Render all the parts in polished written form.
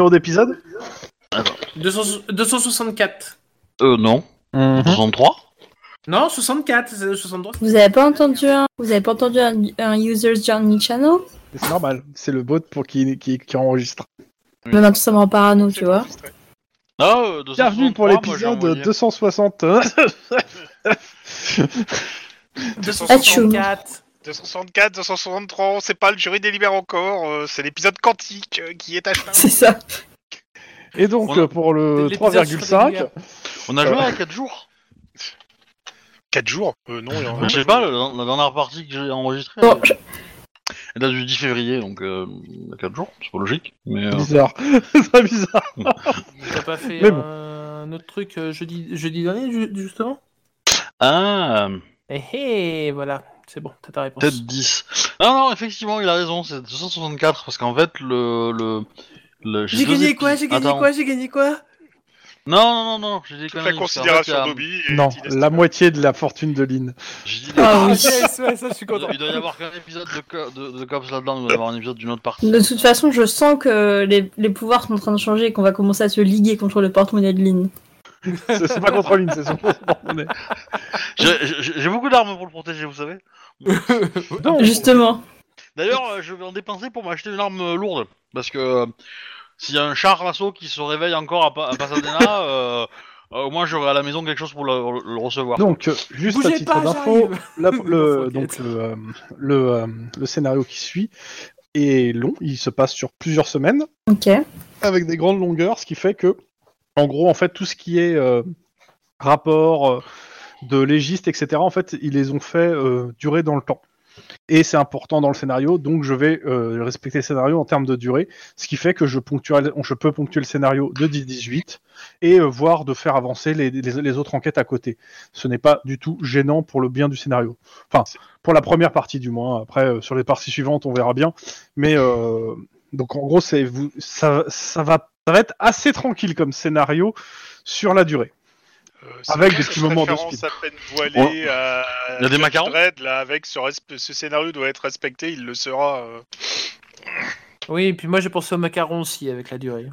numéro d'épisode? Attends. 264. Non. 63. Non, 64, c'est 63. Vous avez pas entendu un User's Journey Channel? C'est normal, c'est le bot pour qui enregistre. Oui. Même tout simplement parano, tu vois. Ah, Bienvenue pour l'épisode 260. 264. 264, 263, on sait pas, le jury délibère encore, c'est l'épisode quantique qui est à cheval. C'est ça. Et donc, pour le l'épisode 3,5, On a joué à 4 jours. 4 jours non, il y en a- Je sais pas, la dernière partie que j'ai enregistrée, Bon, elle date du 10 février, donc il y a 4 jours, c'est pas logique. Mais, bizarre. C'est très bizarre. T'as pas fait Mais bon. un autre truc jeudi dernier, justement? Ah, Eh, voilà. C'est bon, t'as ta réponse. peut-être 10. Non, effectivement, il a raison, c'est 264, parce qu'en fait, J'ai gagné quoi? J'ai gagné quoi? Non, j'ai des Toute la conneries. considération d'Obi. est Non, inestimable. la moitié de la fortune de Lynn. J'ai dit Ah oui. Yes, ouais, ça, je suis content. Il doit y avoir qu'un épisode de Cops là-dedans, il doit y avoir un épisode d'une autre partie. de toute façon, je sens que les pouvoirs sont en train de changer et qu'on va commencer à se liguer contre le porte-monnaie de Lynn. C'est pas contre Lynn, c'est son porte-monnaie. J'ai beaucoup d'armes pour le protéger, vous savez. Donc, Justement. D'ailleurs, je vais en dépenser pour m'acheter une arme lourde, parce que s'il y a un char d'assaut qui se réveille encore à Pasadena, au moins j'aurai à la maison quelque chose pour le recevoir. donc, juste à Bougez titre pas, d'info, j'arrive. le scénario qui suit est long, il se passe sur plusieurs semaines, Ok. avec des grandes longueurs, ce qui fait que, en gros, en fait, tout ce qui est rapport de légiste, etc., en fait, ils les ont fait durer dans le temps. Et c'est important dans le scénario, donc je vais respecter le scénario en termes de durée, ce qui fait que je peux ponctuer le scénario de 10-18 et voir de faire avancer les autres enquêtes à côté. Ce n'est pas du tout gênant pour le bien du scénario. Enfin, pour la première partie du moins. Après, sur les parties suivantes, on verra bien. Mais donc en gros, ça va être assez tranquille comme scénario sur la durée. C'est Avec une des petits moments de référence speed. à peine voilée à Il y a des Judge macarons Dredd, là, avec ce scénario doit être respecté, il le sera. Oui, et puis moi j'ai pensé au macaron aussi avec la durée.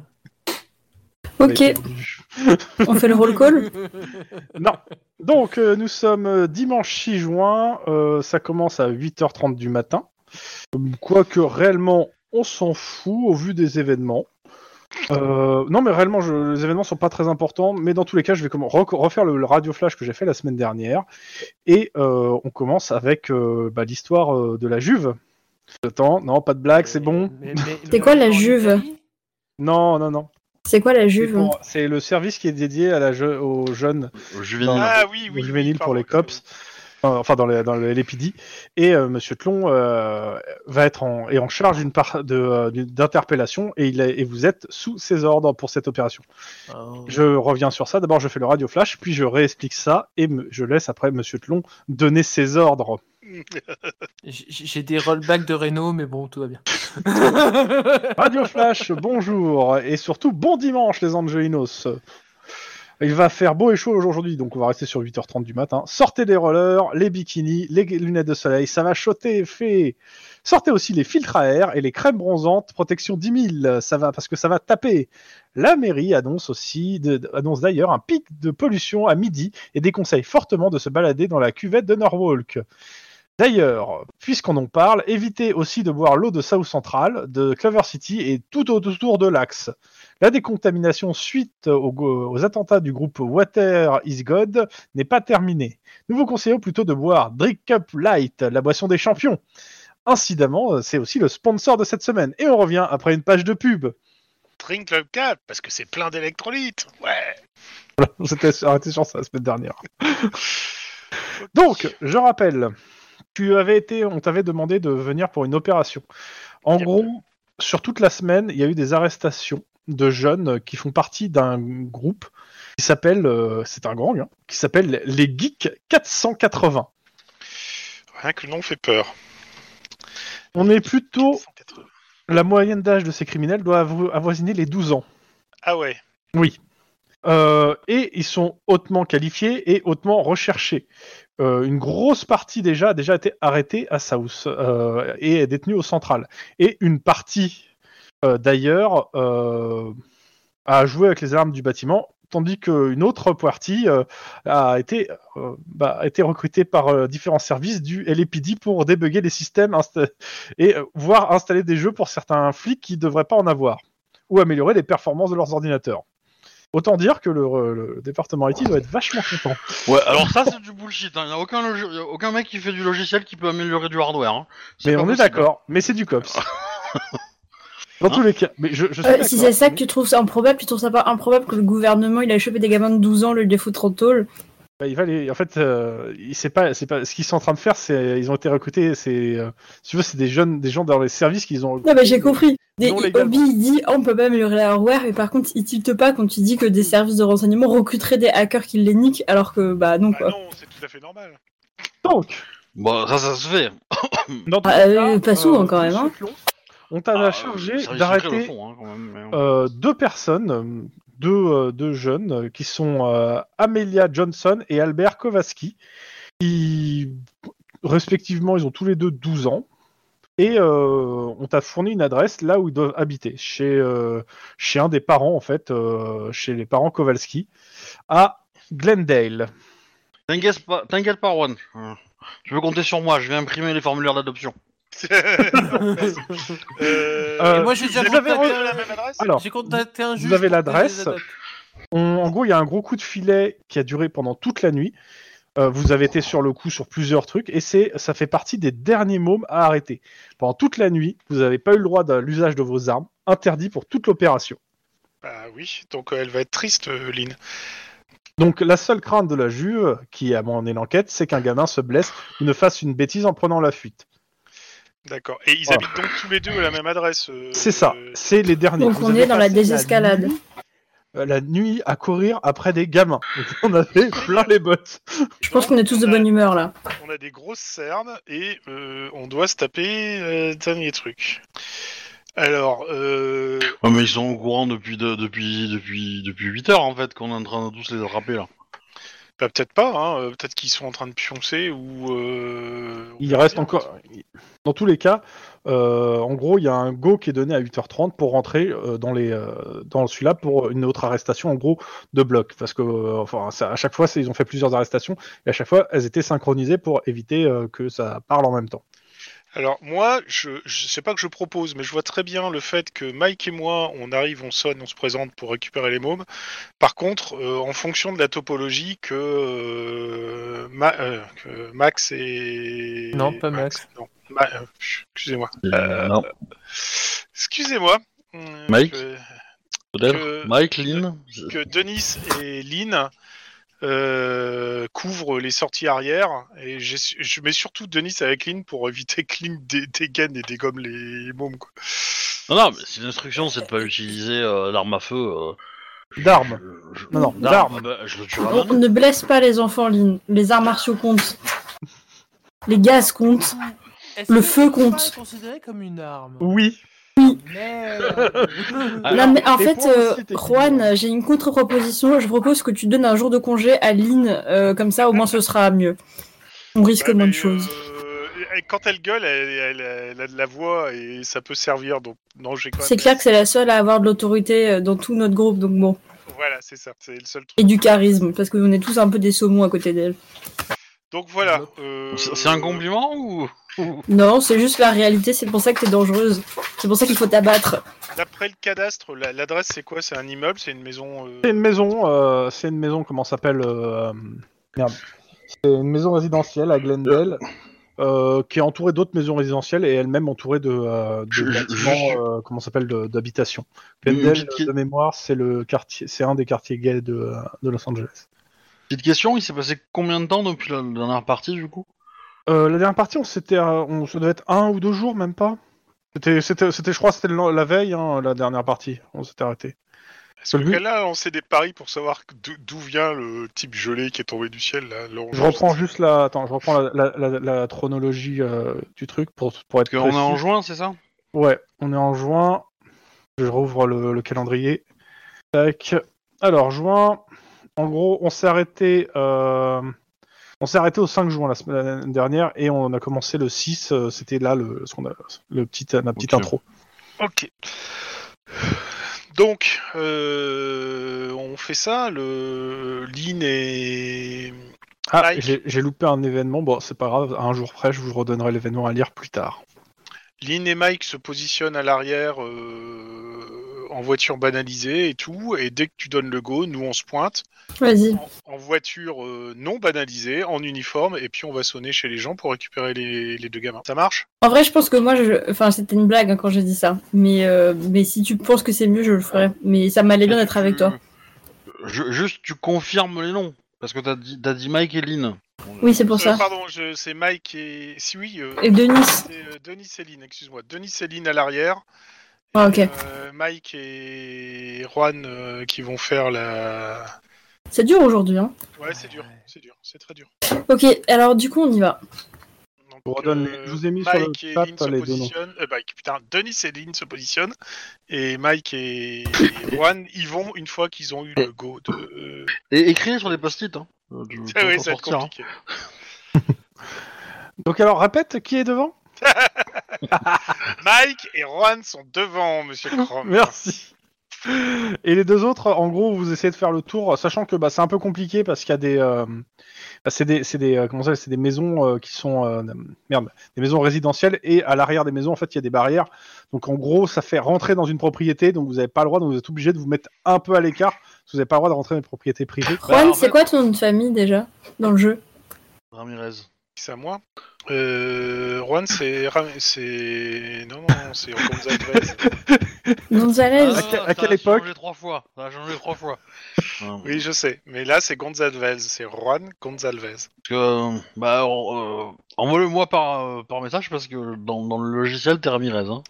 Ok. On fait le roll call. Non. Donc, nous sommes dimanche 6 juin. Ça commence à 8h30 du matin. Quoique, réellement, on s'en fout au vu des événements. Non, mais réellement, les événements sont pas très importants. Mais dans tous les cas, je vais refaire le radio flash que j'ai fait la semaine dernière. Et on commence avec l'histoire de la Juve. Attends, non, pas de blague, c'est bon. C'est quoi la Juve? Non. C'est quoi la Juve? C'est le service qui est dédié aux jeunes Juvénile. Ah oui, aux juvéniles pour les cops, pardon. enfin dans le LAPD, et Monsieur Tlon va être en charge d'interpellation et vous êtes sous ses ordres pour cette opération. Oh. Je reviens sur ça. D'abord, je fais le radio flash, puis je réexplique ça et je laisse après Monsieur Tlon donner ses ordres. J'ai des rollbacks de Renault, mais bon, tout va bien. Radio flash, bonjour et surtout bon dimanche les Angelinos. Il va faire beau et chaud aujourd'hui, donc on va rester sur 8h30 du matin. Sortez les rollers, les bikinis, les lunettes de soleil, ça va choter, fait. Sortez aussi les filtres à air et les crèmes bronzantes, protection 10 000, ça va, parce que ça va taper. La mairie annonce d'ailleurs un pic de pollution à midi et déconseille fortement de se balader dans la cuvette de Norwalk. D'ailleurs, puisqu'on en parle, évitez aussi de boire l'eau de South Central, de Clover City et tout autour de l'Axe. La décontamination suite aux attentats du groupe Water is God n'est pas terminée. Nous vous conseillons plutôt de boire Drink Up Light, la boisson des champions. Incidemment, c'est aussi le sponsor de cette semaine. Et on revient après une page de pub. Drink Club 4, parce que c'est plein d'électrolytes. Ouais. On s'était arrêté sur ça la semaine dernière. Donc, je rappelle, on t'avait demandé de venir pour une opération. En gros, sur toute la semaine, il y a eu des arrestations de jeunes qui font partie d'un groupe qui s'appelle, c'est un gang, hein, qui s'appelle les Geeks 480. Rien que le nom fait peur. On est plutôt... La moyenne d'âge de ces criminels doit avoisiner les 12 ans. Ah ouais. Oui. Et ils sont hautement qualifiés et hautement recherchés. Une grosse partie a déjà été arrêtée à South et est détenue au central. Et une partie d'ailleurs, a joué avec les alarmes du bâtiment, tandis qu'une autre partie a été recrutée par différents services du LAPD pour débugger les systèmes et voire installer des jeux pour certains flics qui ne devraient pas en avoir, ou améliorer les performances de leurs ordinateurs. Autant dire que le département IT doit être vachement content. Ouais, alors ça c'est du bullshit. Il n'y a aucun mec qui fait du logiciel qui peut améliorer du hardware. Hein. Mais on est d'accord, mais c'est du COPS. Dans tous les cas. Mais je suis si c'est ça que tu trouves ça improbable, tu trouves ça pas improbable que le gouvernement il a chopé des gamins de 12 ans, le les foutre en tôle? Il va en fait, c'est pas ce qu'ils sont en train de faire, c'est ils ont été recrutés, si tu veux, c'est des gens dans les services qu'ils ont. Non, mais j'ai compris. légalement. Obi il dit on peut pas améliorer la hardware, mais par contre il tilte pas quand tu dis que des services de renseignement recruteraient des hackers qui les niquent, alors que non quoi. Non, c'est tout à fait normal. Donc, Bon, ça se fait. dans tous les cas, pas souvent quand même. Hein. On t'a chargé ça d'arrêter le fond, hein, quand même, mais... deux personnes, deux jeunes, qui sont Amelia Johnson et Albert Kowalski, qui, respectivement, ils ont tous les deux 12 ans, et on t'a fourni une adresse là où ils doivent habiter, chez un des parents, en fait, chez les parents Kowalski, à Glendale. T'inquiète pas, Juan. Tu peux compter sur moi, je vais imprimer les formulaires d'adoption. Et moi j'ai déjà la même adresse. Alors, j'ai contacté un juge. vous avez pour que je l'adresse. les adopte. En gros, il y a un gros coup de filet qui a duré pendant toute la nuit. Vous avez été sur le coup sur plusieurs trucs et ça fait partie des derniers mômes à arrêter. Pendant toute la nuit, vous n'avez pas eu le droit de l'usage de vos armes, interdit pour toute l'opération. Bah oui, donc elle va être triste, Lynn. Donc la seule crainte de la juge, qui a mené l'enquête, c'est qu'un gamin se blesse ou ne fasse une bêtise en prenant la fuite. D'accord. Et ils habitent donc tous les deux à la même adresse. C'est ça, c'est les derniers. Donc Vous on avez est dans la passé désescalade. la nuit à courir après des gamins. Donc, on avait plein les bottes. Je pense qu'on est tous de bonne humeur là. On a des grosses cernes et on doit se taper le dernier truc. Alors, Ouais, mais ils sont au courant depuis 8 heures en fait qu'on est en train de tous les attraper là. bah, peut-être pas, hein. Peut-être qu'ils sont en train de pioncer ou. Il reste encore. Dans tous les cas, en gros, il y a un go qui est donné à 8h30 pour rentrer dans celui-là pour une autre arrestation en gros de bloc. Parce que à chaque fois, ils ont fait plusieurs arrestations et à chaque fois, elles étaient synchronisées pour éviter que ça parle en même temps. Alors moi, je sais pas que je propose, mais je vois très bien le fait que Mike et moi, on arrive, on sonne, on se présente pour récupérer les mômes. Par contre, en fonction de la topologie, que Max et... Non, pas Max. Non, excusez-moi. Non. Excusez-moi. Mike que- Peut-être que- Mike, Lynn que Denis et Lynn couvrent les sorties arrière et je mets surtout Denis avec Lynn pour éviter que Lynn dégaine et dégomme les mômes quoi. Non, mais si l'instruction c'est de pas utiliser l'arme à feu... D'armes. Non, d'armes. Bah, je le tuerai On maintenant. ne blesse pas les enfants, Lynn. Les arts martiaux comptent. Les gaz comptent. Est-ce Le que feu c'est pas compte. considéré comme une arme. Oui. Merde. Alors, Non, mais en les fait, points aussi, techniquement. Juan, j'ai une contre-proposition. Je propose que tu donnes un jour de congé à Lynn. Comme ça, au moins, ce sera mieux. On risque Ouais, moins mais, de choses. quand elle gueule, elle a de la voix et ça peut servir. Donc non, j'ai quand même. C'est clair que c'est la seule à avoir de l'autorité dans tout notre groupe. Donc bon. Voilà, c'est ça, c'est le seul truc. Et du charisme. Parce qu'on est tous un peu des saumons à côté d'elle. Donc voilà. C'est un compliment ou... Non, c'est juste la réalité. C'est pour ça que t'es dangereuse. C'est pour ça qu'il faut t'abattre. D'après le cadastre, l'adresse c'est quoi? C'est un immeuble? C'est une maison? C'est une maison, comment ça s'appelle merde. C'est une maison résidentielle à Glendale, qui est entourée d'autres maisons résidentielles et elle-même entourée de bâtiments, comment ça s'appelle, d'habitation. Glendale, de mémoire, c'est un des quartiers gays de Los Angeles. Petite question, il s'est passé combien de temps depuis la dernière partie du coup? La dernière partie, ça devait être 1 ou 2 jours, même pas. Je crois, c'était la veille, hein, la dernière partie. On s'était arrêté. Est-ce que quelqu'un a lancé des paris pour savoir d'où vient le type gelé qui est tombé du ciel là? Je reprends juste la chronologie du truc pour être précis. On est en juin, c'est ça? Ouais, on est en juin. Je rouvre le calendrier. Tac. Alors, juin. En gros, on s'est arrêté au 5 juin la semaine dernière et on a commencé le 6. C'était là la petite Ok. intro. Ok. Donc, on fait ça, le Lynn et... Ah, Mike. j'ai loupé un événement. Bon, c'est pas grave. À un jour près, je vous redonnerai l'événement à lire plus tard. Lynn et Mike se positionnent à l'arrière en voiture banalisée et tout, et dès que tu donnes le go, nous on se pointe Vas-y. en voiture non banalisée, en uniforme, et puis on va sonner chez les gens pour récupérer les deux gamins. Ça marche? En vrai, je pense que moi, enfin, c'était une blague quand j'ai dit ça. Mais si tu penses que c'est mieux, je le ferai. Mais ça m'allait bien d'être avec toi. Juste, tu confirmes les noms. Parce que t'as dit Mike et Lynn. Oui, c'est pour ça. Pardon, c'est Mike et... Si oui, Et Denis. c'est Denis et Lynn, excuse-moi. Denis et Lynn à l'arrière. Ah, ok. Mike et Juan qui vont faire la... C'est dur aujourd'hui, hein. Ouais, c'est dur, c'est très dur. Ok, alors du coup, on y va. Donc, Je vous redonne je vous ai mis sur le Mike et chat Lynn se les deux noms. positionnent. Denis et Lynn se positionnent. Et Mike et Juan, ils vont une fois qu'ils ont eu le go de... Et écrire sur les post-it. Hein. Tu Ah peux oui, t'en ça va être sortir, hein. compliqué. Donc alors, répète, qui est devant? Mike et Juan sont devant, monsieur Chrome. Merci. Et les deux autres, en gros, vous essayez de faire le tour, sachant que c'est un peu compliqué parce qu'il y a des, comment ça, c'est des maisons qui sont, des maisons résidentielles et à l'arrière des maisons, en fait, il y a des barrières. Donc en gros, ça fait rentrer dans une propriété, donc vous n'avez pas le droit, donc vous êtes obligé de vous mettre un peu à l'écart, parce que vous n'avez pas le droit de rentrer dans une propriété privée. Juan, en c'est fait- quoi ton nom de famille déjà dans le jeu? Ramirez. C'est à moi. Juan, c'est... Non, c'est Gonzalez. Gonzalez. À quelle époque? Ça a changé trois fois. Oui, je sais. Mais là, c'est Gonzalez. C'est Juan Gonzalez. Parce que, envoie-le-moi par message parce que dans le logiciel, t'es Ramirez. Hein.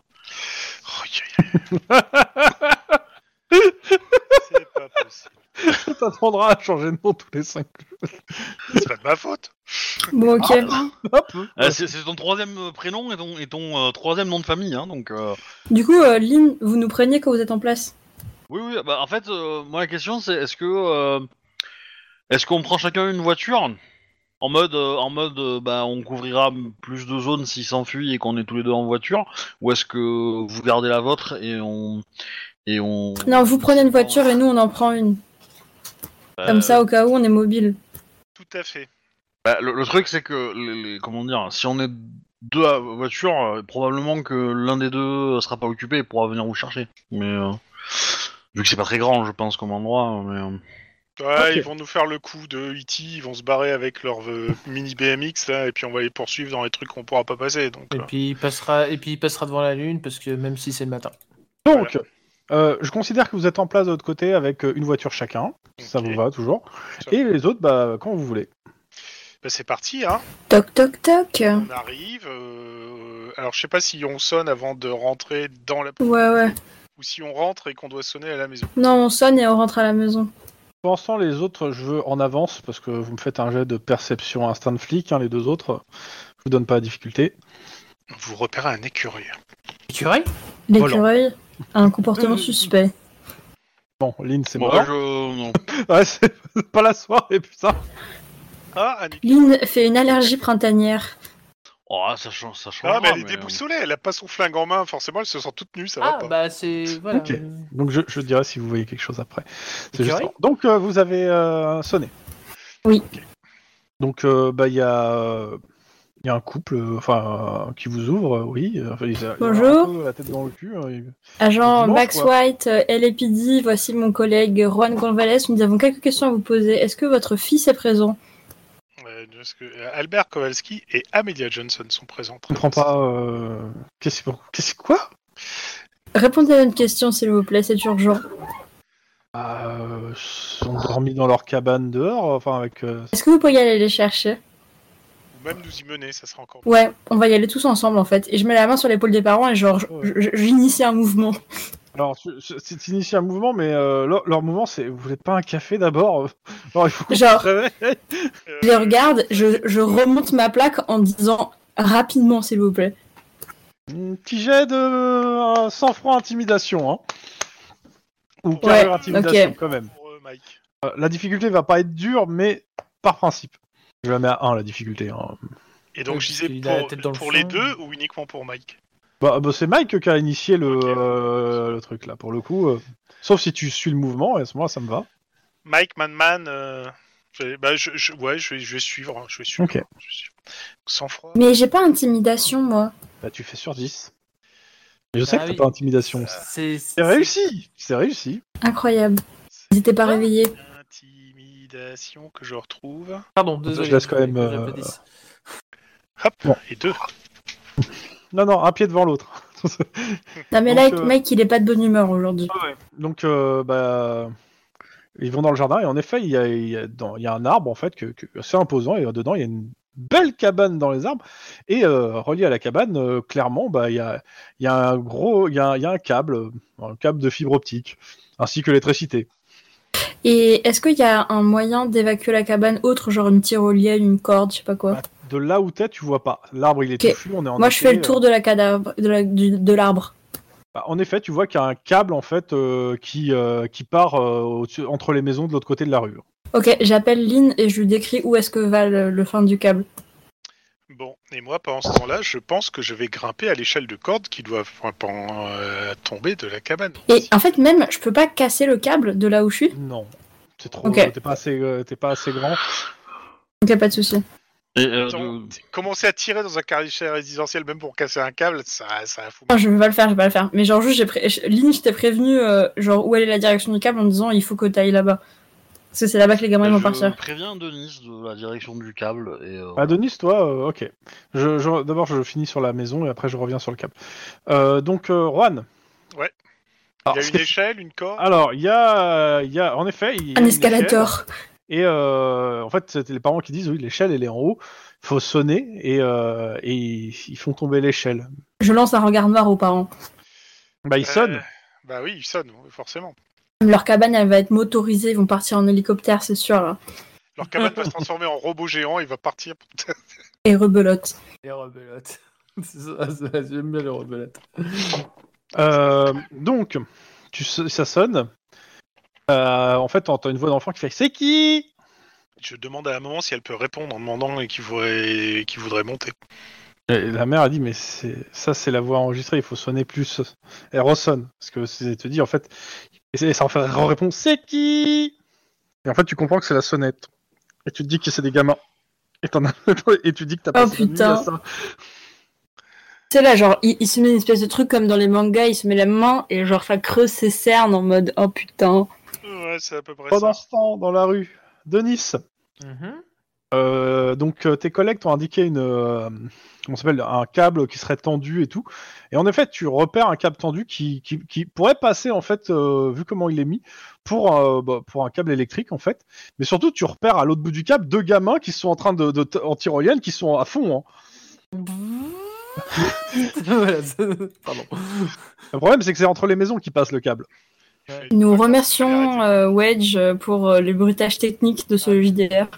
C'est pas possible. Ça t'apprendra à changer de nom tous les 5 jours. C'est pas de ma faute. Bon, ok. Hop. C'est ton troisième prénom et ton troisième nom de famille. Hein, donc, Du coup, Lynn, vous nous preniez quand vous êtes en place? oui, en fait, moi la question c'est est-ce qu'on prend chacun une voiture en mode, on couvrira plus de zones s'il s'enfuit et qu'on est tous les deux en voiture, ou est-ce que vous gardez la vôtre et on Non, vous prenez une voiture et nous, on en prend une. Comme ça, au cas où, on est mobile. Tout à fait. Le truc c'est que comment dire, si on est deux à voiture, probablement que l'un des deux sera pas occupé et pourra venir vous chercher. Mais vu que c'est pas très grand, je pense comme endroit, mais Ouais, Ok. ils vont nous faire le coup de E.T., ils vont se barrer avec leur mini BMX là, et puis on va les poursuivre dans les trucs qu'on pourra pas passer. Donc, Et puis il passera devant la lune parce que même si c'est le matin. Donc, je considère que vous êtes en place de l'autre côté avec une voiture chacun. Ça Ok. vous va toujours. Ça Et les autres, quand vous voulez. c'est parti, hein. Toc, toc, toc. On arrive. Alors, je sais pas si on sonne avant de rentrer dans la... Ouais. ou si on rentre et qu'on doit sonner à la maison. Non, on sonne et on rentre à la maison. Pensant les autres, je veux en avance parce que vous me faites un jet de perception instinct de flic. Les deux autres, je vous donne pas la difficulté. Vous repérez un écureuil. Écureuil? L'écureuil a un comportement suspect. Bon, Lynn, c'est bon, mort. non. Ouais, c'est pas la soirée, putain. Ah, un écureuil. Lynn fait une allergie printanière. Oh, ça change. Ah, mais elle est déboussolée, elle a pas son flingue en main, forcément, elle se sent toute nue, ça va Ah pas. bah c'est voilà. Ok. Donc je dirai si vous voyez quelque chose après. C'est juste... Écureuil Donc vous avez sonné. Oui. Donc il y a un couple qui vous ouvre, oui. Ils ont Bonjour. un peu la tête dans le cul. Agent Dimanche, Max quoi. White, LAPD, voici mon collègue Juan Gonzalez. Nous avons quelques questions à vous poser. Est-ce que votre fils est présent? Parce que Albert Kowalski et Amelia Johnson sont présents. Je comprends pas. Quoi? Répondez à une question, s'il vous plaît, c'est urgent. Ils sont dormis dans leur cabane dehors, avec. Est-ce que vous pourriez aller les chercher? Ou même nous y mener, ça sera encore Ouais, on va y aller tous ensemble en fait. Et je mets la main sur l'épaule des parents et genre, j'initie un mouvement. Alors, c'est initié un mouvement, mais leur mouvement, c'est. Vous voulez pas un café d'abord? Alors, il faut qu'on Genre- se réveille. Je les regarde, je remonte ma plaque en disant rapidement, s'il vous plaît. Un petit jet de sang-froid intimidation, hein. Ou Ouais, carrure intimidation, ok. quand même. pour Mike. La difficulté va pas être dure, mais par principe. Je la mets à 1, la difficulté. Hein. Et donc Oui, je disais parce qu'il a la tête dans le pour les fond. deux ou uniquement pour Mike? Bah, c'est Mike qui a initié le, Ok. le truc là, pour le coup. Sauf si tu suis le mouvement, et à ce moment-là, ça me va. Mike Manman, je vais suivre. Je vais suivre. Ok. Je vais suivre. Sans froid. Mais j'ai pas intimidation, moi. Bah, tu fais sur 10. Mais je sais Ah que t'as oui. pas intimidation. C'est réussi. C'est réussi. Incroyable. N'hésitez pas à réveiller. Intimidation que je retrouve. Pardon, désolé. Je laisse quand même, que j'applaudisse. Hop, Bon. et 2. Non, un pied devant l'autre. Non, mais Donc, là, Mike, il est pas de bonne humeur aujourd'hui. Donc, bah, ils vont dans le jardin et en effet, il y a un arbre en fait que assez imposant et dedans il y a une belle cabane dans les arbres et relié à la cabane, clairement, bah, il y a un câble de fibre optique ainsi que l'électricité. Et est-ce qu'il y a un moyen d'évacuer la cabane autre, genre une tyrolienne, une corde, je sais pas quoi? De là où t'es, tu vois pas. L'arbre il est Ok. touffu, on est en Moi, été, je fais le tour de la cadavre, de l'arbre. Bah, en effet, tu vois qu'il y a un câble en fait qui part entre les maisons de l'autre côté de la rue. Ok, j'appelle Lynn et je lui décris où est-ce que va le fin du câble. Bon, et moi, pendant ce temps-là, je pense que je vais grimper à l'échelle de corde qui doit tomber de la cabane. Et en fait, même, je peux pas casser le câble de là où je suis. Non, c'est trop. Ok. T'es pas assez grand. Ok, pas de souci. Et, Attends, commencer à tirer dans un quartier résidentiel, même pour casser un câble, ça fout. Ah, je vais pas le faire. Mais genre, juste, Lynn, je t'ai prévenu, genre, où elle est la direction du câble en disant il faut que t'ailles là-bas. Parce que c'est là-bas que les gamins vont je partir. préviens Denis de la direction du câble et. Ah, Denis, toi, ok. D'abord, je finis sur la maison et après, je reviens sur le câble. Donc, Juan. Ouais. Alors, Il y a une échelle, une corde. Alors, il y a, en effet, il y a Un une escalator. échelle. Et en fait, c'était les parents qui disent oui, l'échelle, elle est en haut. Faut sonner et ils font tomber l'échelle. Je lance un regard noir aux parents. Bah, ils sonnent. Bah oui, il sonne, forcément. Leur cabane, elle va être motorisée, ils vont partir en hélicoptère, c'est sûr, là. Leur cabane va se transformer en robot géant, il va partir. Et rebelote. Les rebelotes. C'est ça, j'aime bien les rebelotes. Donc, ça sonne. En fait, t'entends une voix d'enfant qui fait c'est qui? Je demande à la maman si elle peut répondre en demandant qui voudrait monter. Et la mère a dit mais c'est la voix enregistrée, il faut sonner plus. Elle ressonne parce que c'est te dit en fait et ça en fait répondre c'est qui? Et en fait tu comprends que c'est la sonnette et tu te dis que c'est des gamins et tu dis que t'as Oh, passé la nuit putain. à ça. C'est là, genre, il se met une espèce de truc comme dans les mangas, il se met la main et genre ça creuse ses cernes en mode oh putain. Ouais, c'est à peu près Pendant ça. ce temps dans la rue, Denis. Donc tes collègues t'ont indiqué comment ça s'appelle, un câble qui serait tendu et tout. Et en effet, tu repères un câble tendu qui pourrait passer en fait, vu comment il est mis, pour un câble électrique en fait. Mais surtout, tu repères à l'autre bout du câble deux gamins qui sont en train en tyrolienne, qui sont à fond. Hein. Voilà, pardon. Le problème, c'est que c'est entre les maisons qui passe le câble. Nous remercions Wedge pour les bruitages techniques de ce JDR. De rien.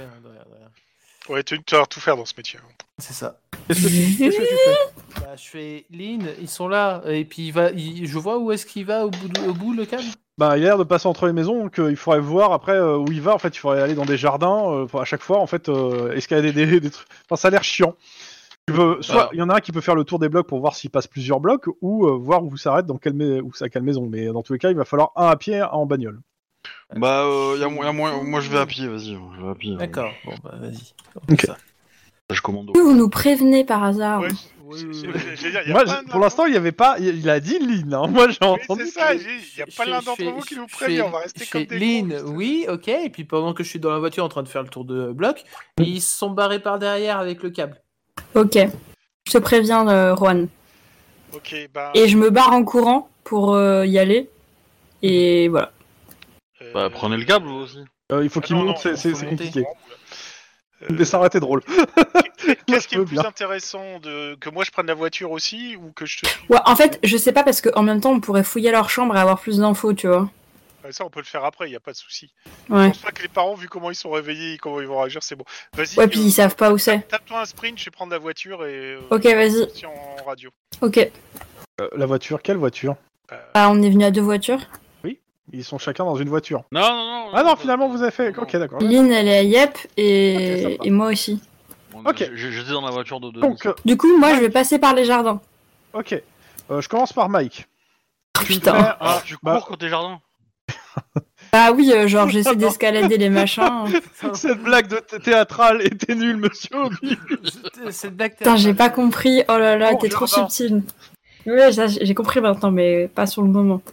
Ouais, tu vas tout faire dans ce métier. C'est ça. Qu'est-ce que tu fais? Bah, je fais Lynn, ils sont là, et puis je vois où est-ce qu'il va au bout le câble. Bah, il a l'air de passer entre les maisons, donc il faudrait voir après où il va. En fait, il faudrait aller dans des jardins à chaque fois. En fait, escalader des trucs. Enfin, ça a l'air chiant. Soit il y en a un qui peut faire le tour des blocs pour voir s'il passe plusieurs blocs, ou voir où s'arrête où c'est à quelle maison. Mais dans tous les cas, il va falloir un à pied, un en bagnole. Bah, y a moyen, moi je vais à pied, vas-y. Je vais à pied. D'accord, bon bah vas-y. Ok. Ça. Je commande. Vous nous prévenez par hasard. Ouais, Oui. j'allais dire, il y a Moi, plein de pour l'instant, il y avait pas. Il a dit Lynn. Hein. Moi, j'ai Oui, entendu. c'est ça, que- il n'y a pas l'un d'entre vous qui nous prévient, on va rester comme des Lynn, cons. oui, ok, et puis pendant que je suis dans la voiture en train de faire le tour de bloc, ils se sont barrés par derrière avec le câble. Ok. Je te préviens, Juan. Ok, bah. Et je me barre en courant pour y aller. Et voilà. Bah, prenez le câble vous aussi. Il faut qu'il non, monte, non, c'est faut monter. compliqué. Mais ça aurait été drôle. Qu'est-ce qui est Je veux le plus bien. intéressant que moi je prenne la voiture aussi ou que je te suive? Ouais, en fait, je sais pas parce qu'en même temps, on pourrait fouiller leur chambre et avoir plus d'infos, tu vois. Ça, on peut le faire après, il n'y a pas de souci. Ouais. Je pense pas que les parents, vu comment ils sont réveillés et comment ils vont réagir, c'est bon. Vas-y. Ouais, puis ils savent pas où c'est. Tape-toi un sprint, je vais prendre la voiture et. Ok, vas-y. Je suis en radio. Ok. La voiture, quelle voiture? Ah, on est venu à deux voitures. Ils sont chacun dans une voiture. Non. Ah non, finalement, vous avez fait. Ok, d'accord. Lynn, elle est à Yep Ok, et, sympa. et moi aussi. Bon, Ok. J'étais dans la voiture de Denis. Donc, Du coup, moi, je vais passer par les jardins. Ok. Je commence par Mike. Tu me Putain. fais un- Alors, tu cours côté jardin. Ah oui, genre j'essaie d'escalader les machins. Cette blague de théâtrale était nulle, monsieur Obi. Cette blague. Putain, j'ai pas compris. Oh là là, Cours t'es trop jardin. subtil. Ouais, ça, j'ai compris maintenant, mais pas sur le moment.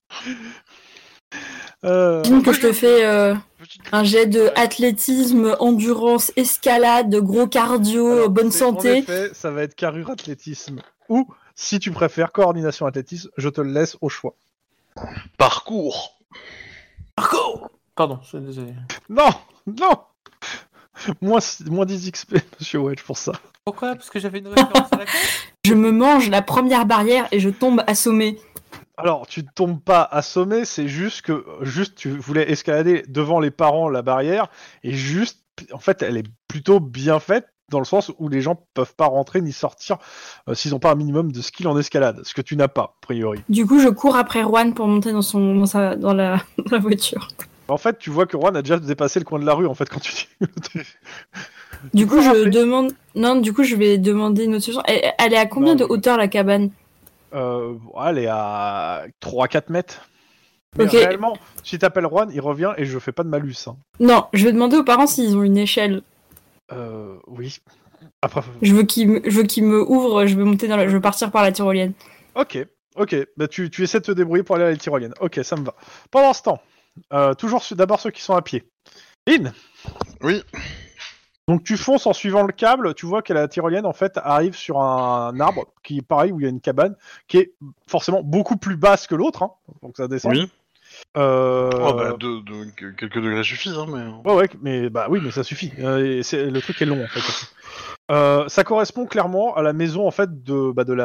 J'imagine que je te fais Petite- un jet de athlétisme, endurance, escalade, gros cardio, Alors, bonne c'est- En santé. effet, ça va être carrure athlétisme. Ou, si tu préfères, coordination athlétisme, je te le laisse au choix. Parcours. Pardon, je suis désolé. Non, non. Moins 10 XP, monsieur Wedge, pour ça. Pourquoi? Parce que j'avais une référence à la con. Je me mange la première barrière et je tombe assommé. Alors, tu ne tombes pas assommé, c'est juste que tu voulais escalader devant les parents la barrière, et juste, en fait, elle est plutôt bien faite, dans le sens où les gens peuvent pas rentrer ni sortir s'ils n'ont pas un minimum de skill en escalade, ce que tu n'as pas, a priori. Du coup, je cours après Juan pour monter dans la voiture. En fait, tu vois que Juan a déjà dépassé le coin de la rue, en fait, quand tu dis... Du coup, je rappeler demande. Non, du coup, je vais demander une autre solution. Elle est à combien Non, de hauteur la cabane? Elle est à 3-4 mètres. Mais Ok. réellement, si t'appelles Juan, il revient et je fais pas de malus. Hein. Non, je vais demander aux parents s'ils ont une échelle. Oui. Après... Je veux qu'ils me ouvrent, je veux partir par la tyrolienne. Ok. Bah, tu essaies de te débrouiller pour aller à la tyrolienne. Ok, ça me va. Pendant ce temps, toujours d'abord ceux qui sont à pied. Lynn. Oui. Donc tu fonces en suivant le câble, tu vois que la tyrolienne en fait arrive sur un arbre qui est pareil où il y a une cabane qui est forcément beaucoup plus basse que l'autre, hein, donc ça descend. Oui. Euh... Oh, bah, quelques degrés suffisent, hein, mais... Ouais, mais bah oui, mais ça suffit. Le truc est long en fait. Ça correspond clairement à la maison en fait de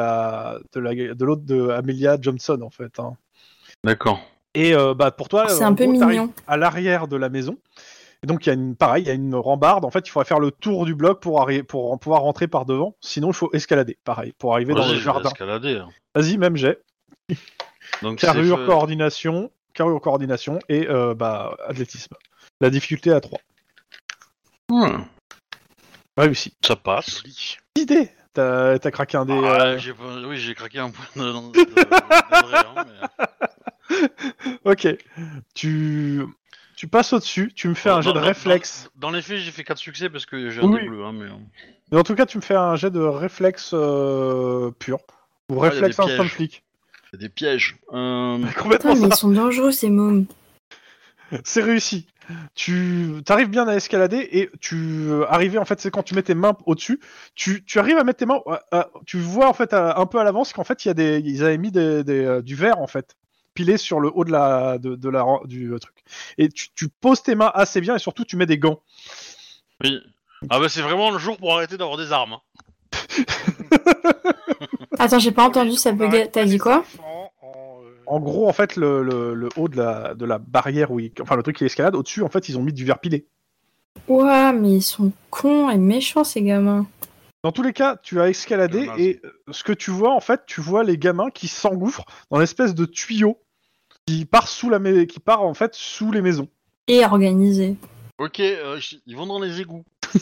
l'autre de Amelia Johnson en fait. Hein. D'accord. Et pour toi, C'est en un peu gros, t'arrives mignon. à l'arrière de la maison. Et donc il y a une rambarde. En fait, il faudrait faire le tour du bloc pour pouvoir rentrer par devant. Sinon, il faut escalader. Pareil, pour arriver dans Vas-y, le je vais jardin. escalader. Hein. Vas-y, même jet. Donc, Carrure, c'est coordination et athlétisme. La difficulté à 3. Réussi. Ça passe. Idée. T'as craqué un dé. Oui, j'ai craqué un point de vrai, hein, mais... Ok. Tu passes au-dessus. Tu me fais un jet de réflexe. Dans les faits, j'ai fait 4 succès parce que j'ai un dé Oui. bleu. Hein, mais... Mais en tout cas, tu me fais un jet de réflexe pur. Ou Ah, y a réflexe des instant pièges. flic. Il y a des pièges. Complètement Putain, mais ça. ils sont dangereux ces mômes. C'est réussi. Tu arrives bien à escalader et arrives en fait, c'est quand tu mets tes mains au-dessus, tu arrives à mettre tes mains, tu vois en fait un peu à l'avance qu'en fait ils avaient mis du verre en fait pilé sur le haut du truc. Et tu poses tes mains assez bien et surtout tu mets des gants. Oui. Ah bah c'est vraiment le jour pour arrêter d'avoir des armes. Hein. Attends, j'ai pas entendu, ça buguait. T'as dit quoi? En gros, en fait, le haut de la barrière enfin le truc qui escalade au-dessus, en fait, ils ont mis du verre pilé. Ouah, mais ils sont cons et méchants ces gamins. Dans tous les cas, tu as escaladé et ce que tu vois, en fait, tu vois les gamins qui s'engouffrent dans une espèce de tuyau qui part en fait sous les maisons. Et organisés. Ok, ils vont dans les égouts.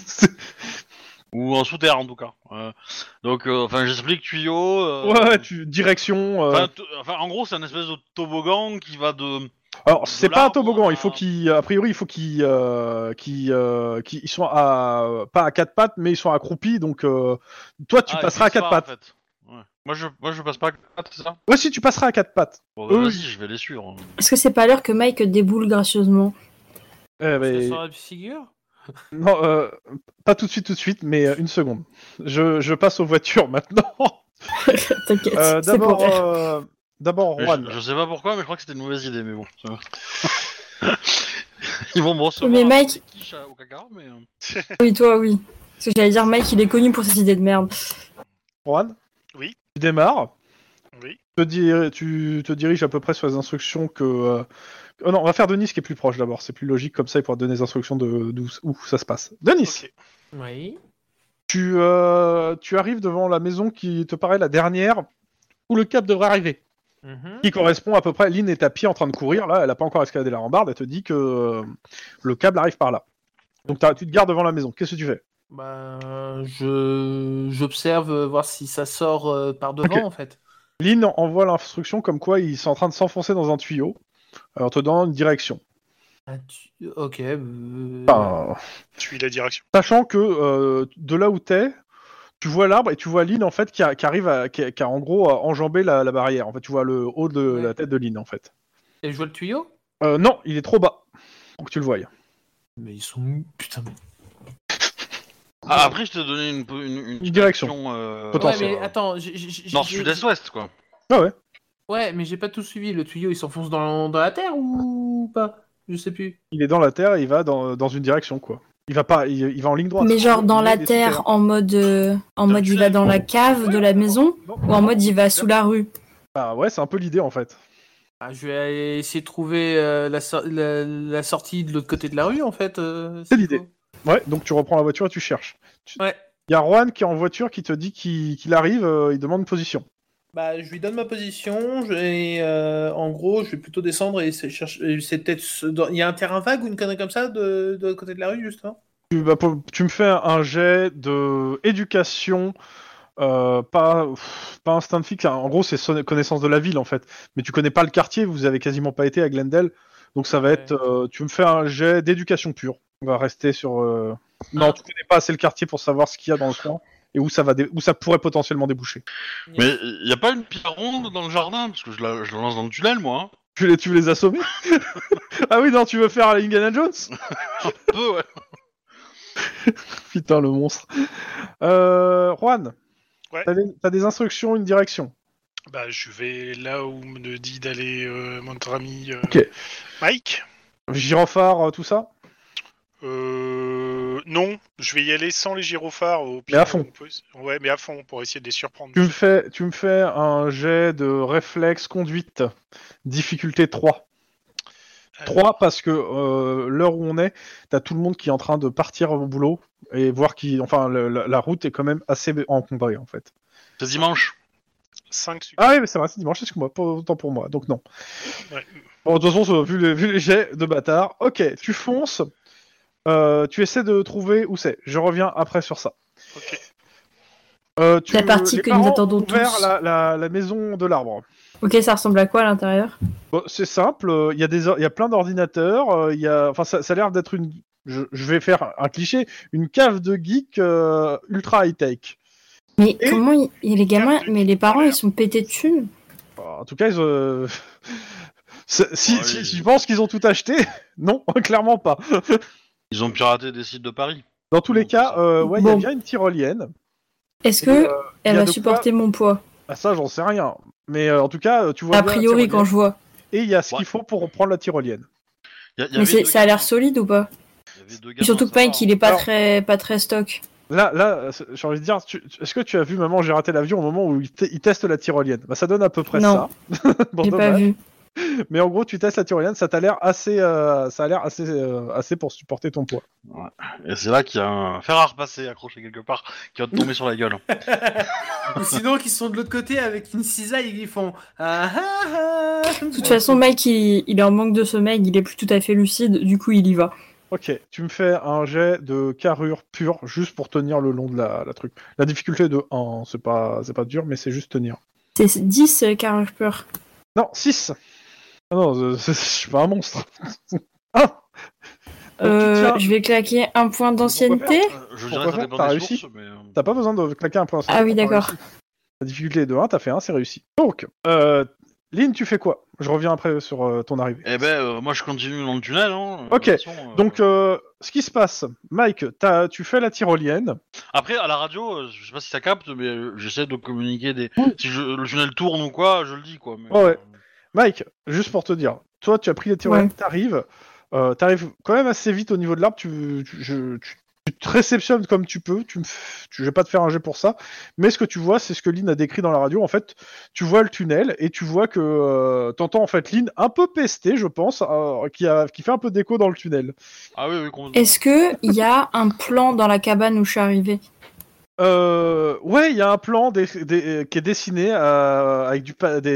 Ou en souterrain en tout cas. Donc, j'explique tuyau. Ouais, direction. Enfin, en gros, c'est un espèce de toboggan qui va de. Alors, c'est pas un l'arbre toboggan. à- Il faut a priori, il faut qu'ils soient pas à quatre pattes, mais ils sont accroupis. Donc, toi, tu passeras à quatre pattes. En fait. Ouais. Moi, je passe pas à 4, c'est ça. Ouais, si tu passeras à quatre pattes. Bon, bah, Eux, vas-y, je vais les suivre. Est-ce que c'est pas l'heure que Mike déboule gracieusement? mais... Ça sera la figure. Non, pas tout de suite, mais une seconde. Je passe aux voitures maintenant. T'inquiète, c'est pour rire. D'abord, Mais Juan. je sais pas pourquoi, mais je crois que c'était une mauvaise idée, mais bon. Ça va. Ils vont me recevoir. Mais Mike- des quiches au caca, mais. Oui, toi, oui. Parce que j'allais dire, Mike, il est connu pour ses idées de merde. Juan. Oui. Tu démarres. Oui. Tu te diriges à peu près sur les instructions que... Oh non, on va faire Denis qui est plus proche d'abord. C'est plus logique comme ça, il pourra te donner les instructions où ça se passe. Denis, Ok. Oui. tu arrives devant la maison qui te paraît la dernière où le cap devrait arriver. Qui correspond à peu près... Lynn est à pied en train de courir, là, elle n'a pas encore escaladé la rambarde, elle te dit que le câble arrive par là. Donc tu te gardes devant la maison, qu'est-ce que tu fais? Bah, j'observe, voir si ça sort par devant, Ok. en fait. Lynn envoie l'instruction comme quoi ils sont en train de s'enfoncer dans un tuyau, en te donnant une direction. Ok. Enfin, Suis la direction. sachant que de là où t'es, tu vois l'arbre et tu vois Lynn en fait qui arrive qui a en gros enjambé la barrière. En fait, tu vois le haut de Ouais. la tête de Lynn en fait. Et je vois le tuyau? Non, il est trop bas pour que tu le voyes. Mais ils sont... Putain, mais... Ah, après, je t'ai donné une direction. Ouais, Potentiel. mais attends, Nord, sud-est, ouest, quoi. Ah ouais. Ouais, mais j'ai pas tout suivi. Le tuyau, il s'enfonce dans la terre ou pas? Je sais plus. Il est dans la terre et il va dans une direction quoi. Il va pas, il va en ligne droite. Mais genre dans Mais la il est terre, souterrain. en mode il va dans la cave de la maison, Non, ou en mode il va sous la rue. Ah ouais, c'est un peu l'idée en fait. Ah, je vais aller essayer de trouver la sortie de l'autre côté de la rue, en fait. C'est s'il l'idée. faut. Ouais, donc tu reprends la voiture et tu cherches. Ouais. Il y a Juan qui est en voiture qui te dit qu'il arrive, il demande une position. Bah, je lui donne ma position, et en gros, je vais plutôt descendre et c'est peut-être... Il y a un terrain vague ou une connerie comme ça de l'autre côté de la rue, justement? Tu me fais un jet de éducation, pas instinct fixe. En gros, c'est connaissance de la ville en fait. Mais tu connais pas le quartier, vous avez quasiment pas été à Glendale, donc ça va Ouais. être. Tu me fais un jet d'éducation pure. On va rester sur. Non, tu connais pas assez le quartier pour savoir ce qu'il y a dans le coin et où ça pourrait potentiellement déboucher. Mais y a pas une pierre ronde dans le jardin? Parce que je la lance dans le tunnel, moi. Hein. Tu veux les assommer? Ah oui, non, tu veux faire à la Indiana Jones? Un peu, ouais. Putain, le monstre. Juan, Ouais. t'as des instructions, une direction. Bah, je vais là où me dit d'aller notre ami Ok. Mike. Gyrophare, tout ça? Non, je vais y aller sans les gyrophares. Au Mais à fond. Ouais, mais à fond, pour essayer de les surprendre. Tu me fais un jet de réflexe conduite, difficulté 3. 3 parce que l'heure où on est, t'as tout le monde qui est en train de partir au boulot et voir qui, enfin, la route est quand même assez encombrée en fait. C'est dimanche. 5 succès. Ah oui, mais c'est vrai, c'est dimanche, excuse-moi, pas autant pour moi, donc non. Ouais. Bon, de toute façon, vu les jets de bâtard, ok, tu fonces, tu essaies de trouver où c'est. Je reviens après sur ça. Ok. La partie les que nous parents attendons ont ouvert tous. la maison de l'arbre. Ok, ça ressemble à quoi à l'intérieur? Bon, c'est simple, il y a plein d'ordinateurs, enfin ça a l'air d'être une, je vais faire un cliché, une cave de geek ultra high-tech. Mais Et- comment les gamins, mais les parents Voilà. ils sont pétés de thunes? En tout cas, si Ouais, je pense qu'ils ont tout acheté, non, clairement pas. Ils ont piraté des sites de Paris. Dans tous les cas, ouais, il y a Bon. bien une tyrolienne. Est-ce Et, que il elle y a va de supporter mon poids? Ah ça, j'en sais rien. Mais en tout cas, tu vois A bien la priori, quand tyrolienne. je vois. Et il y a ce Ouais. qu'il faut pour prendre la tyrolienne. Y Mais avait deux ça a l'air gamins. solide ou pas? Y avait deux Et gamins, surtout que ça va, Mike, il est pas Alors- pas très stock. Là, j'ai envie de dire, est-ce que tu as vu Maman, j'ai raté l'avion au moment où il teste la tyrolienne? Bah, ça donne à peu près Non. ça. Bon, J'ai pas dommage. vu. Mais en gros, tu testes la tyrolienne, ça t'a l'air assez, assez pour supporter ton poids. Et c'est là qu'il y a un fer à repasser accroché quelque part qui va te tomber sur la gueule. Ou sinon, qu'ils sont de l'autre côté avec une cisaille et qu'ils font... Ah, ah, ah. De toute façon, Mike, il est en manque de sommeil, il est plus tout à fait lucide, du coup, il y va. Ok, tu me fais un jet de carrure pure, juste pour tenir le long de la truc. La difficulté est de 1, c'est pas dur, mais c'est juste tenir. C'est 10 carrure pure. Non, 6. Ah non, je suis pas un monstre. 1. Je vais claquer un point d'ancienneté. Je Pourquoi dirais que ça faire dépend T'as des réussi sources, mais... T'as pas besoin de claquer un point. Ah oui, t'as d'accord. réussi. La difficulté est de 1, t'as fait 1, c'est réussi. Donc, Lynn, tu fais quoi? Je reviens après sur ton arrivée. Eh ben, moi je continue dans le tunnel. Hein. Ok, De toute façon, Donc, ce qui se passe, Mike, tu fais la tyrolienne. Après, à la radio, je sais pas si ça capte, mais j'essaie de communiquer des... Oui. Si le tunnel tourne ou quoi, je le dis, quoi. Mais, Ouais. Mike, juste pour te dire, toi, tu as pris la tyrolienne, Ouais. t'arrives quand même assez vite au niveau de l'arbre, tu te réceptionnes comme tu peux, je vais pas te faire un jet pour ça, mais ce que tu vois, c'est ce que Lynn a décrit dans la radio. En fait, tu vois le tunnel et tu vois que t'entends en fait Lynn un peu pester, je pense, qui fait un peu d'écho dans le tunnel. Ah oui, complètement. Est-ce que il y a un plan dans la cabane où je suis arrivée? Ouais, il y a un plan qui est dessiné avec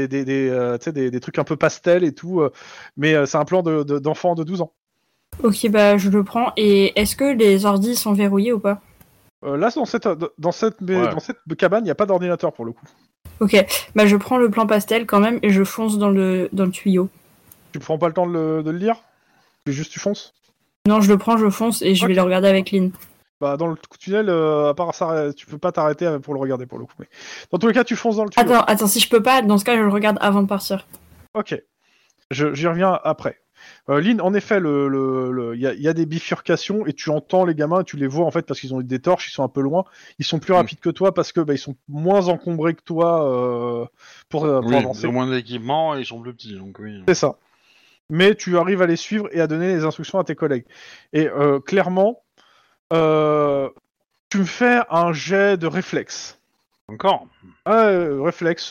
des trucs un peu pastel et tout, mais c'est un plan d'enfant de 12 ans. Ok, bah je le prends. Et est-ce que les ordis sont verrouillés ou pas? Là, dans cette cabane, il n'y a pas d'ordinateur pour le coup. Ok, bah je prends le plan pastel quand même et je fonce dans le tuyau. Tu prends pas le temps de le lire? Tu fonces? Non, je le prends, je fonce et je vais Ok. le regarder avec Lynn. Bah, dans le tunnel, à part ça, tu peux pas t'arrêter pour le regarder pour le coup. Mais... Dans tous les cas, tu fonces dans le tuyau. Attends, si je peux pas, dans ce cas, je le regarde avant de partir. Ok. J'y reviens après. Lynn, en effet, il y a des bifurcations et tu entends les gamins, tu les vois en fait parce qu'ils ont des torches, ils sont un peu loin, ils sont plus rapides que toi parce que ils sont moins encombrés que toi pour avancer. Ils ont moins d'équipement et ils sont plus petits, donc oui. C'est ça. Mais tu arrives à les suivre et à donner les instructions à tes collègues. Et clairement, tu me fais un jet de réflexe. Encore. Réflexe,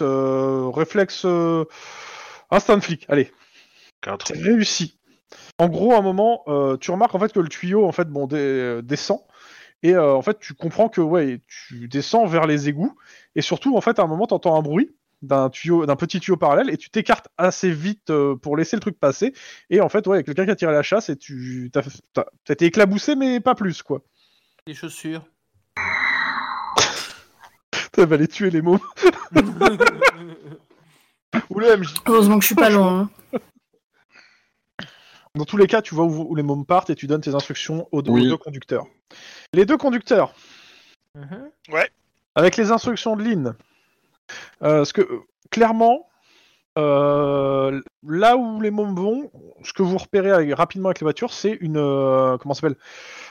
instant flic. Allez, 4. c'est réussi. En gros, à un moment, tu remarques en fait que le tuyau en fait descend et en fait tu comprends que tu descends vers les égouts et surtout en fait à un moment tu entends un bruit d'un petit tuyau parallèle et tu t'écartes assez vite pour laisser le truc passer et en fait il y a quelqu'un qui a tiré la chasse et t'as été éclaboussé mais pas plus quoi. Les chaussures. Ça va les tuer les mômes. Ou le MJ. Heureusement que je suis pas loin. Hein. Dans tous les cas, tu vois où les mômes partent et tu donnes tes instructions aux Oui. deux conducteurs. Les deux conducteurs, Ouais. avec les instructions de Lynn, parce que clairement, là où les mômes vont, ce que vous repérez rapidement avec les voitures, c'est comment ça s'appelle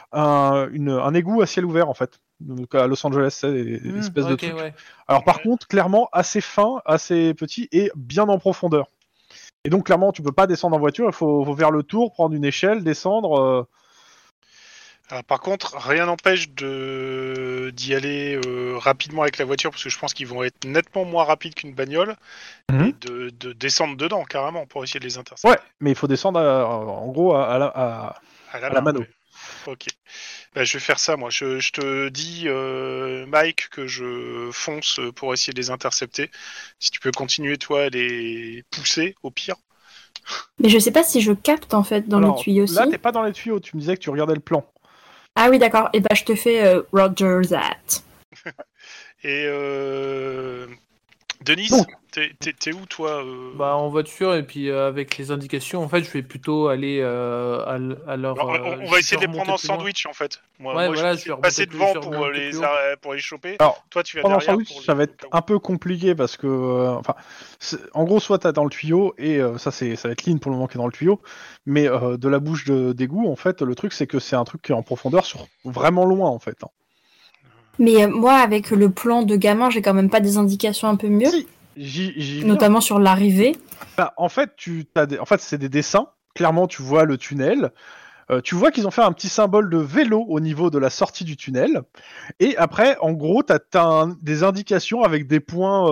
un égout à ciel ouvert en fait. Donc, à Los Angeles, c'est des espèces de trucs. Ouais. Alors par contre, clairement, assez fin, assez petit et bien en profondeur. Et donc clairement, tu peux pas descendre en voiture, il faut faire le tour, prendre une échelle, descendre. Alors, par contre, rien n'empêche d'y aller rapidement avec la voiture, parce que je pense qu'ils vont être nettement moins rapides qu'une bagnole, et de descendre dedans carrément pour essayer de les intercepter. Ouais, mais il faut descendre en gros à la mano. Ouais. Ok. Bah, je vais faire ça, moi. Je te dis, Mike, que je fonce pour essayer de les intercepter. Si tu peux continuer, toi, à les pousser, au pire. Mais je sais pas si je capte en fait dans Alors, les tuyaux là, aussi. t'es pas dans les tuyaux, tu me disais que tu regardais le plan. Ah oui, d'accord. Et bah je te fais Roger that. Et Denise, Donc. t'es où, toi Bah en voiture et puis avec les indications, en fait, je vais plutôt aller à leur. Alors, on va essayer de les prendre en sandwich, en fait. Moi, voilà, je vais passer devant pour les choper. Alors, Toi, tu vas pendant derrière sandwich, pour les... ça va être un peu compliqué parce que, en gros, soit t'as dans le tuyau et ça va être Lynn pour le moment qui est dans le tuyau, mais de la bouche d'égout, en fait, le truc c'est que c'est un truc qui est en profondeur sur vraiment loin, en fait. Mais moi, avec le plan de gamin, j'ai quand même pas des indications un peu mieux, Si, j'y viens. notamment sur l'arrivée. Bah, en fait, c'est des dessins. Clairement, tu vois le tunnel. Tu vois qu'ils ont fait un petit symbole de vélo au niveau de la sortie du tunnel. Et après, en gros, t'as des indications avec des points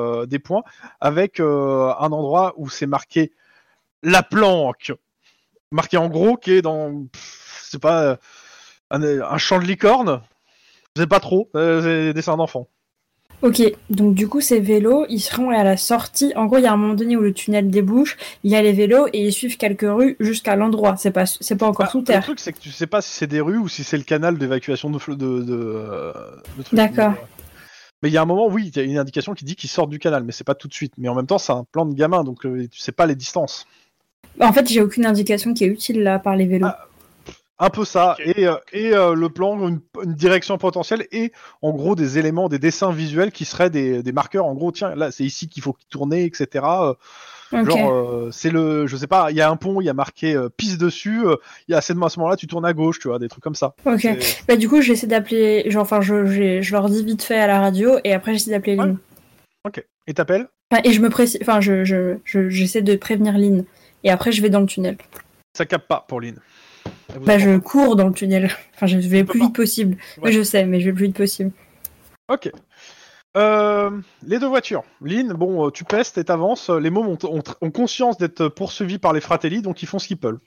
avec un endroit où c'est marqué la planque. Marqué en gros, qui est dans, c'est pas un champ de licorne. C'est pas trop. C'est des dessins d'enfants. Ok, donc du coup, ces vélos, ils seront à la sortie. En gros, il y a un moment donné où le tunnel débouche, il y a les vélos et ils suivent quelques rues jusqu'à l'endroit. C'est pas encore sous Le terre. truc, c'est que tu sais pas si c'est des rues ou si c'est le canal d'évacuation de trucs. D'accord. Mais il y a un moment, oui, il y a une indication qui dit qu'ils sortent du canal, mais c'est pas tout de suite. Mais en même temps, c'est un plan de gamin, donc tu sais pas les distances. En fait, j'ai aucune indication qui est utile là par les vélos. Un peu ça, Ok. et le plan, une direction potentielle, et en gros des éléments, des dessins visuels qui seraient des marqueurs. En gros, tiens, là, c'est ici qu'il faut tourner, etc. Ok. Genre, je sais pas, il y a un pont, il y a marqué piste dessus, il y a à ce moment-là, tu tournes à gauche, tu vois, des trucs comme ça. Ok. Bah du coup, j'essaie d'appeler, je leur dis vite fait à la radio et après j'essaie d'appeler Lynn. Ok. Et t'appelles? Et j'essaie de prévenir Lynn et après je vais dans le tunnel. Ça capte pas pour Lynn. Elle vous Bah entend je pas. cours dans le tunnel. Enfin, je vais le plus peux vite possible. Ouais. Oui, je sais, mais je vais le plus vite possible. Ok. Les deux voitures. Lynn, bon, tu pestes et t'avances. Les mômes ont conscience d'être poursuivis par les Fratelli, donc ils font ce qu'ils peuvent.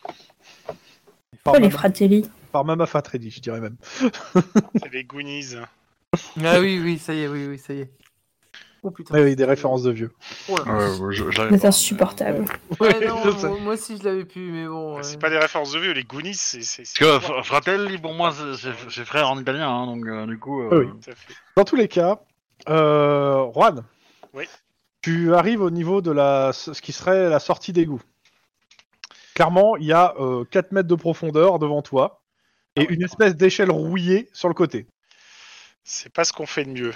Oh les Fratelli. Par Mama Fratelli, je dirais même. C'est les Goonies. Ah oui, ça y est, oui, ça y est. Oh putain. Oui, des références de vieux. Oh là. Je l'avais C'est pas. insupportable. Ouais, non, je sais. moi aussi je l'avais pu, mais bon. C'est pas des références de vieux, les Goonies, c'est. Parce que Fratelli, pour moi, c'est frère en italien, hein, donc du coup. Oui. Tout à fait. Dans tous les cas, Juan, Oui. tu arrives au niveau de ce qui serait la sortie d'égout. Clairement, il y a 4 mètres de profondeur devant toi et une espèce d'échelle rouillée sur le côté. C'est pas ce qu'on fait de mieux.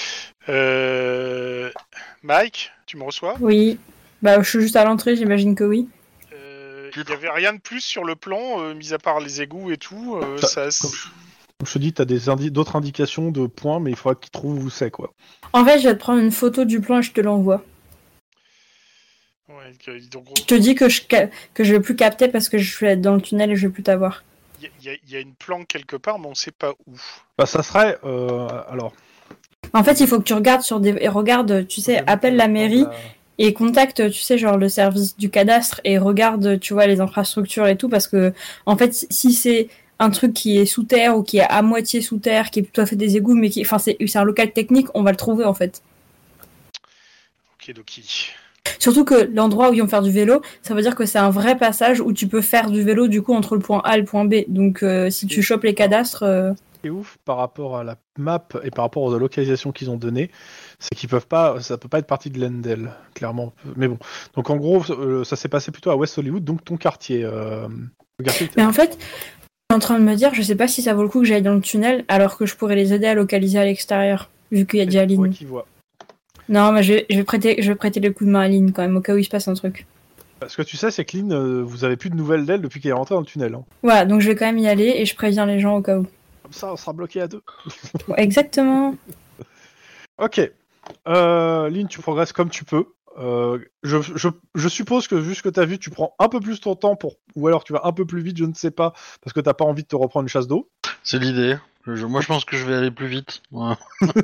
Mike, tu me reçois? Oui. Bah, je suis juste à l'entrée, j'imagine que oui. Il n'y avait rien de plus sur le plan, mis à part les égouts et tout. Comme je te dis, tu as d'autres indications de points, mais il faudra qu'ils trouvent où c'est, quoi. En fait, je vais te prendre une photo du plan et je te l'envoie. Ouais, donc, Je te dis que je vais plus capter parce que je vais être dans le tunnel et je vais plus t'avoir. il y a une planque quelque part, mais on sait pas où. Bah, ça serait... alors... En fait, il faut que tu regardes regarde, tu sais, appelle la mairie et contacte, tu sais, genre le service du cadastre et regarde, tu vois, les infrastructures et tout, parce que, en fait, si c'est un truc qui est sous terre ou qui est à moitié sous terre, qui est plutôt fait des égouts, mais enfin, c'est un local technique, on va le trouver, en fait. Ok, Doki. Surtout que l'endroit où ils vont faire du vélo, ça veut dire que c'est un vrai passage où tu peux faire du vélo, du coup, entre le point A et le point B. Donc, si tu chopes les cadastres... Ce qui est ouf par rapport à la map et par rapport aux localisations qu'ils ont données, c'est qu'ils peuvent pas, ça peut pas être partie de Lendell, clairement. Mais bon, donc en gros, ça s'est passé plutôt à West Hollywood, donc ton quartier. Le quartier Mais en fait, je suis en train de me dire, je sais pas si ça vaut le coup que j'aille dans le tunnel, alors que je pourrais les aider à localiser à l'extérieur, vu qu'il y a déjà toi Lynn. qui vois. Non, mais je vais prêter le coup de main à Lynn quand même, au cas où il se passe un truc. Ce que tu sais, c'est que Lynn, vous avez plus de nouvelles d'elle depuis qu'elle est rentrée dans le tunnel. Hein. Voilà, donc je vais quand même y aller et je préviens les gens au cas où. Comme ça, on sera bloqué à 2. Ouais, exactement. Ok. Lynn, tu progresses comme tu peux. Je suppose que vu ce que tu as vu, tu prends un peu plus ton temps ou alors tu vas un peu plus vite, je ne sais pas, parce que t'as pas envie de te reprendre une chasse d'eau. C'est l'idée. Moi, je pense que je vais aller plus vite. Ouais.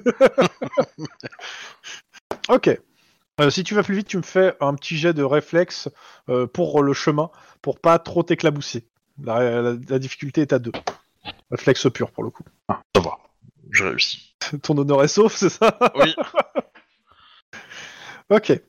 Ok. Si tu vas plus vite, tu me fais un petit jet de réflexe pour le chemin, pour pas trop t'éclabousser. La difficulté est à 2. Réflexe pur pour le coup. Ça va. Je réussis. Ton honneur est sauf, c'est ça? Oui. Ok.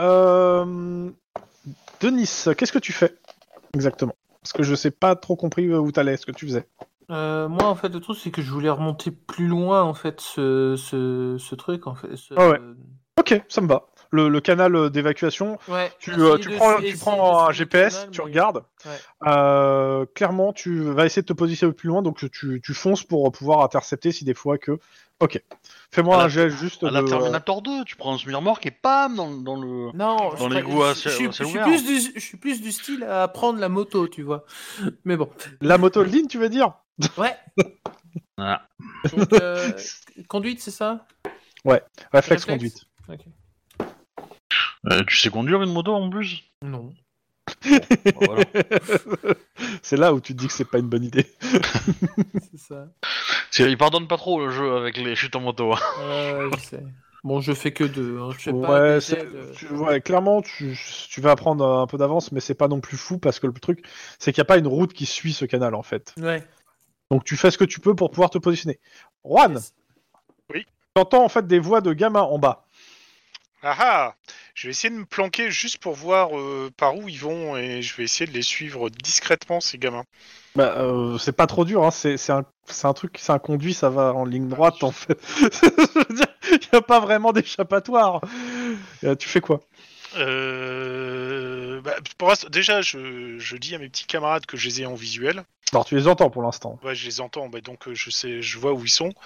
Denis, qu'est-ce que tu fais exactement? Parce que je sais pas trop compris où t'allais, ce que tu faisais. Moi, en fait, le truc, c'est que je voulais remonter plus loin, en fait, ce truc, en fait. Ah ouais. Ok, ça me va. Le canal d'évacuation, Ouais. tu essayer prends essayer un suivre le GPS, canal, tu mais- regardes. Ouais. Clairement, tu vas essayer de te positionner plus loin, donc tu fonces pour pouvoir intercepter si des fois que... Ok. Fais-moi À la- un jet juste À la de... Terminator 2, tu prends un semi-remorque et pam dans le. Non, Dans je les ferais- goûts je assez suis ouverts. je suis plus du style à prendre la moto, tu vois. Mais bon. La moto de ligne, tu veux dire? Ouais. Voilà. Donc, conduite, c'est ça? Réflexe conduite. Ok. Tu sais conduire une moto en plus? Non. Bah, voilà. C'est là où tu te dis que c'est pas une bonne idée. C'est ça. Il pardonne pas trop le jeu avec les chutes en moto. Hein. Je sais. Bon, je fais que 2. Hein. Je fais pas Ouais, des c'est- jets de- ouais, clairement, tu vas prendre un peu d'avance, mais c'est pas non plus fou parce que le truc, c'est qu'il n'y a pas une route qui suit ce canal en fait. Ouais. Donc tu fais ce que tu peux pour pouvoir te positionner. Juan, Yes. t'entends en fait des voix de gamins en bas. Ah ah! Je vais essayer de me planquer juste pour voir par où ils vont et je vais essayer de les suivre discrètement, ces gamins. Bah, c'est pas trop dur, hein. C'est un truc, c'est un conduit, ça va en ligne droite en fait. Je veux dire, il n'y a pas vraiment d'échappatoire. Tu fais quoi? Déjà, je dis à mes petits camarades que je les ai en visuel. Alors tu les entends pour l'instant. Ouais, je les entends, donc je vois où ils sont.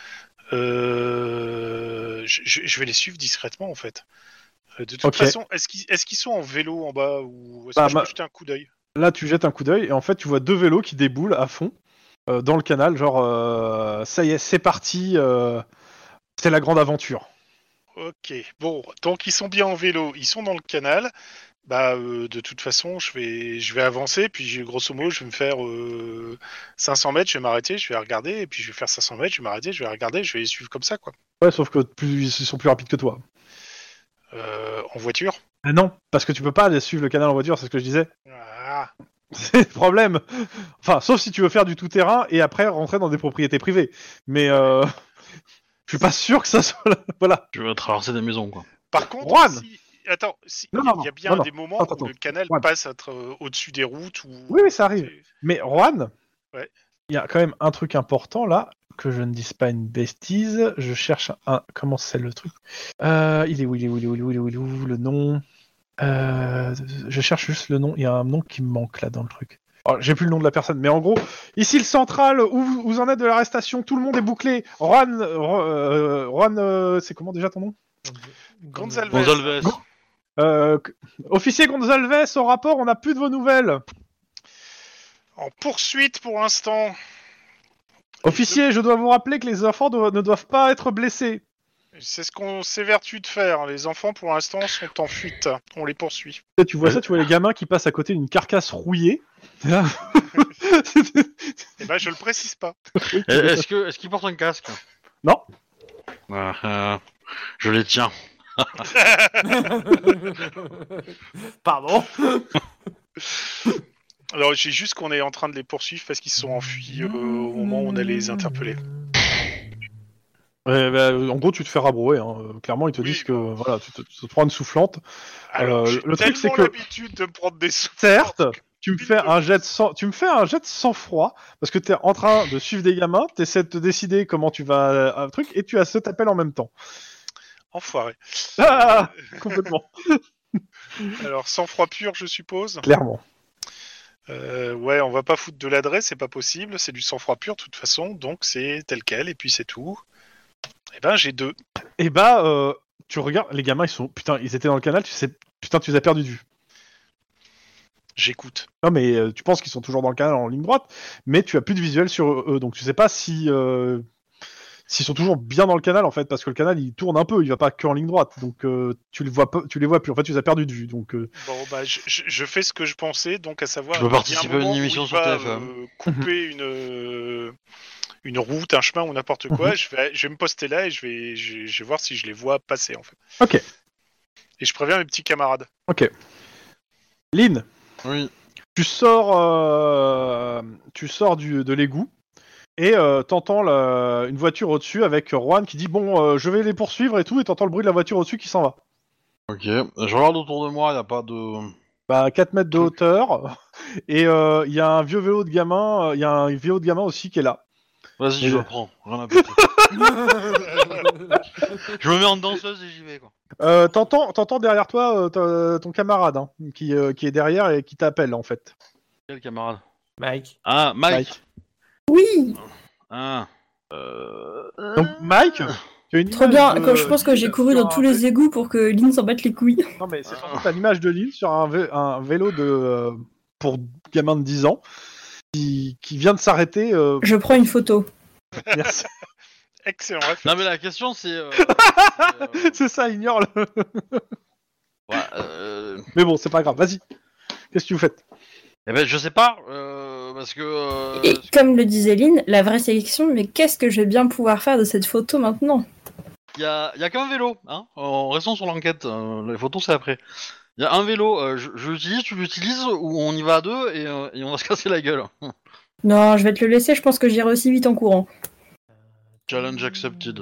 Je vais les suivre discrètement en fait. De toute Ok. façon, est-ce qu'ils sont en vélo en bas ou est-ce Bah, que je peux jeter un coup d'œil? Là, tu jettes un coup d'œil et en fait, tu vois 2 vélos qui déboulent à fond dans le canal. Genre, ça y est, c'est parti. C'est la grande aventure. Ok, bon, donc ils sont bien en vélo, ils sont dans le canal. Bah, de toute façon, je vais avancer, puis grosso modo, je vais me faire 500 mètres, je vais m'arrêter, je vais regarder, et puis je vais faire 500 mètres, je vais m'arrêter, je vais regarder, je vais les suivre comme ça, quoi. Ouais, sauf que ils sont plus rapides que toi. En voiture. Ah non, parce que tu peux pas aller suivre le canal en voiture, c'est ce que je disais. Ah, C'est le problème. Enfin, sauf si tu veux faire du tout-terrain et après rentrer dans des propriétés privées. Mais je suis pas sûr que ça soit... Voilà. Tu vas traverser des maisons, quoi. Par contre, Juan attends, Non, il y a bien non, non. des moments Attends, où le canal Juan. passe au-dessus des routes. Oui, ça arrive. Mais Juan, Ouais. il y a quand même un truc important là, que je ne dise pas une bêtise. Je cherche un. Comment c'est le truc il est où le nom Je cherche juste le nom. Il y a un nom qui me manque là dans le truc. Oh, j'ai plus le nom de la personne, mais en gros, ici le central, où vous en êtes de l'arrestation, tout le monde est bouclé. Juan, c'est comment déjà ton nom Gonzalez. Officier Gonzalez, au rapport, on n'a plus de vos nouvelles. En poursuite pour l'instant. Officier, je dois vous rappeler que les enfants ne doivent pas être blessés. C'est ce qu'on s'évertue de faire. Les enfants, pour l'instant, sont en fuite. On les poursuit. Et tu vois ça, tu vois les gamins qui passent à côté d'une carcasse rouillée. Eh ben, je le précise pas. Est-ce qu'il porte un casque? Non. Je les tiens. Pardon. Alors, j'ai juste qu'on est en train de les poursuivre parce qu'ils se sont enfuis au moment où on allait les interpeller. En gros, tu te fais rabrouer. Hein. Clairement, ils te disent que voilà, tu te prends une soufflante. Alors, j'ai le truc, c'est tellement que- l'habitude de me prendre des sous. Certes, tu me fais un jet de sang-froid parce que t'es en train de suivre des gamins, t'essaies de te décider comment tu vas un truc et tu as cet appel en même temps. Enfoiré. Ah, complètement, Alors, sang-froid pur, je suppose. clairement. Ouais, on va pas foutre de l'adresse, c'est pas possible. C'est du sang-froid pur, de toute façon. Donc, c'est tel quel, et puis c'est tout. Eh ben, j'ai 2. Et tu regardes, les gamins, ils étaient dans le canal, tu les as perdus de vue. J'écoute. Non, mais tu penses qu'ils sont toujours dans le canal en ligne droite, mais tu as plus de visuel sur eux, donc tu sais pas si s'ils sont toujours bien dans le canal en fait, parce que le canal il tourne un peu, il va pas que en ligne droite, donc tu les vois plus. En fait, tu les as perdus de vue, donc. Bon, bah, je fais ce que je pensais, donc à savoir. Je peux il y a un participer à une moment où émission il sur va, TF1. Couper une route, un chemin ou n'importe quoi. Je vais me poster là et je vais voir si je les vois passer en fait. Ok. Et je préviens mes petits camarades. Ok. Lynn, Oui. tu sors de l'égout et t'entends une voiture au-dessus avec Juan qui dit bon, je vais les poursuivre et tout, et t'entends le bruit de la voiture au-dessus qui s'en va. Ok. Je regarde autour de moi, y a pas de. 4 mètres de hauteur et il y a un vieux vélo de gamin, il y a un vélo de gamin aussi qui est là. Vas-y, Mais je le- le prends. Rien à péter. Je me mets en danseuse et j'y vais, quoi. T'entends derrière toi ton camarade hein, qui est derrière et qui t'appelle en fait. Quel camarade? Mike. Ah, Mike. Oui, Ah. Donc Mike, tu as une trop image bien. de Quand je pense que j'ai Lynn couru sur dans un tous les égouts pour que Lynn s'en batte les couilles. Non mais c'est surtout t'as l'image de Lynn sur un vélo pour gamin de 10 ans qui vient de s'arrêter. Je prends une photo. Merci. Excellent. réflexe. Non, mais la question, c'est. C'est ça, ignore-le. Ouais, Mais bon, c'est pas grave, vas-y. Qu'est-ce que vous faites? Eh ben, je sais pas, parce que. Et comme le disait Lynn, la vraie sélection, mais qu'est-ce que je vais bien pouvoir faire de cette photo maintenant? Y a qu'un vélo, hein. En restant sur l'enquête, les photos c'est après. Y a un vélo, je l'utilise, tu l'utilises, ou on y va à deux et on va se casser la gueule. Non, je vais te le laisser, je pense que j'irai aussi vite en courant. Challenge accepted.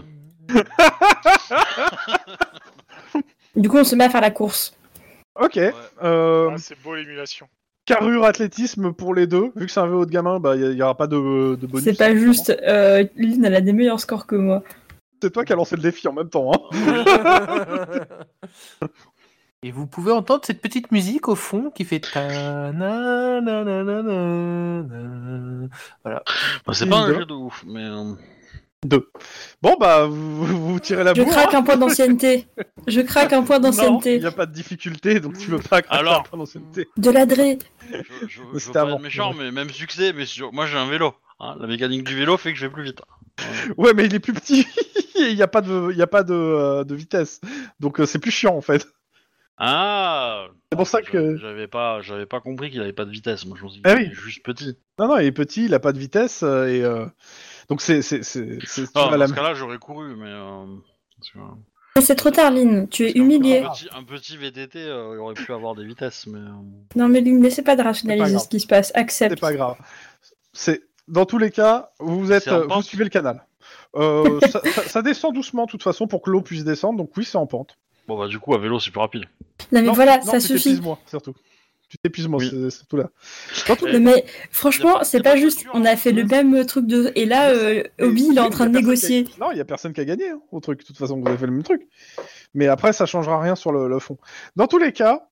Du coup, on se met à faire la course. Ok. Ouais. Ah, c'est beau l'émulation. Carrure athlétisme pour les deux. Vu que c'est un vélo de gamin, bah il y aura pas de bonus. C'est pas évidemment. juste, Lynn, elle a des meilleurs scores que moi. C'est toi qui as lancé le défi en même temps. Hein. Et vous pouvez entendre cette petite musique au fond qui fait ta na na na na na na. Voilà. Bah, c'est pas un Deux. jeu de ouf, mais. 2. Bon bah vous tirez la Je bourre. craque un point d'ancienneté. Je craque un point Non, il d'ancienneté. n'y a pas de difficulté, donc tu veux pas craquer Alors. un point d'ancienneté. De l'adré. Je Mais veux c'était pas avant. être méchant, mais même succès, mais moi j'ai un vélo. Hein. La mécanique du vélo fait que je vais plus vite. Ouais, mais il est plus petit. Il n'y a pas de vitesse. Donc c'est plus chiant en fait. Ah. C'est pour ça que. J'avais pas compris qu'il avait pas de vitesse. Moi je me suis dit Ah qu'il oui. était juste petit. Non, il est petit, il a pas de vitesse et donc c'est tu Non, vas dans la- ce cas-là, j'aurais couru, mais. Parce que, Mais c'est trop tard, Lynn. Tu es humiliée. un petit VTT, il aurait pu avoir des vitesses, mais. Non, mais Lynn, n'essaie pas de C'est pas rationaliser grave. ce qui se passe. C'est Accepte. pas grave. C'est dans tous les cas, C'est en vous pente. suivez le canal. Ça descend doucement de toute façon pour que l'eau puisse descendre. Donc oui, c'est en pente. Bon bah du coup à vélo c'est plus rapide. Non mais Non, voilà, non, ça tu suffit. t'épuises moins, surtout. Tu t'épuises moins, Oui. c'est tout là. Dans tout- Ouais. Non, mais Y franchement, a c'est pas pas de juste. voiture, On a fait le même truc de. Et là, Et- Obi, il est oui, en train de y a personne négocier. Non, il y a personne qui a gagné hein, au truc. De toute façon, vous avez fait le même truc. Mais après, ça changera rien sur le fond. Dans tous les cas,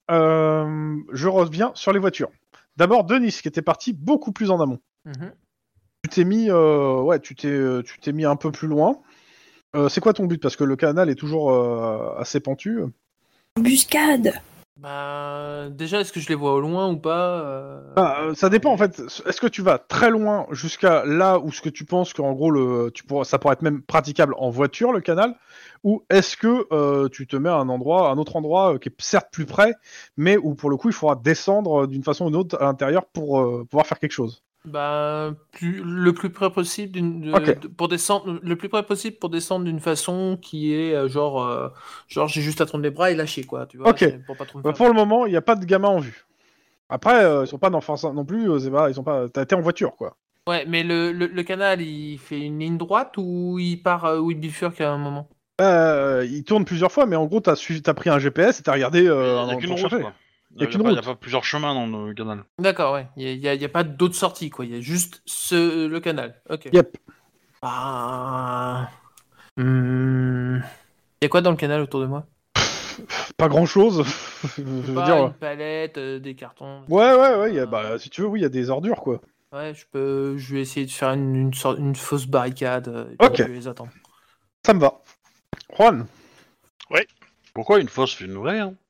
je reviens sur les voitures. D'abord, Denis, qui était parti beaucoup plus en amont. Mhm. Tu t'es mis, tu t'es mis un peu plus loin. C'est quoi ton but? Parce que le canal est toujours assez pentu. Embuscade. Bah, déjà, est-ce que je les vois au loin ou pas Ça dépend en fait. Est-ce que tu vas très loin jusqu'à là où ce que tu penses qu'en gros ça pourrait être même praticable en voiture le canal, ou est-ce que tu te mets à un autre endroit qui est certes plus près, mais où pour le coup il faudra descendre d'une façon ou d'une autre à l'intérieur pour pouvoir faire quelque chose. Bah, le plus près possible Ok. pour descendre, le plus près possible pour descendre d'une façon qui est genre j'ai juste à tendre les bras et lâcher quoi, tu vois, Ok. pour pas trop me Bah, faire pour le moment, il n'y a pas de gamin en vue. Après, ils sont pas d'enfants non plus. C'est pas, ils sont pas. T'as été en voiture quoi. Ouais, mais le canal, il fait une ligne droite ou il part ou il bifurque à un moment? Il tourne plusieurs fois, mais en gros, t'as pris un GPS et t'as regardé Il un y a endroit qu'une pour route chercher. quoi. Y a qu'une Y a route. pas plusieurs chemins dans le canal. D'accord, ouais. Il y a pas d'autre sortie, quoi. Il y a juste le canal. Ok. Yep. Ah. Il y a quoi dans le canal autour de moi? Pas grand chose. Je Je sais veux pas, dire. une palette, des cartons. Ouais. Si tu veux, oui, il y a des ordures quoi. Ouais, je vais essayer de faire une fausse barricade. Et Ok. puis je vais les attendre. Ça me va. Juan. Pourquoi une fausse fait une vraie hein?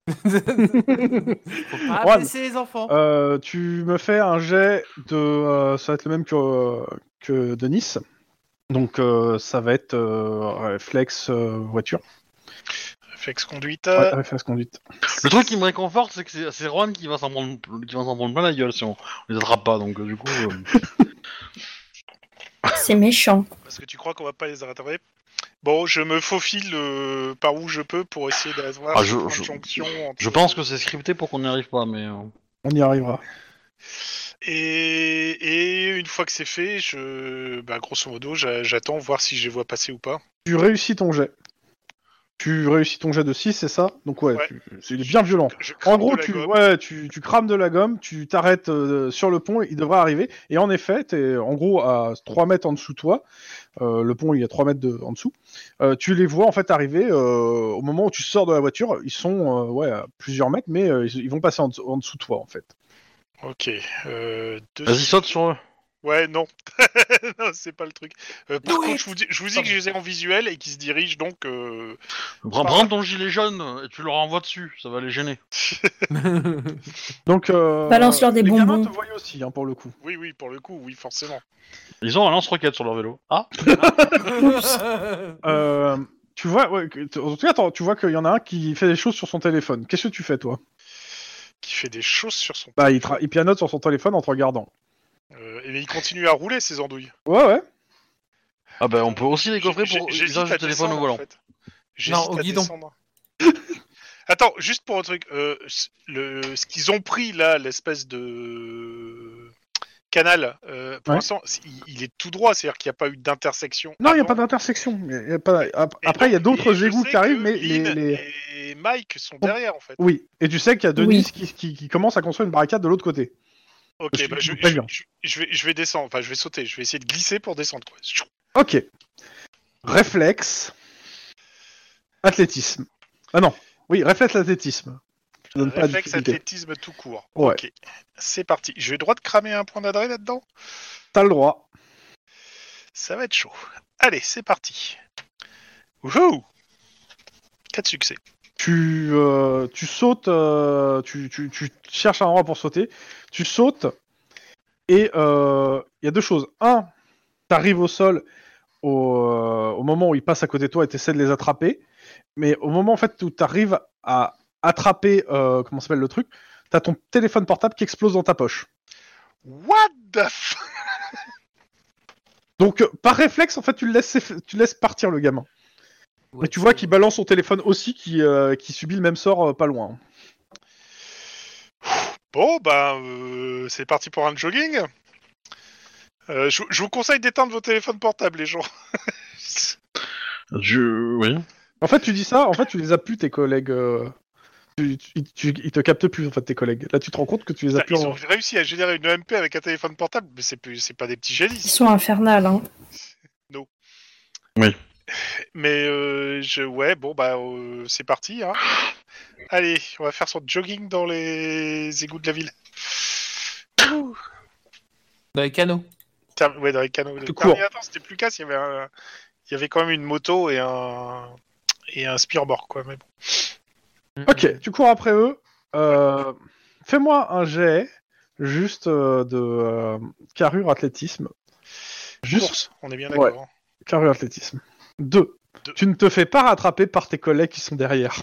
Faut pas Juan, blesser les enfants. tu me fais un jet de. Ça va être le même que Denis. Donc ça va être réflexe voiture. Réflexe conduite. Ouais, réflexe conduite. Le truc qui me réconforte c'est que c'est Juan qui va s'en prendre plein la gueule si on les attrape pas donc du coup. C'est méchant. Parce que tu crois qu'on va pas les rattraper. Bon, je me faufile par où je peux pour essayer d'avoir Ah, ce point de jonction entre- Je pense que c'est scripté pour qu'on n'y arrive pas mais. On y arrivera. Et une fois que c'est fait, grosso modo, j'attends voir si je les vois passer ou pas. Tu réussis ton jet. Tu réussis ton jet de 6, c'est ça? Donc ouais, Ouais. il est bien violent. Je crame En gros, de la gomme. tu crames de la gomme, tu t'arrêtes sur le pont, il devrait arriver. Et en effet, t'es en gros à 3 mètres en dessous de toi. Le pont, il y a 3 mètres en dessous. Tu les vois en fait arriver au moment où tu sors de la voiture. Ils sont à plusieurs mètres, mais ils vont passer en dessous de toi en fait. Ok. Vas-y saute sur eux. Ouais, non. Non, c'est pas le truc. Par Do contre, it. je vous dis que je les ai en visuel et qu'ils se dirigent donc. Prends ton gilet jaune et tu leur envoies dessus, ça va les gêner. Donc Balance-leur des les gamins bonbons. te voient aussi pour le coup. Oui, pour le coup, oui, forcément. Ils ont un lance-roquette sur leur vélo. Ah. Tu vois, en tout cas, tu vois qu'il y en a un qui fait des choses sur son téléphone. Qu'est-ce que tu fais toi? Qui fait des choses sur son. Bah, il pianote sur son téléphone en te regardant. Et il continue à rouler ces andouilles. Ouais. Ah bah on peut aussi les coffrer pour J'hésite usage à de téléphone au descendre, volant. en fait. J'hésite au à guidon. descendre. Attends, juste pour un truc, ce qu'ils ont pris là, l'espèce de canal, pour Ouais. l'instant, il est tout droit, c'est-à-dire qu'il n'y a pas eu d'intersection. Non, il n'y a avant. pas d'intersection. Après, il y a Et d'autres je égouts sais qui arrivent, que mais Lynn et Mike sont derrière en fait. Oui, et tu sais qu'il y a Denis Oui. qui commence à construire une barricade de l'autre côté. Ok, Parce bah, que je, je vous préviens. je vais descendre, enfin je vais sauter, je vais essayer de glisser pour descendre quoi. Ok. Réflexe. Athlétisme. Ah non. Oui, réflexe athlétisme. Je te donne pas de Réflexe difficulté. athlétisme tout court. Ouais. Ok, c'est parti. Je vais le droit de cramer un point d'adresse là-dedans. T'as le droit. Ça va être chaud. Allez, c'est parti. Wouhou 4 succès. Tu sautes, tu cherches un endroit pour sauter. Tu sautes et il y a deux choses. Un, t'arrives au sol au moment où ils passent à côté de toi et t'essaies de les attraper. Mais au moment en fait où t'arrives à attraper, comment s'appelle le truc, t'as ton téléphone portable qui explose dans ta poche. What the f... Donc par réflexe en fait tu laisses partir le gamin. Et tu vois qu'il balance son téléphone aussi qui subit le même sort pas loin. Bon, c'est parti pour un jogging. Je vous conseille d'éteindre vos téléphones portables, les gens. Oui. En fait, tu dis ça, en fait, tu les as plus, tes collègues. Ils te captent plus, en fait, tes collègues. Là, tu te rends compte que tu les as plus. Ils ont réussi à générer une EMP avec un téléphone portable, mais c'est pas des petits génies. Ils sont infernales, hein. Mais ouais, bon bah c'est parti. Hein. Allez, on va faire son jogging dans les égouts de la ville. Ouh. Dans les canaux. Ouais, dans les canaux. Attends, c'était plus casse. Il y avait quand même une moto et un spearboard, quoi. Mais bon. Ok, tu cours après eux. Fais-moi un jet juste de carrure athlétisme. Course, on est bien d'accord. Ouais. Carrure athlétisme. 2. Tu ne te fais pas rattraper par tes collègues qui sont derrière.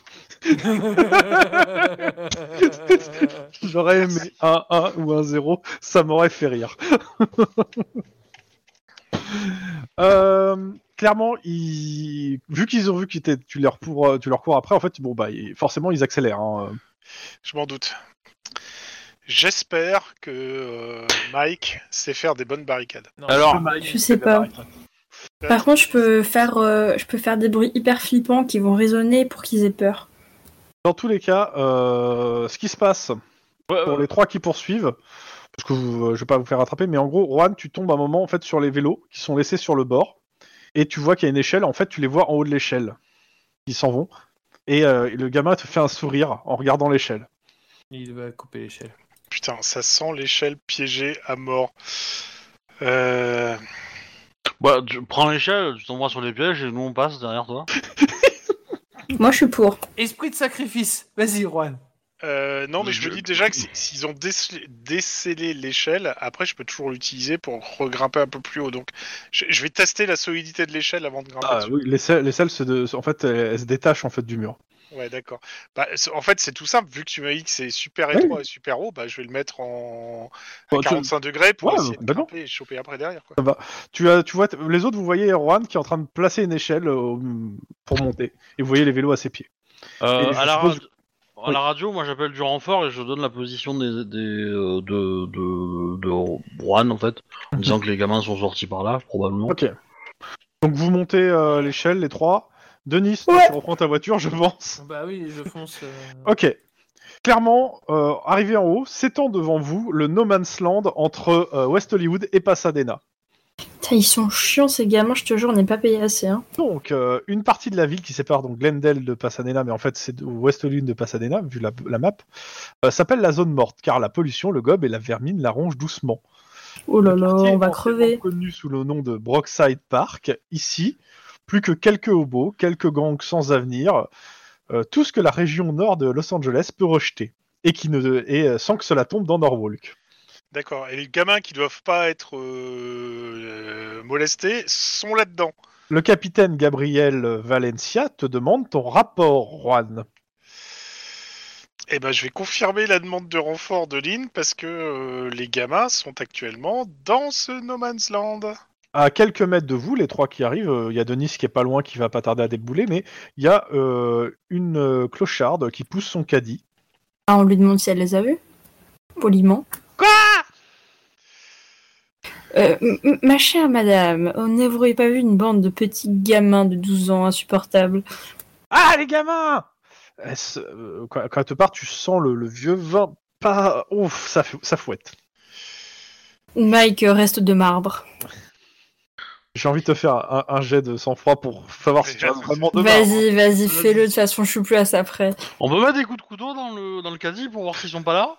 J'aurais aimé un 1 ou un 0, ça m'aurait fait rire. Clairement, vu qu'ils ont vu que tu leur cours après, en fait, bon bah forcément ils accélèrent. Hein. Je m'en doute. J'espère que Mike sait faire des bonnes barricades. Non, Alors, Je sais pas. Par contre, je peux faire des bruits hyper flippants qui vont résonner pour qu'ils aient peur. Dans tous les cas, ce qui se passe pour les 3 qui poursuivent, parce que je vais pas vous faire rattraper, mais en gros, Juan, tu tombes un moment en fait sur les vélos qui sont laissés sur le bord, et tu vois qu'il y a une échelle. En fait, tu les vois en haut de l'échelle. Ils s'en vont, et le gamin te fait un sourire en regardant l'échelle. Il va couper l'échelle. Putain, ça sent l'échelle piégée à mort. Bah, tu prends l'échelle, tu t'envoies sur les pièges et nous on passe derrière toi. Moi, je suis pour. Esprit de sacrifice. Vas-y, Juan. Non, mais je me dis déjà que s'ils ont décellé l'échelle, après je peux toujours l'utiliser pour regrimper un peu plus haut. Donc je vais tester la solidité de l'échelle avant de grimper dessus. Oui, les selles en fait, elles se détachent en fait du mur. Ouais, d'accord. Bah, en fait, c'est tout simple. Vu que tu m'as dit que c'est super étroit et super haut, bah, je vais le mettre à 45 degrés pour essayer de grimper et choper après derrière. Quoi. Tu vois, les autres, vous voyez Erwan qui est en train de placer une échelle pour monter. Et vous voyez les vélos à ses pieds. À la radio, moi j'appelle du renfort et je donne la position de Juan en fait, en disant que les gamins sont sortis par là, probablement. Ok. Donc vous montez l'échelle, les 3. Denis, Ouais. tu reprends ta voiture, je pense. Bah oui, je fonce. Ok. Clairement, arrivé en haut, s'étend devant vous le No Man's Land entre West Hollywood et Pasadena. Putain, ils sont chiants ces gamins, je te jure, on n'est pas payé assez. Hein. Donc, une partie de la ville qui sépare donc Glendale de Pasadena, mais en fait c'est West Hollywood de Pasadena, vu la map, s'appelle la zone morte, car la pollution, le gobe et la vermine la rongent doucement. Oh là Le là, quartier on va est crever. connu sous le nom de Brookside Park. Ici, plus que quelques hobos, quelques gangs sans avenir, tout ce que la région nord de Los Angeles peut rejeter, et sans que cela tombe dans Norwalk. D'accord. Et les gamins qui doivent pas être molestés sont là-dedans. Le capitaine Gabriel Valencia te demande ton rapport, Juan. Eh ben, je vais confirmer la demande de renfort de Lynn parce que les gamins sont actuellement dans ce No Man's Land. À quelques mètres de vous, les 3 qui arrivent, il y a Denis qui est pas loin, qui va pas tarder à débouler, mais il y a une clocharde qui pousse son caddie. Ah, on lui demande si elle les a vus. Poliment. Quoi? Ma chère madame, n'avez-vous pas vu une bande de petits gamins de 12 ans insupportables? Ah, les gamins! Quand elle te part, tu sens le vieux vin pas... Ouf, ça fouette. Mike reste de marbre. J'ai envie de te faire un jet de sang-froid pour savoir si tu as vraiment de marbre. Vas-y, fais-le, de toute façon je suis plus à ça près. On peut mettre des coups de couteau dans le caddie pour voir s'ils sont pas là.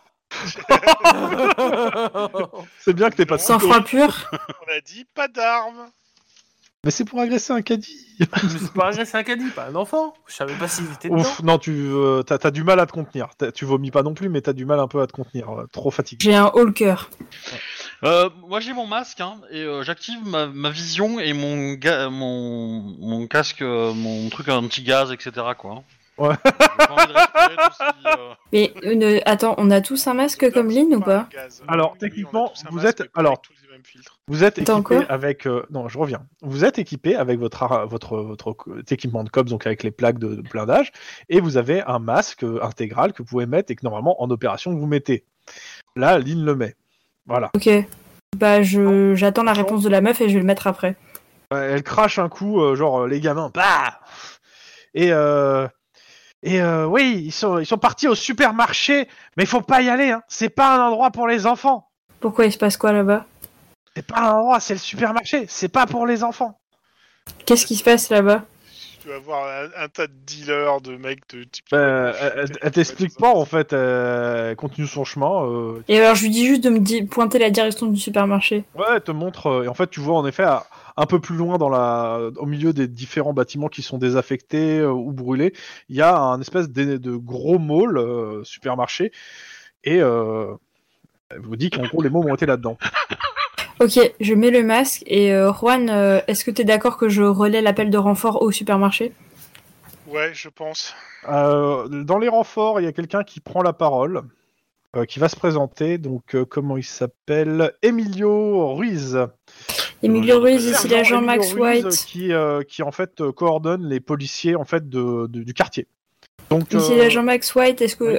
C'est bien que t'aies pas de Sans couteau. froid pur. On a dit pas d'armes. Mais c'est pour agresser un caddie. Mais c'est pas agresser un caddie, pas un enfant. Je savais pas s'il était dedans. Ouf, non, t'as du mal à te contenir. Tu vomis pas non plus, mais t'as du mal un peu à te contenir. Trop fatigué. J'ai un haut le cœur. Moi j'ai mon masque hein, et j'active ma vision et mon casque, mon truc anti-gaz, etc. quoi. Ouais. J'ai pas envie de respirer tout ce qui, Mais attends, on a tous un masque comme Lynn ou pas? Alors, Oui, techniquement, on a tous un vous masque, êtes- mais pas alors, avec tous les mêmes filtres. Vous êtes Attends, équipé quoi avec... non, je reviens. Vous êtes équipé avec votre équipement de cops, donc avec les plaques de blindage, et vous avez un masque intégral que vous pouvez mettre et que normalement, en opération, vous mettez. Là, Lynn le met. Voilà. Ok. Bah j'attends la réponse de la meuf et je vais le mettre après. Elle crache un coup, genre les gamins, bah. Oui, ils sont partis au supermarché, mais il faut pas y aller, hein. C'est pas un endroit pour les enfants. Pourquoi il se passe quoi là-bas? C'est pas un endroit, c'est le supermarché. C'est pas pour les enfants. Qu'est-ce qui se passe là-bas? Tu vas avoir un tas de dealers, de mecs de type. Elle t'explique pas, en fait. Elle continue son chemin. Et alors je lui dis juste de me pointer la direction du supermarché. Ouais, elle te montre. Et en fait, tu vois en effet un peu plus loin au milieu des différents bâtiments qui sont désaffectés ou brûlés, il y a un espèce de gros mall supermarché. Et elle vous dit qu'en gros, les mômes ont été là-dedans. Ok, je mets le masque et Juan, est-ce que t'es d'accord que je relaie l'appel de renfort au supermarché? Ouais, je pense. Dans les renforts, il y a quelqu'un qui prend la parole, qui va se présenter. Donc, comment il s'appelle? Emilio Ruiz. Emilio Ruiz, ici Sergent l'agent Emilio Max Ruiz, White. qui en fait coordonne les policiers en fait du quartier. Donc, Ici l'agent Max White, est-ce que... oui.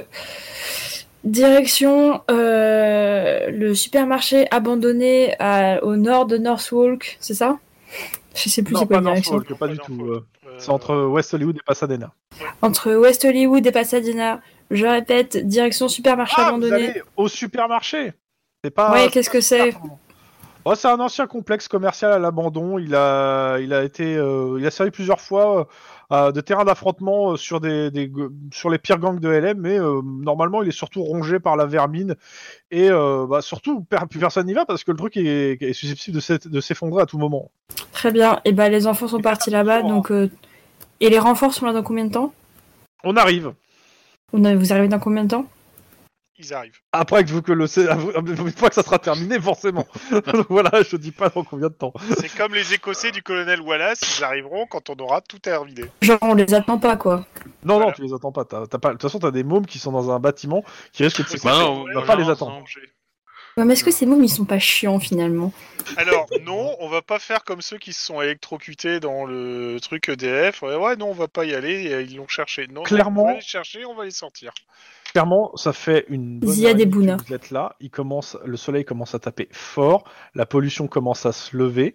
Direction le supermarché abandonné au nord de Northwalk, c'est ça? Je sais plus non, c'est quoi pas la direction. Norfolk, pas du tout. C'est entre West Hollywood et Pasadena. Entre West Hollywood et Pasadena. Je répète, direction supermarché Vous abandonné. allez au supermarché. C'est pas. Ouais, qu'est-ce que c'est? Oh, c'est un ancien complexe commercial à l'abandon. Il a servi plusieurs fois de terrain d'affrontement sur sur les pires gangs de LM, mais normalement il est surtout rongé par la vermine et surtout plus personne n'y va parce que le truc est susceptible de s'effondrer à tout moment. Très bien. Et les enfants sont partis là-bas, donc... Et les renforts sont là dans combien de temps? On arrive. Vous arrivez dans combien de temps? Ils arrivent. Après une fois que ça sera terminé, forcément. Donc voilà, je te dis pas dans combien de temps. C'est comme les Écossais du colonel Wallace, ils arriveront quand on aura tout terminé. Genre, on les attend pas, quoi. Non, Voilà. tu les attends pas. De toute façon, t'as des mômes qui sont dans un bâtiment qui risquent de Ouais, s'écrouler. non, On va pas les attendre. Ouais, mais est-ce que ces mômes, ils sont pas chiants, finalement? Alors, non, on va pas faire comme ceux qui se sont électrocutés dans le truc EDF. Ouais, non, on va pas y aller, ils l'ont cherché. Non, Clairement. on va les chercher, on va les sortir. Clairement, ça fait une bonne Zia heure et des demie Bouna. que vous êtes là. Le soleil commence à taper fort. La pollution commence à se lever.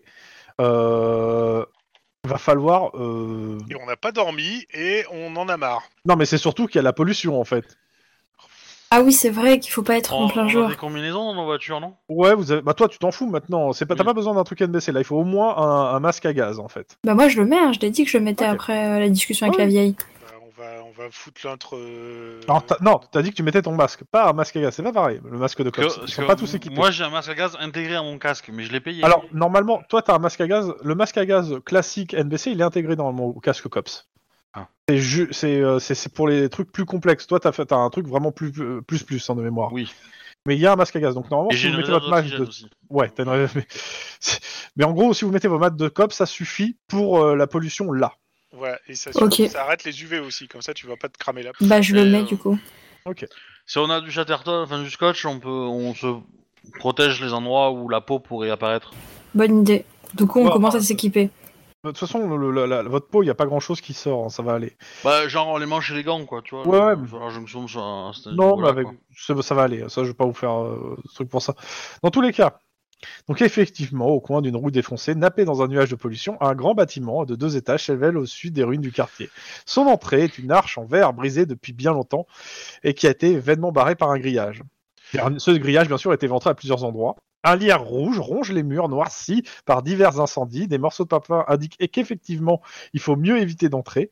Va falloir. Et on n'a pas dormi, et on en a marre. Non, mais c'est surtout qu'il y a la pollution en fait. Ah oui, c'est vrai qu'il faut pas être en plein On jour. a des combinaisons dans nos voitures, non? Ouais, bah toi, tu t'en fous maintenant. T'as Oui. pas besoin d'un truc NBC là. Il faut au moins un masque à gaz en fait. Bah moi, je le mets, hein. Je t'ai dit que je le mettais Ok. après la discussion avec Ouais. la vieille. Bah, on va foutre l'entre. Alors, t'as dit que tu mettais ton masque, pas un masque à gaz. C'est pas pareil. Le masque de cops, ils sont pas tous équipés. Moi, j'ai un masque à gaz intégré à mon casque, mais je l'ai payé. Alors, normalement, toi, t'as un masque à gaz. Le masque à gaz classique NBC, il est intégré dans mon casque COPS. Ah. C'est pour les trucs plus complexes. Toi, t'as un truc vraiment plus en de mémoire. Oui. Mais il y a un masque à gaz. Donc, normalement, Et si j'ai vous une mettez réserve votre masque d'oxygène aussi. Ouais, t'as une... mais en gros, si vous mettez vos masques de COPS, ça suffit pour la pollution là. Voilà, et ça, Ok. ça arrête les UV aussi, comme ça tu vas pas te cramer la peau. Bah je le Et, mets du coup. Si on a du Chatterton, enfin du scotch, on se protège les endroits où la peau pourrait apparaître. Bonne idée. Du coup, on Bah, commence à s'équiper. De toute façon, votre peau, il n'y a pas grand chose qui sort, hein, ça va aller. Bah, genre les manches et les gants, quoi, tu vois. Ouais, ouais. Sur la jonction, à ce Non, mais niveau-là, quoi. ça va aller. Ça, je vais pas vous faire ce truc pour ça. Dans tous les cas, donc effectivement, au coin d'une rue défoncée, nappé dans un nuage de pollution, un grand bâtiment de 2 étages s'élève au sud des ruines du quartier. Son entrée est une arche en verre brisée depuis bien longtemps et qui a été vainement barrée par un grillage. Ce grillage, bien sûr, a été éventré à plusieurs endroits. Un lierre rouge ronge les murs noircis par divers incendies. Des morceaux de papier indiquent qu'effectivement, il faut mieux éviter d'entrer.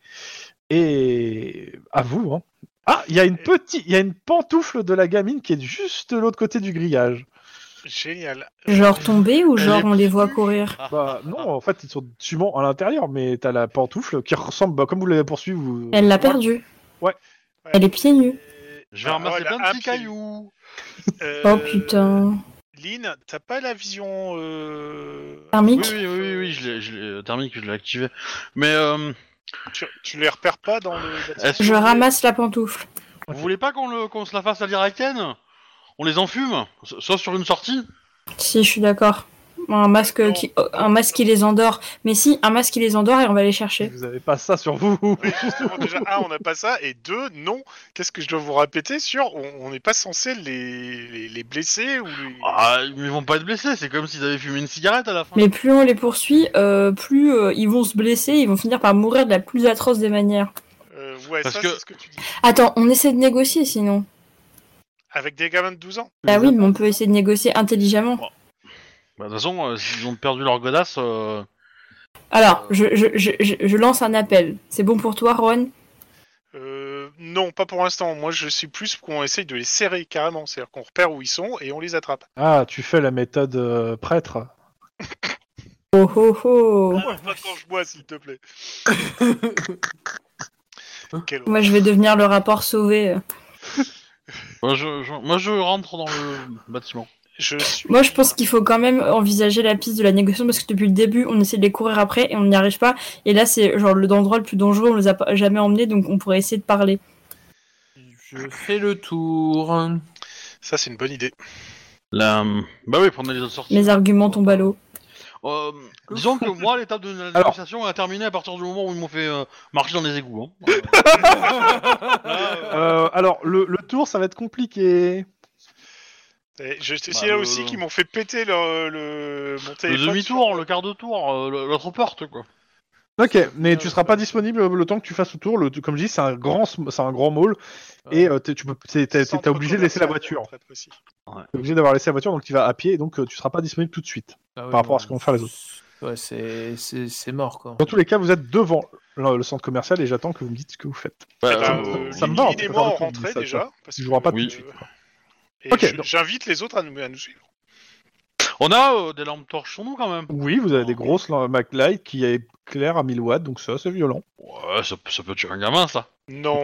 Et à vous, hein. Ah, il y a une pantoufle de la gamine qui est juste de l'autre côté du grillage. Génial. Genre tomber ou Elle genre est on les voit plus- courir? Bah non, en fait, ils sont sûrement à l'intérieur, mais t'as la pantoufle qui ressemble, comme vous l'avez poursuivi. Elle l'a perdue. Ouais. Elle est pieds nus. Je vais ramasser voilà, plein de un petits pied nu. cailloux. Oh putain. Lynn, t'as pas la vision Thermique? Oui, thermique, je l'ai activé. Mais tu les repères pas dans le bâtiment? est-ce que Je vous voulez- ramasse la pantoufle. Vous voulez pas qu'on se la fasse à l'irakienne? On les enfume, soit sur une sortie. Si, je suis d'accord. Un masque Non. un masque qui les endort. Mais si, un masque qui les endort et on va les chercher. Vous avez pas ça sur vous. Oui, justement, déjà, on n'a pas ça, et deux, non. Qu'est-ce que je dois vous répéter sur on n'est pas censé les blesser ou les... Ah, ils vont pas être blessés, c'est comme s'ils avaient fumé une cigarette à la fin. Mais plus on les poursuit, plus ils vont se blesser, ils vont finir par mourir de la plus atroce des manières. Ouais, Parce ça, que- c'est ce que tu dis. Attends, on essaie de négocier sinon. Avec des gamins de 12 ans. Bah oui, mais on peut essayer de négocier intelligemment. Bah, de toute façon, s'ils ont perdu leur godasse, Alors, je lance un appel. C'est bon pour toi, Ron? Non, pas pour l'instant. Moi, je suis plus qu'on essaye de les serrer carrément. C'est-à-dire qu'on repère où ils sont et on les attrape. Ah, tu fais la méthode prêtre. Oh oh oh. Pas quand je bois, s'il te plaît. Quel Moi, je vais devenir le rapport sauvé. moi je rentre dans le bâtiment. Je suis... Moi, je pense qu'il faut quand même envisager la piste de la négociation parce que depuis le début, on essaie de les courir après et on n'y arrive pas. Et là, c'est genre l'endroit le plus dangereux, on les a jamais emmenés, donc on pourrait essayer de parler. Je fais le tour. Ça, c'est une bonne idée. Bah oui, prenez les autres sorties. Mes arguments tombent à l'eau. Disons que moi, l'étape de la Alors- négociation a terminé à partir du moment où ils m'ont fait marcher dans les égouts. Hein. Alors, le tour, ça va être compliqué. Et je sais Bah, là aussi qu'ils m'ont fait péter mon Le téléphone. demi-tour, le quart de tour, l'autre porte, quoi. Ok, mais tu seras pas disponible le temps que tu fasses le tour. Comme je dis, c'est un grand mall et t'es obligé de laisser la voiture. Très précis. T'es obligé d'avoir laissé la voiture, donc tu vas à pied, donc tu seras pas disponible tout de suite. Ah ouais, Par rapport à non, ce qu'ont fait les autres. Ouais, c'est mort, quoi. Dans tous les cas, vous êtes devant le centre commercial et j'attends que vous me dites ce que vous faites. Bah, ça me va, on Lynn peut et faire moi, le on tour, rentrait mais ça, déjà. Parce tu joueras pas oui. tout de suite. quoi. Et Ok, donc- j'invite les autres à nous suivre. On a des lampes torches sur nous, quand même. Oui, vous avez des grosses MacLight qui éclairent à 1000 watts, donc ça, c'est violent. Ouais, ça peut tuer un gamin, ça. Non.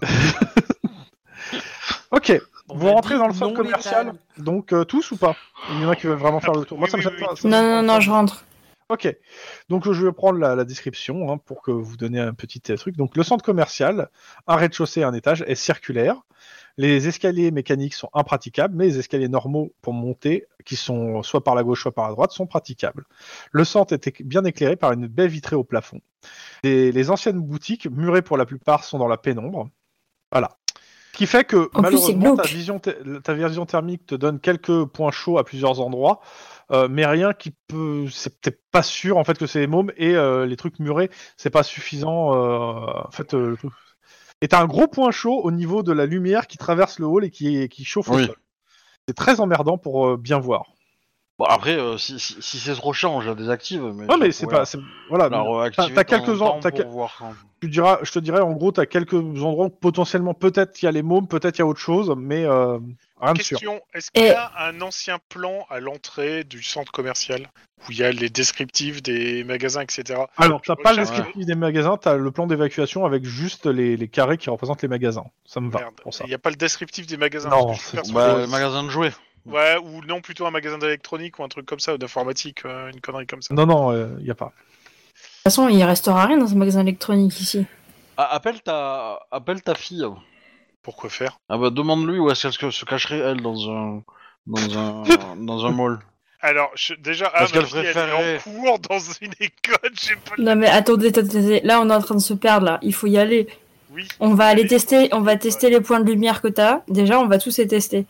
Ok, On vous a rentrez dit dans le centre non commercial, létal. donc tous ou pas? Il y en a qui veulent vraiment faire le tour. Moi, ça me Oui, fait oui, pas. oui. ça me- Non, je rentre. Ok, donc je vais prendre la description pour que vous donniez un petit truc. Donc le centre commercial, un rez-de-chaussée et un étage, est circulaire. Les escaliers mécaniques sont impraticables, mais les escaliers normaux pour monter, qui sont soit par la gauche, soit par la droite, sont praticables. Le centre est bien éclairé par une baie vitrée au plafond. Les anciennes boutiques, murées pour la plupart, sont dans la pénombre. Voilà. Ce qui fait que, En plus, c'est malheureusement, glauque. ta vision thermique te donne quelques points chauds à plusieurs endroits, mais rien qui peut... C'est peut-être pas sûr, en fait, que c'est les mômes, et les trucs murés, c'est pas suffisant, en fait... Et t'as un gros point chaud au niveau de la lumière qui traverse le hall et qui chauffe le Oui. sol. C'est très emmerdant pour bien voir. Bon, après, si c'est trop chiant, je la désactive. Mais Non, mais ça c'est pourrait pas... Voilà, la réactiver t'as de temps en quelques temps t'as pour voir quand- je te dirais, en gros, t'as quelques endroits où potentiellement, peut-être il y a les mômes, peut-être il y a autre chose, mais rien de sûr. Question, est-ce qu'il y a un ancien plan à l'entrée du centre commercial où il y a les descriptifs des magasins, etc. Alors, t'as pas le Ouais. descriptif des magasins, t'as le plan d'évacuation avec juste les carrés qui représentent les magasins. Ça me va Merde, pour ça. il n'y a pas le descriptif des magasins. Non, parce que je suis c'est- persuadé- Bah, magasin de jouets. Ouais, ou non, plutôt un magasin d'électronique ou un truc comme ça, ou d'informatique, une connerie comme ça. Non, il y a pas. De toute façon, il restera rien dans ce magasin électronique ici. Ah, appelle ta fille. Pourquoi faire? Ah bah demande-lui où est-ce qu'elle se cacherait elle dans un dans un mall. Alors, déjà, Parce ma qu'elle fille, elle est préférerait- en cours dans une école, j'ai pas le... Non mais attendez, là on est en train de se perdre là, il faut y aller. Oui. On va aller Mais- tester, on va tester les points de lumière que t'as. Déjà, on va tous les tester.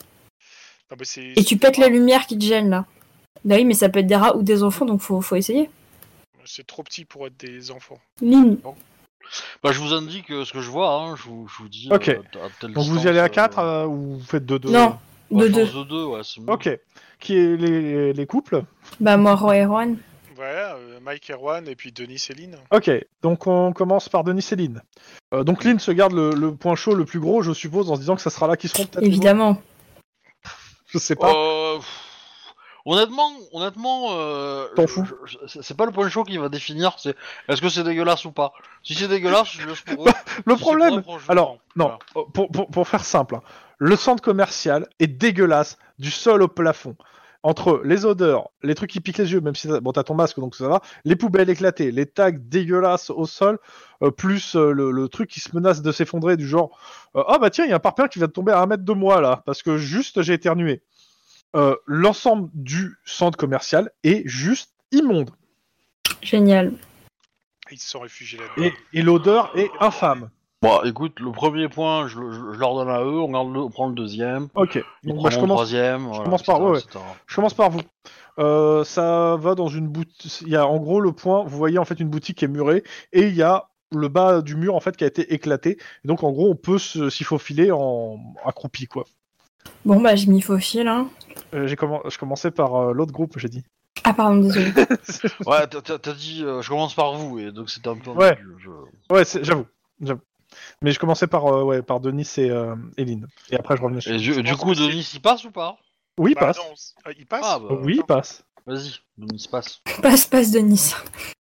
Ah bah, c'est- Et tu pètes la lumière qui te gêne là. Bah oui, mais ça peut être des rats ou des enfants, donc faut essayer. C'est trop petit pour être des enfants. Ligne. Bah je vous indique ce que je vois, hein. Je vous dis. Ok. À telle Donc vous distance, y allez à 4 ou vous faites 2-2? Non, ouais, de chance deux. de 2, ouais, c'est mieux. Ok. Qui est les couples? Bah moi, Roy et Juan. Ouais, Mike Erwan et puis Denis Céline. Ok, donc on commence par Denis et Lynn. Donc Lynn se garde le point chaud le plus gros, je suppose, en se disant que ça sera là qu'ils seront peut-être. les autres. Évidemment. Je sais pas. Honnêtement, T'en fous. c'est pas le point chaud qui va définir, c'est est-ce que c'est dégueulasse ou pas. Si c'est dégueulasse, je laisse pour eux. Le Si problème, c'est propre, je alors, prends. non, Voilà. pour faire simple, hein, le centre commercial est dégueulasse du sol au plafond. Entre les odeurs, les trucs qui piquent les yeux, même si t'as ton masque donc ça va, les poubelles éclatées, les tags dégueulasses au sol, plus le truc qui se menace de s'effondrer du genre oh bah tiens, il y a un parpaing qui vient de tomber à 1 mètre de moi là, parce que juste j'ai éternué. l'ensemble du centre commercial est juste immonde. Génial. Ils se sont réfugiés là-dedans. Et l'odeur est infâme. Bon, écoute, le premier point, je leur donne à eux, on prend le deuxième, Ok, ils donc prendront le troisième, je commence par- ouais. Je commence par vous. Ça va dans une boutique. Il y a en gros le point. Vous voyez en fait une boutique qui est murée et il y a le bas du mur en fait qui a été éclaté. Et donc en gros on peut s'y faufiler en accroupi quoi. Bon, bah, je m'y faufile, hein. Je commençais par l'autre groupe, j'ai dit. Ah, pardon, désolé. Ouais, t'as dit, je commence par vous, et donc c'était un peu... Ouais. Ouais, j'avoue. Mais je commençais par Denis et Lynn. Et après je revenais Et sur... du coup, Denis, il passe ou pas? Oui, il Bah, passe. non, il passe. Ah, bah, Oui, il passe. vas-y, Denis, passe. Passe de Nice.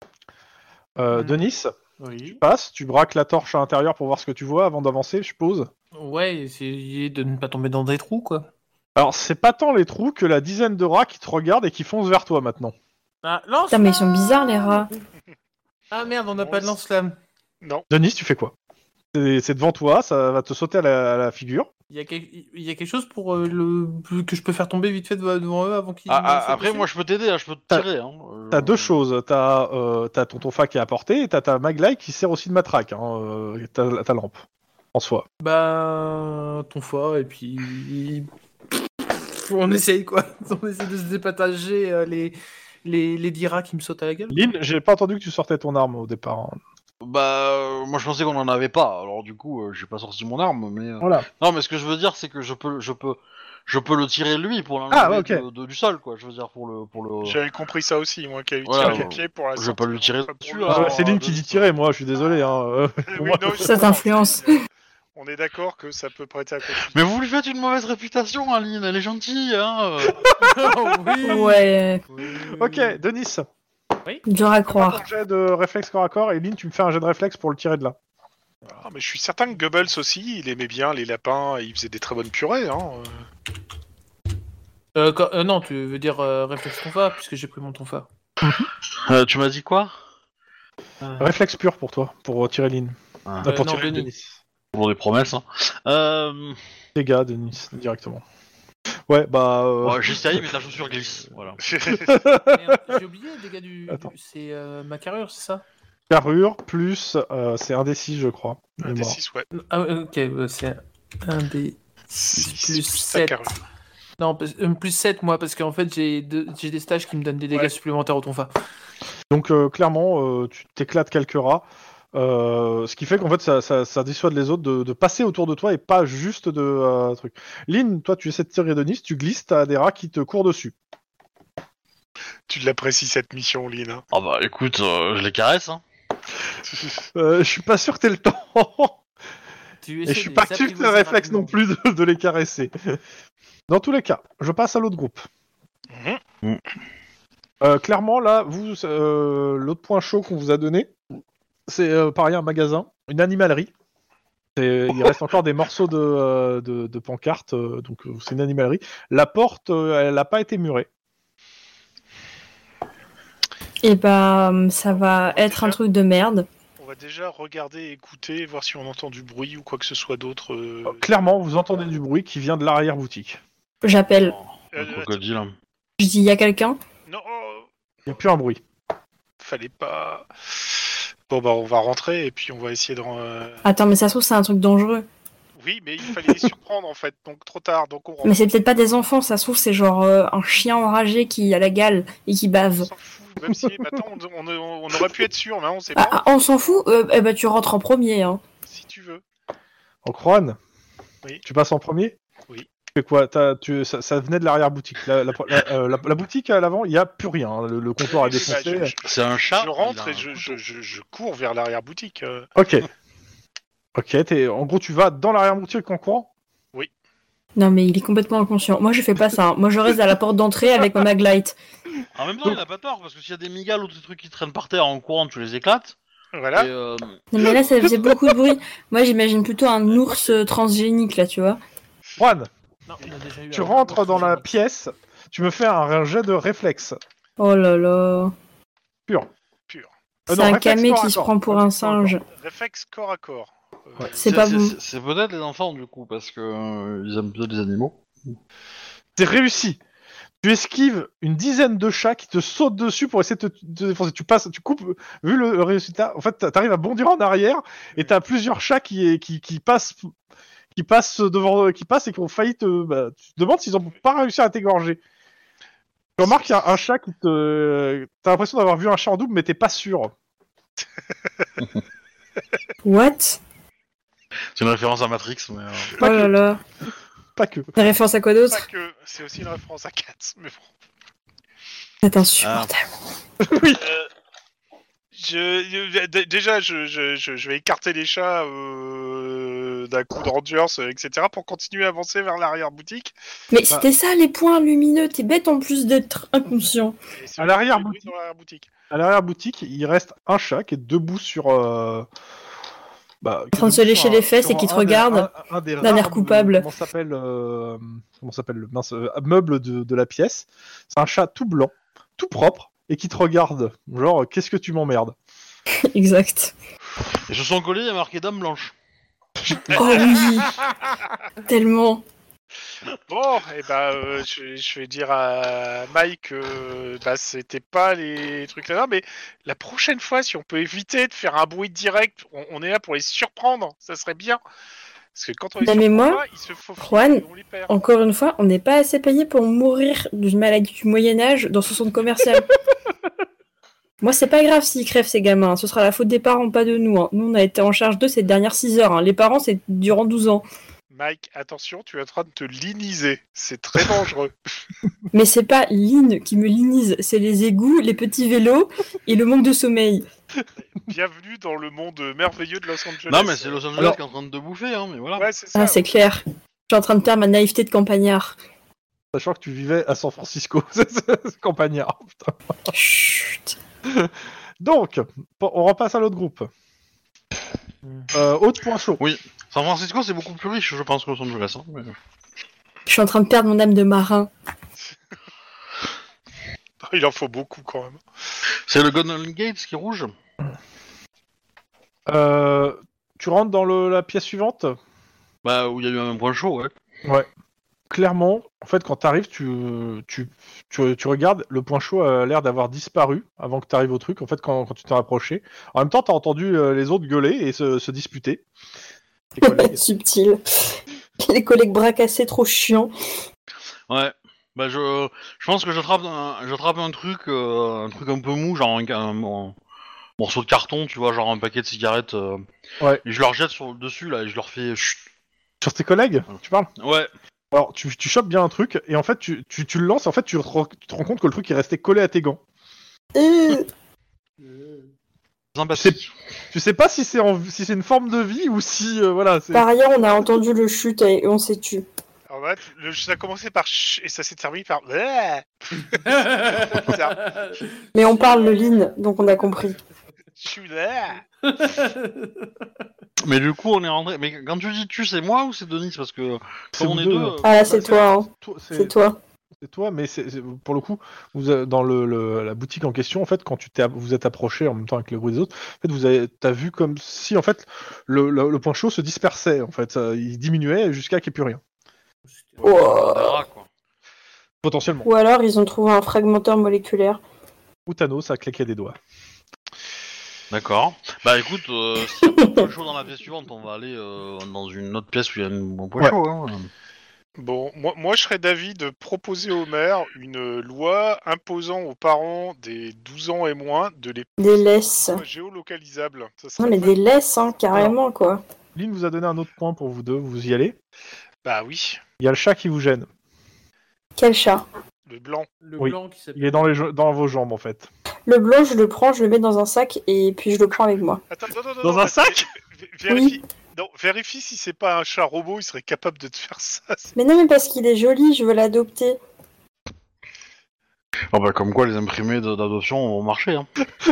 Denis, Oui. passe. Tu braques la torche à l'intérieur pour voir ce que tu vois avant d'avancer, je suppose. Ouais, essayer de ne pas tomber dans des trous, quoi. Alors, c'est pas tant les trous que la dizaine de rats qui te regardent et qui foncent vers toi maintenant. Ah, lance. Putain, mais ils sont bizarres, les rats. Ah merde, on n'a pas de lance-flamme. Non. Denis, tu fais quoi? C'est devant toi, ça va te sauter à la figure. Il y a quelque chose pour que je peux faire tomber vite fait devant eux avant qu'ils. Après, moi, je peux t'aider, hein, je peux te tirer. Hein. T'as deux choses. T'as ton tonfa qui est à portée et t'as ta maglite qui sert aussi de matraque. Hein, ta lampe, en soi. Bah, ton foie, et puis. On essaye, quoi. On essaie de se dépatager les 10 rats qui me sautent à la gueule. Lynn, j'ai pas entendu que tu sortais ton arme au départ. Hein. Bah, moi, je pensais qu'on en avait pas, alors du coup, j'ai pas sorti mon arme, mais... Voilà. Non, mais ce que je veux dire, c'est que je peux le tirer lui pour l'enlever Ah, ok. du sol, quoi. Je veux dire, pour le... J'avais compris ça aussi, moi, qui avait Voilà, tiré les pieds pour la je vais pas lui tirer sortir, dessus, pour le- hein. Ah, c'est Lynn qui dit tirer, moi, je suis désolé. Hein. Pour Oui, moi- non, Ça t'influence. On est d'accord que ça peut prêter à confusion. Mais vous lui faites une mauvaise réputation, Aline, elle est gentille, hein. Oui. Ouais, Ok, Denis. dur à Fais croire. un jet de réflexe corps à corps et Lynn, tu me fais un jet de réflexe pour le tirer de là. Ah, mais je suis certain que Goebbels aussi, il aimait bien les lapins, il faisait des très bonnes purées. Hein. Non, tu veux dire réflexe tonfa, puisque j'ai pris mon tonfa. Tu m'as dit quoi? Réflexe pur pour toi, pour tirer Lynn. Ah. Pour non, tirer Denis. Denis. Pour des promesses, hein. Dégâts, Denis, directement. Ouais, bah... Ouais, j'essaye, mais ta chaussure glisse, voilà. Merde, j'ai oublié, dégâts Attends. c'est ma carrure, c'est ça? Carrure, plus... c'est un des 6, je crois. Un des Mémoire. 6, ouais. Ah, ok, c'est un des 6 plus ta 7. carrure. Non, plus 7, moi, parce qu'en fait, j'ai des stages qui me donnent des dégâts Ouais. supplémentaires au tonfa. Donc clairement, tu t'éclates quelques rats, ce qui fait qu'en fait ça dissuade les autres de passer autour de toi et pas juste de truc. Lynn, toi tu essaies de tirer Denis, tu glisses, t'as des rats qui te courent dessus. Tu l'apprécies cette mission, Lynn. Hein. Ah bah, écoute, je les caresse, hein. Je suis pas sûr que t'aies le temps, Tu et essaies je suis de pas les sûr que t'aies le apprivoiser réflexe non plus de les caresser. Dans tous les cas, je passe à l'autre groupe. Mhm. Clairement là, vous, l'autre point chaud qu'on vous a donné, c'est pareil un magasin, une animalerie. Il reste encore des morceaux de pancartes, donc c'est une animalerie. La porte, elle n'a pas été murée. Et bah, ça va être un truc de merde. On va déjà regarder, écouter, voir si on entend du bruit ou quoi que ce soit d'autre. Clairement, vous entendez du bruit qui vient de l'arrière-boutique. J'appelle. Un crocodile. Hein. Je dis, y a quelqu'un? Non, Il n'y a plus un bruit. fallait pas. Bon, bah, on va rentrer et puis on va essayer de. Attends, mais ça se trouve, c'est un truc dangereux. Oui, mais il fallait les surprendre en fait, donc trop tard, donc on rentre. Mais c'est peut-être pas des enfants, ça se trouve, c'est genre un chien enragé qui a la gale et qui On bave. s'en fout, même si maintenant on aurait pu être sûr, mais on sait Ah, pas. on s'en fout? Eh ben, tu rentres en premier, hein. Si tu veux. Donc Juan, Oui. tu passes en premier? Oui. Tu fais quoi? Ça venait de l'arrière-boutique. La boutique à l'avant, il n'y a plus rien. Hein. Le comptoir a Oui, bah, défoncé. C'est un chat. Je rentre il a et un couteau. je cours vers l'arrière-boutique. Ok. Ok, en gros, tu vas dans l'arrière-boutique en courant? Non, mais il est complètement inconscient. Moi, je fais pas ça. Hein. Moi, je reste à la porte d'entrée avec ma maglite. En même temps, il a pas tort, parce que s'il y a des migales ou des trucs qui traînent par terre en courant, tu les éclates. Voilà. Et, Non, mais là, ça faisait beaucoup de bruit. Moi, j'imagine plutôt un ours transgénique, là, tu vois. Juan, Non, on a déjà eu tu un- rentres dans la pièce, tu me fais un jet de réflexe. Oh là là. Pur. C'est non, un réflexe camé corps à qui se corps. prend pour un Réflexe corps à corps. singe. Réflexe corps à corps. C'est pas bon. C'est peut-être les enfants, du coup, parce que ils aiment bien les animaux. C'est réussi. Tu esquives une dizaine de chats qui te sautent dessus pour essayer de te défoncer. Tu coupes, vu le résultat, en fait, t'arrives à bondir en arrière et t'as plusieurs chats qui passent et qui ont failli te. Bah, tu te demandes s'ils ont pas réussi à t'égorger. Tu remarques qu'il y a un chat qui te. T'as l'impression d'avoir vu un chat en double, mais t'es pas sûr. What? C'est une référence à Matrix, mais... Oh là là. Pas que. La référence à quoi Pas d'autre? que c'est aussi une référence à Cats, mais bon. C'est insupportable. Déjà, je vais écarter les chats d'un coup de Rangers, etc. pour continuer à avancer vers l'arrière-boutique. Mais c'était ça les points lumineux, t'es bête en plus d'être inconscient. Et c'est À vrai que l'arrière-boutique. dans l'arrière-boutique. À l'arrière-boutique, il reste un chat qui est debout sur. En train de se lécher les fesses et qui te regarde d'un air coupable. Comment s'appelle le meuble de la pièce. C'est un chat tout blanc, tout propre, et qui te regarde. Genre, qu'est-ce que tu m'emmerdes? Exact. Et sur son collier, il y a marqué Dame Blanche. Oh oui. Tellement. Bon, et je vais dire à Mike que c'était pas les trucs là, mais la prochaine fois, si on peut éviter de faire un bruit direct, on est là pour les surprendre, ça serait bien. Parce que quand on les Non, mais surprend moi, pas, ils se faufilent Juan, et on les perd. Encore une fois, on n'est pas assez payé pour mourir d'une maladie du Moyen-Âge dans ce centre commercial. Moi, c'est pas grave s'ils crèvent ces gamins, ce sera la faute des parents, pas de nous. Nous, on a été en charge d'eux ces dernières 6 heures. Les parents, c'est durant 12 ans. Mike, attention, tu es en train de te liniser, c'est très dangereux. Mais c'est pas l'ine qui me linise, c'est les égouts, les petits vélos et le manque de sommeil. Bienvenue dans le monde merveilleux de Los Angeles. Non, mais c'est Los Angeles Alors- qui est en train de te bouffer, hein, mais voilà. Ouais, c'est ça. Ah, c'est clair. Je suis en train de perdre ma naïveté de campagnard. Sachant que tu vivais à San Francisco, c'est campagnard. Putain. Chut. Donc, on repasse à l'autre groupe. Autre point chaud. San Francisco, c'est beaucoup plus riche, je pense, que Los Angeles. Hein, mais... Je suis en train de perdre mon âme de marin. Il en faut beaucoup quand même. C'est le Golden Gate qui est rouge. Tu rentres dans la pièce suivante. Bah, où il y a eu un point chaud, ouais. Ouais. Clairement, en fait, quand t'arrives, tu regardes, le point chaud a l'air d'avoir disparu avant que t'arrives au truc, en fait, quand tu t'es rapproché. En même temps, t'as entendu les autres gueuler et se disputer. Tes collègues. Subtil. Les collègues bras cassés, trop chiants. Ouais. Bah, je pense que j'attrape un truc un peu mou, genre un morceau de carton, tu vois, genre un paquet de cigarettes. Ouais. Et je leur jette dessus, là, et je leur fais chut. Sur tes collègues, tu parles? Ouais. Alors, tu chopes bien un truc, et en fait, tu le lances, et en fait, tu te rends compte que le truc est resté collé à tes gants. Sympathique. Tu sais pas si c'est une forme de vie ou si, voilà, c'est... Par ailleurs, on a entendu le chute et on s'est tué. Alors là, ça a commencé par chut et ça s'est terminé par. Mais on parle le line, donc on a compris. Je suis là. Mais du coup, on est rentré. Mais quand tu dis tu, c'est moi ou c'est Denis? Parce que C'est comme on vous est deux, deux. là. Ah là, c'est toi, hein. C'est toi. C'est toi, mais pour le coup, dans la boutique en question, en fait, quand vous êtes approché en même temps avec le bruit des autres, en fait, t'as vu comme si, en fait, le point chaud se dispersait, en fait, il diminuait jusqu'à qu'il n'y ait plus rien. Oh. Quoi. Potentiellement. Ou alors, ils ont trouvé un fragmenteur moléculaire. Ou Thanos a claqué des doigts. D'accord. Bah écoute, s'il y a un point chaud dans la pièce suivante, on va aller dans une autre pièce où il y a un point Ouais. chaud. Hein. Bon, moi je serais d'avis de proposer au maire une loi imposant aux parents des 12 ans et moins de les Des laisses. géolocalisables. Ça serait Non, mais pas- des laisses, hein, carrément, quoi. Lynn vous a donné un autre point pour vous deux, vous y allez. Bah oui, Il y a le chat qui vous gêne. Quel chat. le blanc. Le Oui. blanc qui s'appelle. Il est dans vos jambes, en fait. Le blanc, je le prends, je le mets dans un sac et puis je le prends avec moi. Attends, non, Dans un parce que- sac Vérifie. Non, vérifie si c'est pas un chat robot, il serait capable de te faire ça. Mais non, mais parce qu'il est joli, je veux l'adopter. Oh bah comme quoi les imprimés d'adoption vont marcher. Hein.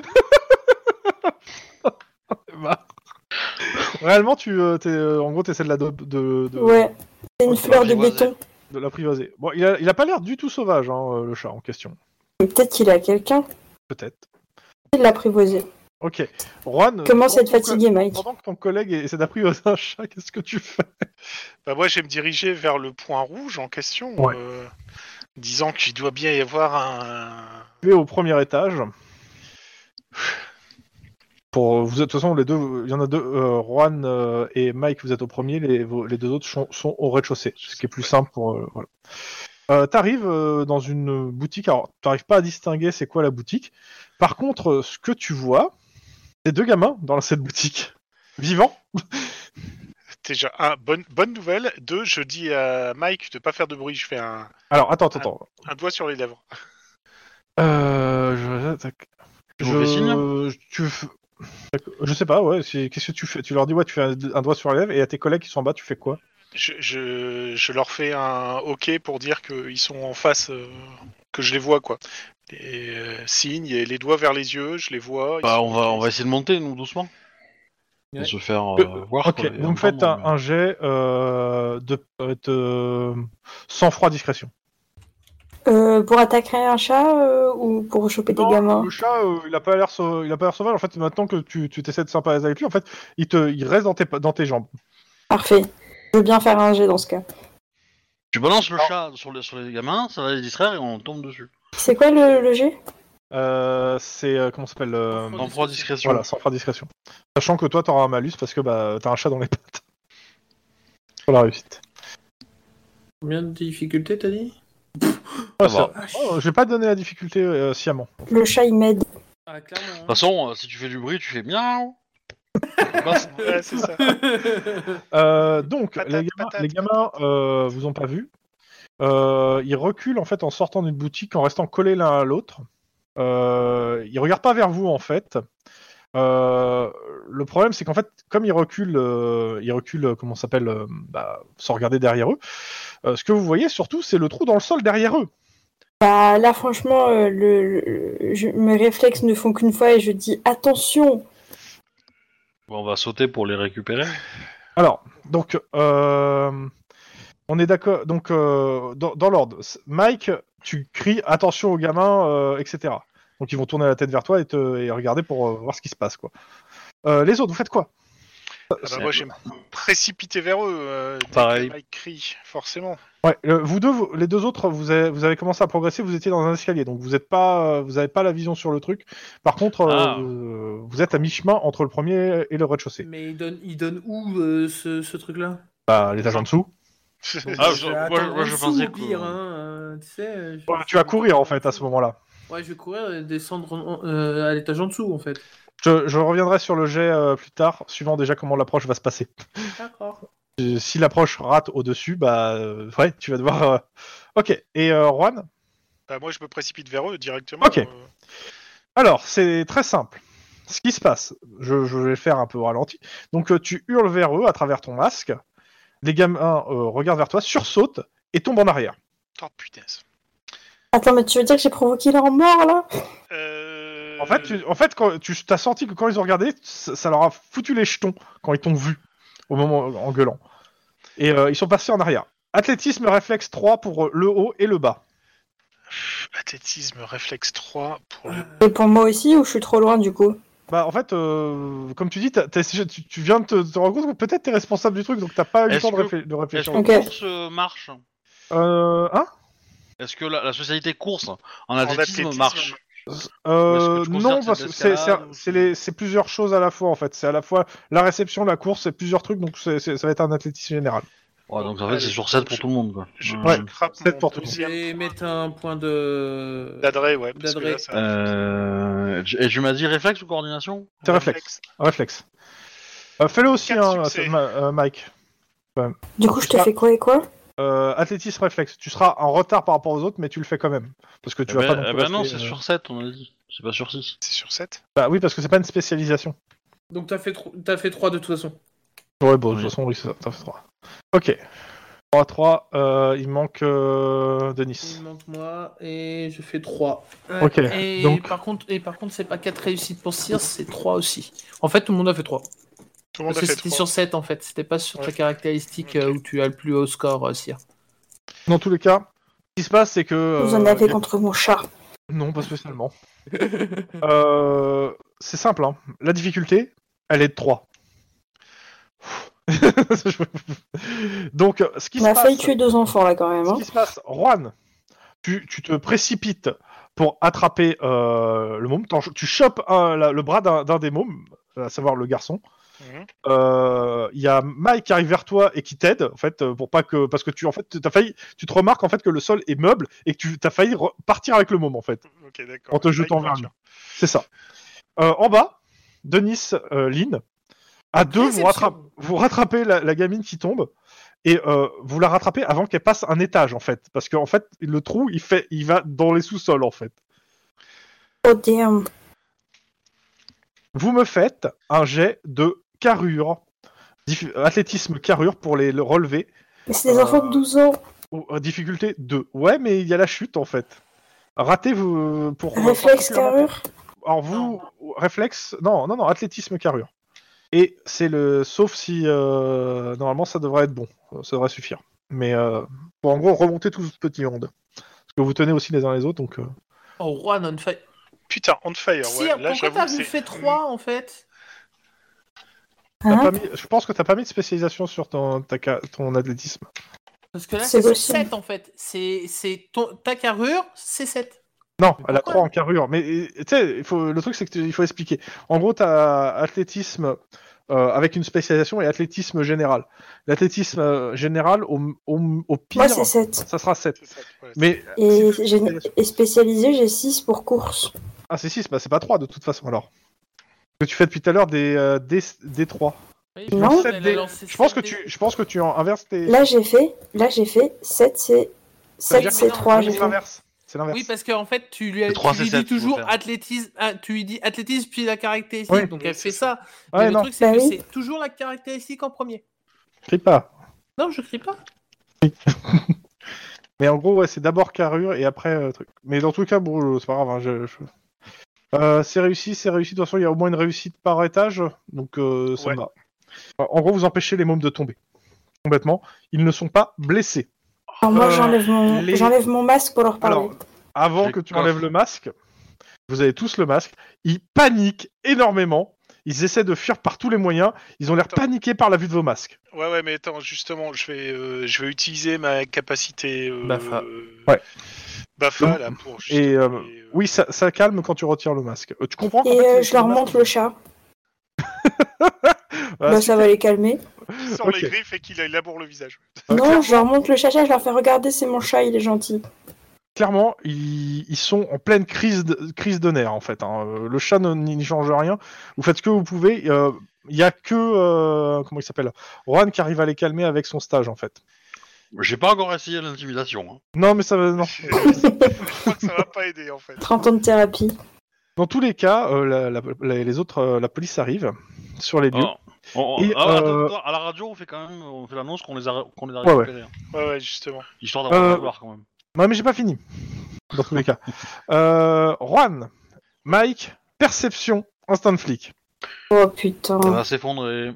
Bah. Réellement, en gros, t'essaies de Ouais. C'est une Ouais, fleur de l'apprivoiser. béton. de l'apprivoiser. Bon, il a pas l'air du tout sauvage, hein, le chat en question. Peut-être qu'il a quelqu'un. Peut-être. Il l'a apprivoisé. Ok. Juan, Commence à être pendant que- fatigué, Mike. Pendant que ton collègue essaie d'apprivoiser un chat, qu'est-ce que tu fais? Bah moi je vais me diriger vers le point rouge en question. Ouais. disant qu'il doit bien y avoir un... Tu es au premier étage. De toute façon, les deux, il y en a deux, Juan et Mike, vous êtes au premier, les deux autres sont au rez-de-chaussée, ce qui est plus simple pour... voilà. T'arrives dans une boutique, alors t'arrives pas à distinguer c'est quoi la boutique. Par contre, ce que tu vois, c'est deux gamins dans cette boutique, vivants. Déjà, bonne nouvelle. 2, je dis à Mike de pas faire de bruit, je fais un Alors, attends. doigt sur les lèvres. Mauvais signe. Je sais pas, ouais. Qu'est-ce que tu fais? Tu leur dis, ouais, tu fais un doigt sur la lèvre, et à tes collègues qui sont en bas, tu fais quoi? Je leur fais un OK pour dire qu'ils sont en face, que je les vois, quoi. Les signes, et les doigts vers les yeux, je les vois. Bah, on va essayer de monter, nous, doucement. Ouais. Et se faire voir. Ok, quoi, vous me faites un jet de sang-froid discrétion. Pour attaquer un chat ou pour choper des gamins? Le chat, il a pas l'air sauvage. En fait, maintenant que tu t'essaies de sympathiser avec lui, en fait, il reste dans tes jambes. Parfait. Je veux bien faire un jet dans ce cas. Tu balances le chat sur les gamins, ça va les distraire et on tombe dessus. C'est quoi le jet? C'est comment ça s'appelle Sang-froid discrétion. Voilà, sans faire discrétion. Sachant que toi, t'auras un malus parce que t'as un chat dans les pattes. Pour la réussite. Combien de difficultés t'as dit? Ah, va. Je vais pas te donner la difficulté sciemment. Le chat, il m'aide. Ah, clairement. De toute façon, si tu fais du bruit, tu fais miaou. Ouais, c'est ça. Donc, Patate, les gamins vous ont pas vu. Ils reculent en fait en sortant d'une boutique en restant collés l'un à l'autre. Ils regardent pas vers vous en fait. Le problème c'est qu'en fait, comme ils reculent, comment ça s'appelle, sans regarder derrière eux. Ce que vous voyez surtout, c'est le trou dans le sol derrière eux. Bah là, franchement, mes réflexes ne font qu'une fois et je dis attention. Bon, on va sauter pour les récupérer. Alors, donc, on est d'accord. Donc, dans l'ordre, Mike, tu cries attention aux gamins, etc. Donc, ils vont tourner la tête vers toi et regarder pour voir ce qui se passe, quoi. Les autres, vous faites quoi? Moi, je vais me précipiter vers eux. Dès Pareil. que Mike crie, forcément. Ouais, les deux autres, vous avez commencé à progresser. Vous étiez dans un escalier, donc vous avez pas la vision sur le truc. Par contre, vous êtes à mi-chemin entre le premier et le rez-de-chaussée. Mais il donne où ce truc-là? L'étage en dessous. Ah, Attends, moi, je en dessous, pensais au pire, tu sais. Tu vas courir en fait à ce moment-là. Ouais, je vais courir et descendre à l'étage en dessous en fait. Je reviendrai sur le jet plus tard, suivant déjà comment l'approche va se passer. D'accord. Si l'approche rate au-dessus, ouais, tu vas devoir... Ok, et Juan? Moi, je me précipite vers eux directement. Ok. Alors, c'est très simple. Ce qui se passe, je vais faire un peu au ralenti. Donc, tu hurles vers eux à travers ton masque. Les gamins regardent vers toi, sursautent et tombent en arrière. Oh putain. Attends, mais tu veux dire que j'ai provoqué leur mort là? En fait, quand tu t'as senti que quand ils ont regardé, ça leur a foutu les jetons quand ils t'ont vu au moment en gueulant. Et ils sont passés en arrière. Athlétisme réflexe 3 pour le haut et le bas. Athlétisme réflexe 3 pour le... Et pour moi aussi, ou je suis trop loin du coup? En fait, comme tu dis, tu viens de te rendre compte que peut-être t'es responsable du truc, donc t'as pas eu le temps de réfléchir. Est-ce que Ok. course marche? Hein? Est-ce que la spécialité course en athlétisme marche? Non, parce que c'est plusieurs choses à la fois en fait. C'est à la fois la réception, la course et plusieurs trucs, donc ça va être un athlétisme général. Ouais, donc en fait c'est sur 7 pour tout le monde quoi. Je Ouais, crappe 7 mon pour tout le Je deuxième vais mettre un point de... d'adresse, ouais. Parce que D'adresse. là, ça... Et tu m'as dit réflexe ou coordination? C'est réflexe. Réflexe. Fais-le aussi, 4 succès. Mike. Du coup, je te fais quoi et quoi? Athlétisme réflexe. Tu seras en retard par rapport aux autres, mais tu le fais quand même. Parce que tu vas pas non plus non, rester, c'est sur 7 on a dit. C'est pas sur 6. C'est sur 7. Bah oui, parce que c'est pas une spécialisation. Donc t'as fait 3 de toute façon. Ouais, bon, de Oui. toute façon, oui, c'est ça. T'as fait 3. Ok. 3-3, il manque Denis. Il manque moi et je fais 3. Ok, Et donc- par contre, c'est pas 4 réussites pour Circe, c'est 3 aussi. En fait, tout le monde a fait 3. Tout le monde Parce que a fait c'était 3. sur 7 en fait, c'était pas sur ta Ouais. caractéristique Ok. où tu as le plus haut score, Cyr. Dans tous les cas, ce qui se passe, c'est que... Vous en avez contre mon chat. Non, pas spécialement. C'est simple, hein. La difficulté, elle est de 3. Donc, ce qui On se a failli passe... tuer 2 enfants là quand même. Ce Hein. qui se passe, Juan, tu te précipites pour attraper le môme. Tu chopes le bras d'un des mômes, à savoir le garçon. Il y a Mike qui arrive vers toi et qui t'aide en fait pour pas que parce que tu te remarques en fait que le sol est meuble et que tu as failli partir avec le môme en fait. Ok, d'accord. En te jetant vers lui. C'est ça. En bas, Denis, Lynn, à deux, vous rattrapez la gamine qui tombe et vous la rattrapez avant qu'elle passe un étage en fait, parce qu'en fait le trou il va dans les sous-sols en fait. Oh damn. Vous me faites un jet de carrure, athlétisme carrure pour le relever. Mais c'est des enfants de 12 ans. Difficulté 2. Ouais, mais il y a la chute en fait. Ratez-vous pour... Réflexe carrure. Alors vous, réflexe... Non, athlétisme carrure. Et c'est le... Sauf si... normalement ça devrait être bon. Ça devrait suffire. Mais pour en gros remonter tout ce petit monde. Parce que vous tenez aussi les uns les autres, donc... Oh, Juan on fire. Putain, on fire, Si, ouais. Là, pourquoi t'as fait 3 en fait? Je pense que t'as pas mis de spécialisation sur ton athlétisme. Parce que là, C'est c'est possible. 7 en fait. C'est ta carrure, c'est 7. Non, elle a pourquoi 3 en carrure. Mais tu sais, le truc c'est qu'il faut expliquer. En gros, t'as athlétisme avec une spécialisation et athlétisme général. L'athlétisme général, au pire, Moi, c'est 7. ça sera 7. C'est ça, ouais. Mais Et spécialisé, j'ai 6 pour course. Ah, c'est 6, bah c'est pas 3 de toute façon alors. Ce que tu fais depuis tout à l'heure des 3. Oui, Non. Je pense que tu inverses tes... Là, j'ai fait 7, c'est... Ça veut 7, dire c'est que- 3, oui, j'ai c'est fait. l'inverse. C'est l'inverse. Oui, parce qu'en fait, tu lui Le 3, dis c'est 7, toujours faut faire. athlétisme, tu lui dis athlétisme puis la caractéristique, Oui. donc Oui, elle c'est fait ça. Ouais, Mais le non. truc, c'est Bah que oui. c'est toujours la caractéristique en premier. Crie pas. Non, je crie pas. Mais en gros, ouais, c'est d'abord carrure et après truc. Mais dans tout cas, bon, c'est pas grave. C'est réussi. De toute façon, il y a au moins une réussite par étage, donc ça Ouais. me va. En gros, vous empêchez les mômes de tomber. Complètement. Ils ne sont pas blessés. Alors moi, Euh, j'enlève mon masque pour leur parler. Alors, avant Je que tu coffre. enlèves le masque, vous avez tous le masque. Ils paniquent énormément. Ils essaient de fuir par tous les moyens. Ils ont l'air Attends. paniqués par la vue de vos masques. Ouais, mais attends, justement, je vais utiliser ma capacité... Bafa. Ouais. Bafa, là, pour... Et oui, ça calme quand tu retires le masque. Tu comprends qu'en Et fait, je leur montre le chat. Voilà, Ça va les calmer. Il sort Ok. les griffes et qu'il élabore le visage. Non, je leur montre le chat, je leur fais regarder, c'est mon chat, il est gentil. Clairement, ils sont en pleine crise de nerfs, en fait. Hein. Le chat n'y change rien. Vous faites ce que vous pouvez. Il y a que... comment il s'appelle, Juan qui arrive à les calmer avec son stage, en fait. J'ai pas encore essayé l'intimidation. Hein. Non, mais ça va... Non. Je crois que ça va pas aider, en fait. 30 ans de thérapie. Dans tous les cas, les autres, la police arrive sur les lieux. Et, Attends, à la radio, on fait l'annonce qu'on les a Ouais, récupérés. hein. Ouais, justement. Histoire d'avoir la gloire quand même. Non, mais j'ai pas fini. Dans tous les cas. Juan, Mike, perception, instant flic. Oh putain. Ça va s'effondrer.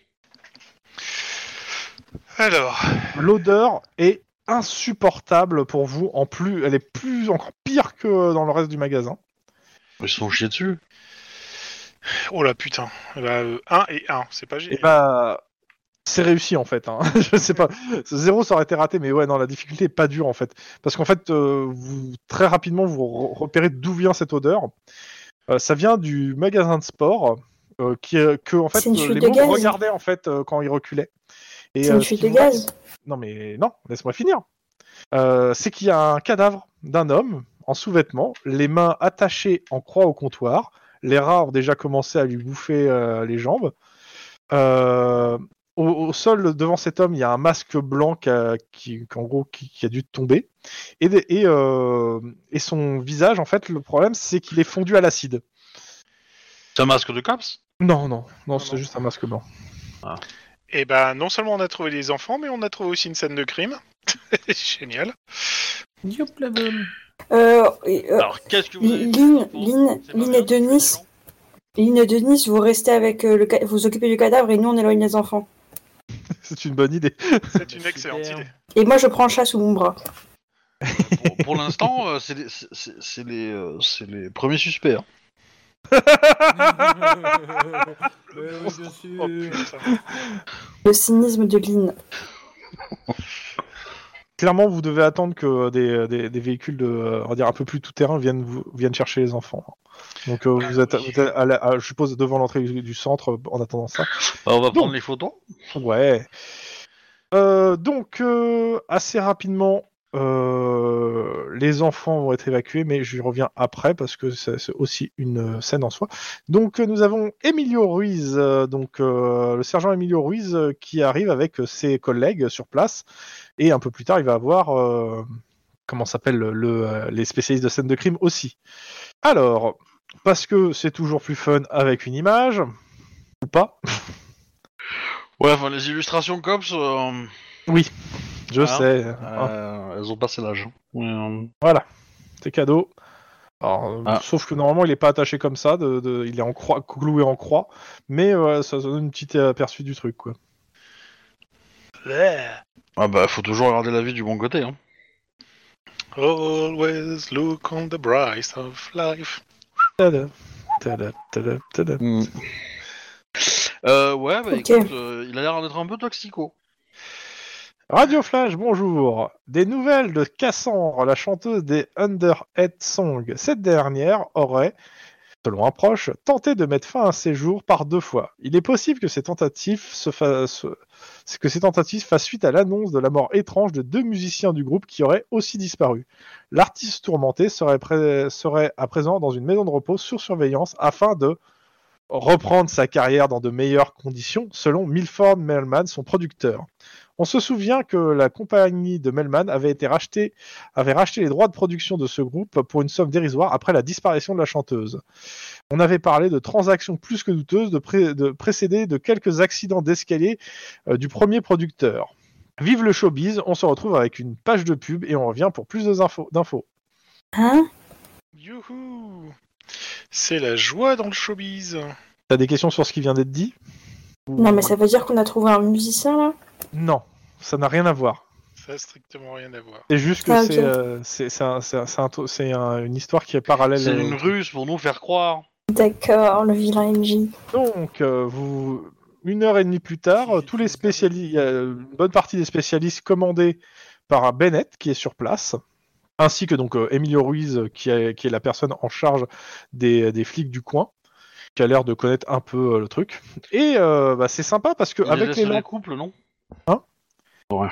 Alors, L'odeur est insupportable pour vous. En plus, elle est encore pire que dans le reste du magasin. Ils se sont chiés dessus. oh là, putain. 1 et 1, c'est pas Et génial. bah, c'est réussi en fait. Hein. Je sais pas. 0 ça aurait été raté, mais ouais, non, la difficulté est pas dure en fait. Parce qu'en fait, vous très rapidement vous repérez d'où vient cette odeur. Ça vient du magasin de sport que en fait C'est une fuite les de mômes gaz. regardaient en fait quand ils reculaient. Et, C'est une ce fuite qu'ils de voient- gaz. Non mais non, laisse-moi finir. C'est qu'il y a un cadavre d'un homme en sous-vêtements, les mains attachées en croix au comptoir. Les rats ont déjà commencé à lui bouffer les jambes. Au sol, devant cet homme, il y a un masque blanc qui a dû tomber. Et son visage, en fait, le problème, c'est qu'il est fondu à l'acide. C'est un masque de cops. Non, Non, c'est non. juste un masque blanc. Et ben, non seulement on a trouvé les enfants, mais on a trouvé aussi une scène de crime. Génial. Yop la bonne. Alors, qu'est-ce que vous avez Lynn et Denis. Lynn et Denis, vous restez avec vous occupez du cadavre et nous on éloigne les enfants. C'est une bonne idée. C'est une excellente Super. idée. Et moi je prends le chat sous mon bras. Pour l'instant, c'est les premiers suspects. Hein. Oui, bien sûr. Oh putain. Le cynisme de Lynn. Clairement, vous devez attendre que des véhicules on va dire un peu plus tout-terrain viennent chercher les enfants. Donc vous êtes je suppose devant l'entrée du centre en attendant ça. On va prendre les photos. Ouais. Donc assez rapidement, les enfants vont être évacués, mais j'y reviens après parce que c'est aussi une scène en soi. Donc nous avons Emilio Ruiz, le sergent Emilio Ruiz qui arrive avec ses collègues sur place, et un peu plus tard il va avoir comment s'appelle les spécialistes de scène de crime aussi. Alors, parce que c'est toujours plus fun avec une image, ou pas. Ouais, enfin les illustrations cops. Oui, je Voilà. sais. Elles ont passé l'âge. Voilà, c'est cadeau. Alors, sauf que normalement il est pas attaché comme ça, il est en croix, cloué en croix, mais ça donne une petite aperçu du truc, quoi. Ah bah faut toujours regarder la vie du bon côté. Hein. Always look on the bright of life. Tada, tada, tada, tada. Ouais, bah Ok. écoute, il a l'air d'être un peu toxico. Radio Flash, bonjour. Des nouvelles de Cassandre, la chanteuse des Underhead Song. Cette dernière aurait, selon un proche, tenté de mettre fin à ses jours par 2 fois. Il est possible que ces tentatives fassent suite à l'annonce de la mort étrange de 2 musiciens du groupe qui auraient aussi disparu. L'artiste tourmenté serait à présent dans une maison de repos sur surveillance afin de reprendre sa carrière dans de meilleures conditions, selon Milford Melman, son producteur. On se souvient que la compagnie de Melman avait racheté les droits de production de ce groupe pour une somme dérisoire après la disparition de la chanteuse. On avait parlé de transactions plus que douteuses, précédées de quelques accidents d'escalier du premier producteur. Vive le showbiz, on se retrouve avec une page de pub et on revient pour plus d'infos. Hein? Youhou! C'est la joie dans le showbiz. T'as des questions sur ce qui vient d'être dit? Non, mais ça veut dire qu'on a trouvé un musicien, là? Non, ça n'a rien à voir. Ça a strictement rien à voir. C'est juste que Ah, ok. c'est une histoire qui est parallèle. C'est une ruse pour nous faire croire. D'accord, le vilain MJ. Donc, 1h30 plus tard, tous les spécialistes, il y a une bonne partie des spécialistes commandés par Bennett qui est sur place, ainsi que donc Emilio Ruiz qui est la personne en charge des flics du coin, qui a l'air de connaître un peu le truc. Et c'est sympa parce que Il avec laisse les les lampes. couples, non? Hein? Ouais.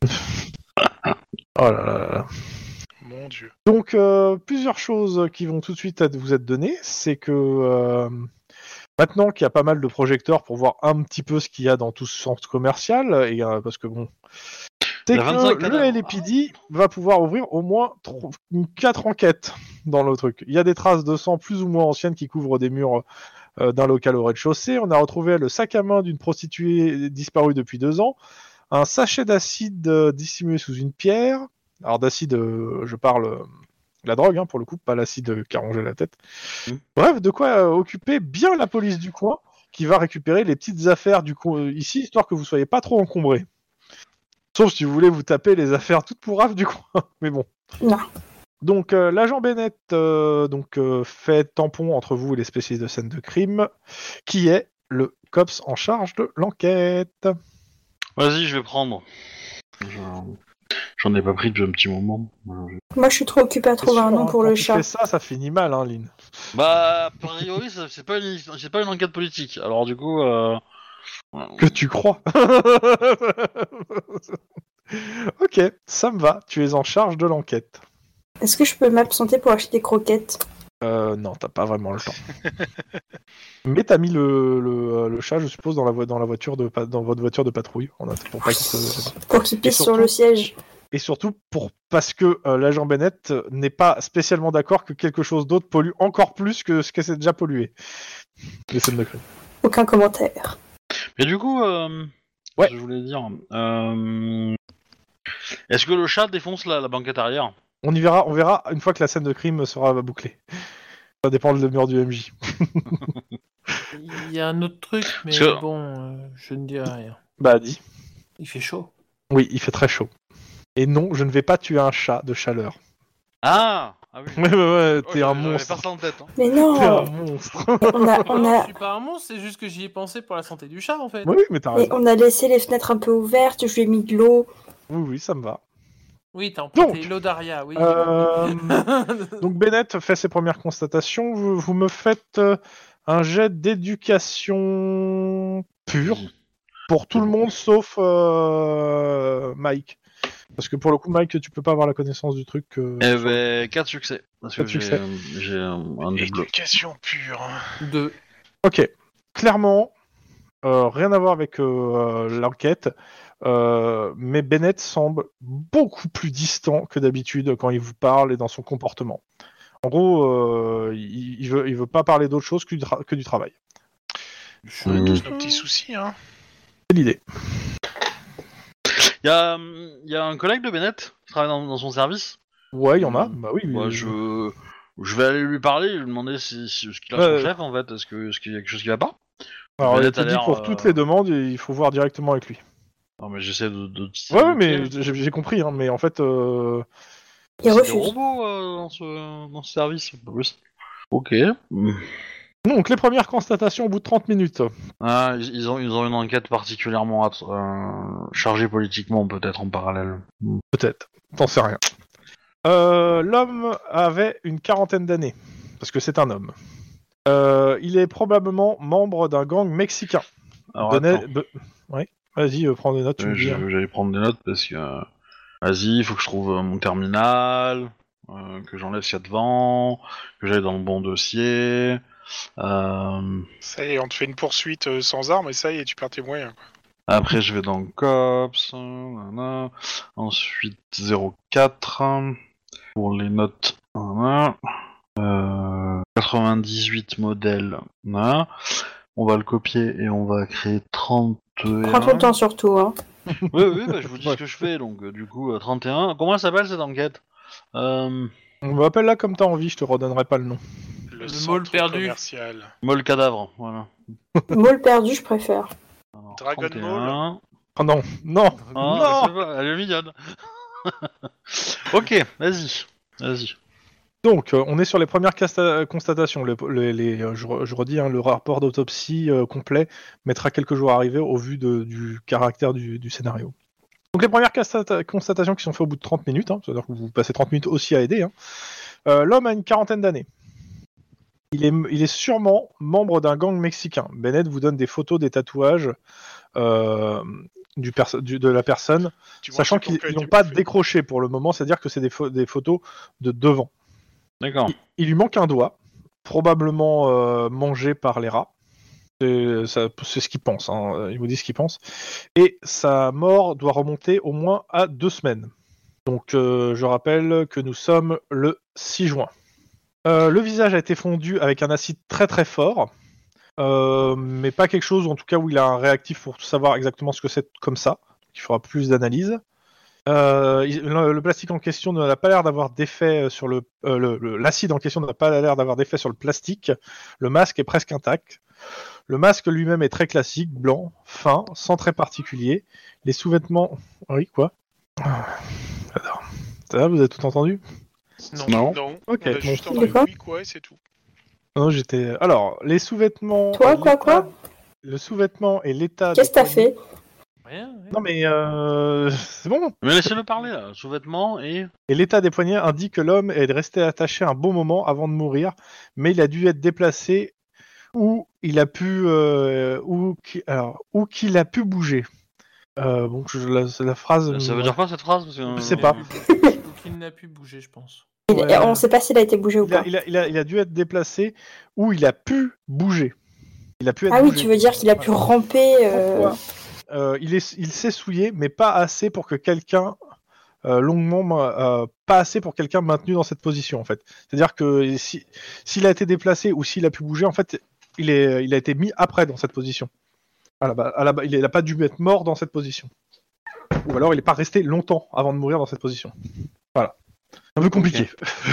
Oh là là là. Mon Dieu. Donc, plusieurs choses qui vont tout de suite vous être données, c'est que maintenant qu'il y a pas mal de projecteurs pour voir un petit peu ce qu'il y a dans tout ce centre commercial, et parce que bon, c'est Il y a 25 que le cadavres. LAPD va pouvoir ouvrir au moins 4 enquêtes dans le truc. Il y a des traces de sang plus ou moins anciennes qui couvrent des murs d'un local au rez-de-chaussée. On a retrouvé le sac à main d'une prostituée disparue depuis 2 ans, un sachet d'acide dissimulé sous une pierre. Alors d'acide, je parle la drogue, pour le coup, pas l'acide qui a rongé la tête. Bref, de quoi occuper bien la police du coin, qui va récupérer les petites affaires du coin ici, histoire que vous soyez pas trop encombrés. Sauf si vous voulez vous taper les affaires toutes pourraves du coin, mais bon. Non. Donc l'agent Bennett fait tampon entre vous et les spécialistes de scène de crime, qui est le cops en charge de l'enquête. Vas-y, je vais prendre. J'en ai pas pris depuis un petit moment. Moi, je suis trop occupée à trouver un nom pour Quand le tu chat. fais ça finit mal, Lynn. Bah, a priori, c'est pas une enquête politique. Alors du coup, Que tu crois. Ok, ça me va. Tu es en charge de l'enquête. Est-ce que je peux m'absenter pour acheter des croquettes? Non, t'as pas vraiment le temps. Mais t'as mis le chat, je suppose, dans votre voiture de patrouille. Pour pas qu'il se... Pour qu'il pisse Et sur le siège. Et surtout parce que l'agent Bennett n'est pas spécialement d'accord que quelque chose d'autre pollue encore plus que ce que c'est déjà pollué. Les scènes de crime. Aucun commentaire. mais du coup, Ouais. je voulais dire, est-ce que le chat défonce la banquette arrière? On verra une fois que la scène de crime sera bouclée. Ça dépend de l'humeur du MJ. Il y a un autre truc, mais Parce que- bon, je ne dirai rien. Bah, dis. Il fait chaud. Oui, il fait très chaud. Et non, je ne vais pas tuer un chat de chaleur. Ah oui. Ouais, t'es un J'avais monstre. pas ça en tête. Hein. Mais T'es un non. monstre. On Non, je a, suis pas un monstre, c'est juste que j'y ai pensé pour la santé du chat, en fait. Oui, mais t'as mais raison. on a laissé les fenêtres un peu ouvertes. Je lui ai mis de l'eau. Oui, ça me va. Oui, t'as emprunté l'Odaria, oui. Donc Bennett fait ses premières constatations. Vous me faites un jet d'éducation pure pour tout le monde sauf Mike. Parce que pour le coup, Mike, tu peux pas avoir la connaissance du truc. Eh ben, 4 succès. Parce que 4 succès. j'ai un débleu. Éducation pure. 2. Ok. Clairement, rien à voir avec l'enquête, mais Bennett semble beaucoup plus distant que d'habitude quand il vous parle et dans son comportement. En gros, il veut pas parler d'autre chose que du travail. On a tous nos petits soucis, hein. C'est l'idée. Il y a un collègue de Bennett qui travaille dans son service. Ouais, il y en a. Bah oui. Moi, je vais aller lui parler, lui demander ce qu'il a son chef en fait. Est-ce qu'il y a quelque chose qui va pas? Alors, il Bennett te a dit l'air, pour toutes les demandes, il faut voir directement avec lui. Non, mais j'essaie de Ouais, mais j'ai compris, hein, mais en fait... Il C'est des refuse. robots dans ce service, c'est pas possible. Ok. Donc, les premières constatations au bout de 30 minutes. Ah, ils ont une enquête particulièrement chargée politiquement, peut-être en parallèle. Peut-être. T'en sais rien. L'homme avait une quarantaine d'années, parce que c'est un homme. Il est probablement membre d'un gang mexicain. Alors, attends. Ouais. Vas-y, prends des notes, tu me dis. J'allais prendre des notes parce que... Vas-y, il faut que je trouve mon terminal, que j'enlève ce qu'il y a devant, que j'aille dans le bon dossier. Ça y est, on te fait une poursuite sans armes et ça y est, tu perds tes moyens. Quoi. Après, je vais dans le COPS. Nanana. Ensuite, 04. Pour les notes. 98 modèles. Nanana. On va le copier et on va créer 31. Prends ton temps surtout. Hein. Oui, bah, je vous dis ce que je fais. Donc, du coup, 31. Comment elle s'appelle cette enquête On m'appelle là comme t'as envie, je te redonnerai pas le nom. Le mall centre perdu. commercial. Molle cadavre, voilà. Molle perdu, je préfère. Alors, Dragon 31. Oh non, non, Ah, non. c'est pas- elle est mignonne. Ok, vas-y. Donc, on est sur les premières constatations. Je redis, hein, le rapport d'autopsie complet mettra quelques jours à arriver au vu du caractère du scénario. Donc, les premières constatations qui sont faites au bout de 30 minutes, hein, c'est-à-dire que vous passez 30 minutes aussi à aider. Hein. L'homme a une quarantaine d'années. Il est sûrement membre d'un gang mexicain. Bennett vous donne des photos des tatouages de la personne, sachant qu'ils n'ont pas décroché pour le moment, c'est-à-dire que c'est des photos de devant. D'accord. Il lui manque un doigt, probablement mangé par les rats. C'est ce qu'il pense, hein. Il vous dit ce qu'il pense. Et sa mort doit remonter au moins à 2 semaines. Donc je rappelle que nous sommes le 6 juin. Le visage a été fondu avec un acide très très fort, mais pas quelque chose en tout cas où il a un réactif pour savoir exactement ce que c'est comme ça. Il fera plus d'analyse. Le plastique en question n'a pas l'air d'avoir d'effet sur l'acide en question n'a pas l'air d'avoir d'effet sur le plastique. Le masque est presque intact. Le masque lui-même est très classique, blanc, fin, sans trait particulier. Les sous-vêtements... Oui, quoi ? Ça va, vous avez tout entendu ? Non. Ok, On a bon. juste entendu oui, quoi, et c'est tout. Non, j'étais... Alors, les sous-vêtements... Toi, quoi ? Le sous-vêtement et l'état... Qu'est-ce que t'as fait ? Rien. Non mais c'est bon. Mais laissez-le parler là. Sous-vêtements et l'état des poignets indique que l'homme est resté attaché un bon moment avant de mourir, mais il a dû être déplacé ou il a pu ou qu'il a pu bouger. Bon, la phrase. Ça veut dire quoi cette phrase? Parce que, Je sais pas. Qu'il n'a pu bouger, je pense. Ouais. On sait pas s'il a été bougé ou pas. Il a dû être déplacé ou il a pu bouger. Il a pu être Ah oui, bougé. tu veux dire qu'il a pu ramper. Pourquoi il s'est souillé, mais pas assez pour que quelqu'un longuement, pas assez pour quelqu'un maintenu dans cette position en fait. C'est-à-dire que s'il a été déplacé ou s'il a pu bouger, en fait, il a été mis après dans cette position. Il n'a pas dû être mort dans cette position. Ou alors il n'est pas resté longtemps avant de mourir dans cette position. Voilà. Un peu compliqué.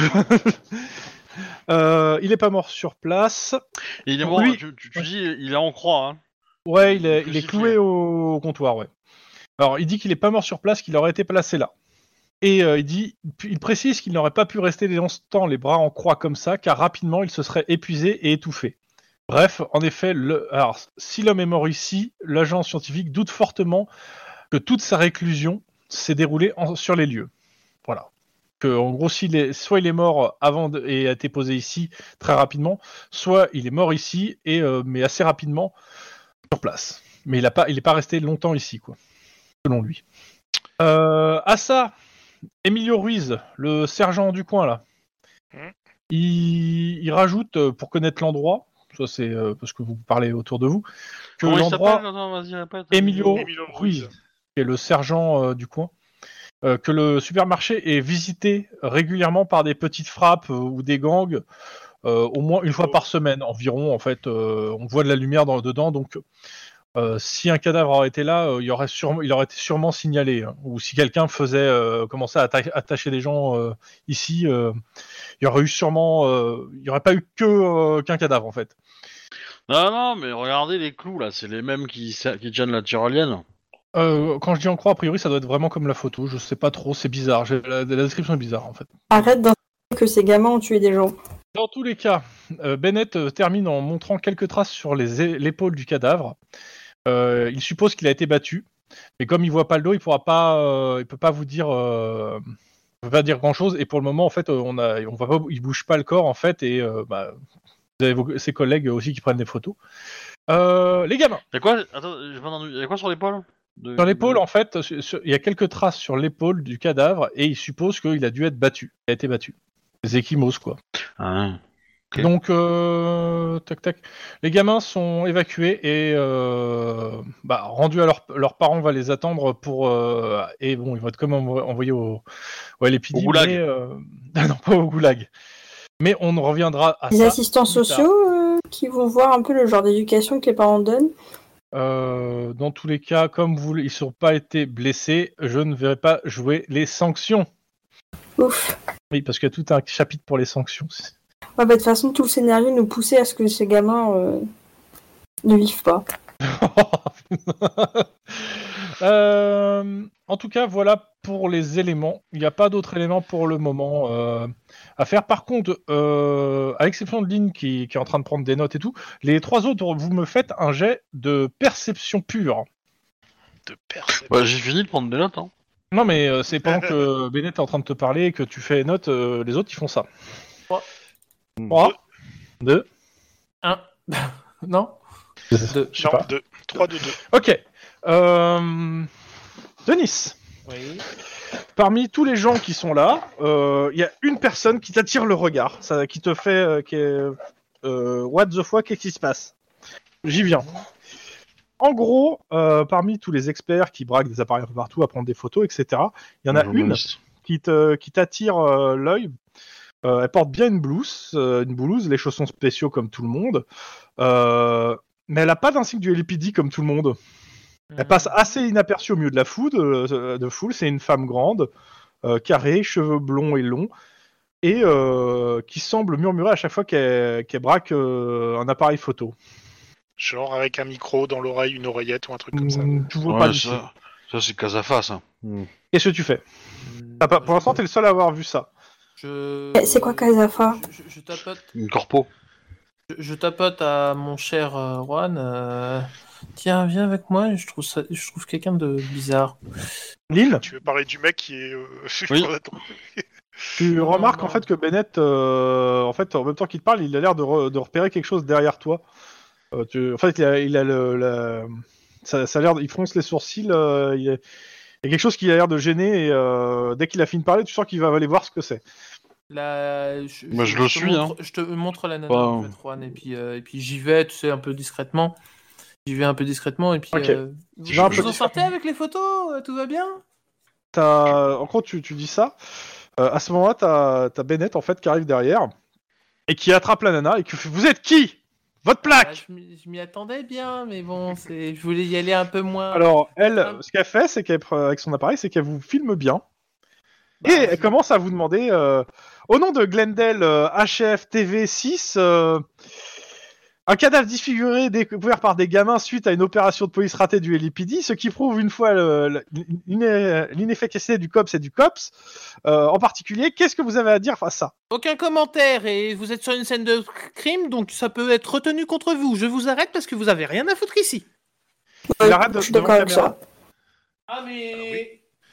Okay. Il n'est pas mort sur place. Il est mort, tu dis, il est en croix. Hein. Ouais, il est cloué au comptoir, ouais. Alors, il dit qu'il n'est pas mort sur place, qu'il aurait été placé là. Et il précise qu'il n'aurait pas pu rester longtemps les bras en croix comme ça, car rapidement, il se serait épuisé et étouffé. Bref, en effet, alors, si l'homme est mort ici, l'agent scientifique doute fortement que toute sa réclusion s'est déroulée sur les lieux. Voilà. Que, en gros, soit il est mort et a été posé ici très rapidement, soit il est mort ici mais assez rapidement sur place. Mais il est pas resté longtemps ici, quoi, selon lui. À ça, Emilio Ruiz, le sergent du coin là, il rajoute pour connaître l'endroit. Ça c'est parce que vous parlez autour de vous. Que Comment il l'endroit s'appelle? Attends, vas-y, répète. Emilio Emilio Ruiz, Ruiz. qui est le sergent du coin. Que le supermarché est visité régulièrement par des petites frappes ou des gangs, au moins une fois par semaine environ. En fait, on voit de la lumière dedans, donc si un cadavre aurait été là, il aurait été sûrement signalé. Hein. Ou si quelqu'un commençait à attacher des gens ici, il y aurait eu sûrement, il n'y aurait pas eu qu'un cadavre en fait. Non, mais regardez les clous là, c'est les mêmes qui tiennent la tyrolienne. Quand je dis en croix, a priori, ça doit être vraiment comme la photo. Je sais pas trop, c'est bizarre. La description est bizarre en fait. Arrête d'insister que ces gamins ont tué des gens. Dans tous les cas, Bennett termine en montrant quelques traces sur l'épaule du cadavre. Il suppose qu'il a été battu, mais comme il voit pas le dos, il peut pas vous dire, il peut pas dire grand chose. Et pour le moment, en fait, il bouge pas le corps en fait, et vous avez ses collègues aussi qui prennent des photos. Les gamins. Y'a quoi? Attends, j'ai pas entendu. Y'a quoi sur l'épaule? Sur l'épaule, en fait, il y a quelques traces sur l'épaule du cadavre, et il suppose qu'il a dû être battu. Il a été battu. Les échymoses, quoi. Ah. Okay. Donc, tac. Les gamins sont évacués et rendus à leurs parents, va les attendre et bon, ils vont être comme envoyés au LAPD. Au goulag. Mais, non, pas au goulag. Mais on reviendra à ça. Les assistants sociaux qui vont voir un peu le genre d'éducation que les parents donnent. Dans tous les cas, comme ils ne sont pas été blessés, je ne verrai pas jouer les sanctions. Ouf. Oui, parce qu'il y a tout un chapitre pour les sanctions. Ouais, de toute façon, tout le scénario nous poussait à ce que ces gamins ne vivent pas. En tout cas, voilà pour les éléments. Il n'y a pas d'autres éléments pour le moment à faire. Par contre, à l'exception de Lynn qui est en train de prendre des notes et tout, les trois autres, vous me faites un jet de perception pure. De perception. Bah, j'ai fini de prendre des notes. Hein. Non, mais c'est pendant que Bennett est en train de te parler et que tu fais notes, les autres ils font ça. 3, 2, 1. Non 2. Non, 2. 3, 2, 2. Ok. Denis. Oui. Parmi tous les gens qui sont là, il y a une personne qui t'attire le regard, qui te fait, what the fuck, qu'est-ce qui se passe? J'y viens. En gros, parmi tous les experts qui braquent des appareils un peu partout à prendre des photos, etc., il y en a une qui t'attire l'œil. Elle porte bien une blouse, les chaussons spéciaux comme tout le monde, mais elle n'a pas d'insigne du LAPD comme tout le monde. Elle passe assez inaperçue au milieu de la foule. C'est une femme grande, carrée, cheveux blonds et longs, et qui semble murmurer à chaque fois qu'elle braque un appareil photo. Genre avec un micro dans l'oreille, une oreillette ou un truc comme ça. Tu vois pas d'ici. Ça c'est casse à face. Hein. Qu'est-ce que tu fais? Pour l'instant, t'es le seul à avoir vu ça. C'est quoi Casafa? Je tapote. Une corpo. Je tapote à mon cher Juan. Tiens, viens avec moi. Je trouve quelqu'un de bizarre. Lille, Tu veux parler du mec qui est... Oui. tu remarques non. en fait que Bennett, en même temps qu'il te parle, il a l'air de repérer quelque chose derrière toi. En fait, il a ça a l'air, il fronce les sourcils. Il y a quelque chose qui a l'air de gêner et dès qu'il a fini de parler, tu sens qu'il va aller voir ce que c'est. Je le suis. Je te montre la nana, Bah, en fait, Juan, et puis j'y vais, tu sais, un peu discrètement. J'y vais un peu discrètement, et puis... Ok. Vous en sortez avec les photos? Tout va bien? En gros, tu dis ça. À ce moment-là, t'as Bennett en fait qui arrive derrière et qui attrape la nana et qui fait: vous êtes qui? Votre plaque! Je m'y attendais bien, mais bon, je voulais y aller un peu moins... Alors, elle, ce qu'elle fait, c'est avec son appareil, c'est qu'elle vous filme bien. Et elle commence à vous demander, au nom de Glendale HF TV 6, un cadavre disfiguré découvert par des gamins suite à une opération de police ratée du LAPD, ce qui prouve une fois l'inefficacité du COPS et du COPS. En particulier, qu'est-ce que vous avez à dire face à ça? Aucun commentaire, et vous êtes sur une scène de crime, donc ça peut être retenu contre vous. Je vous arrête parce que vous avez rien à foutre ici. Il arrête Je suis d'accord avec ça. Ah mais...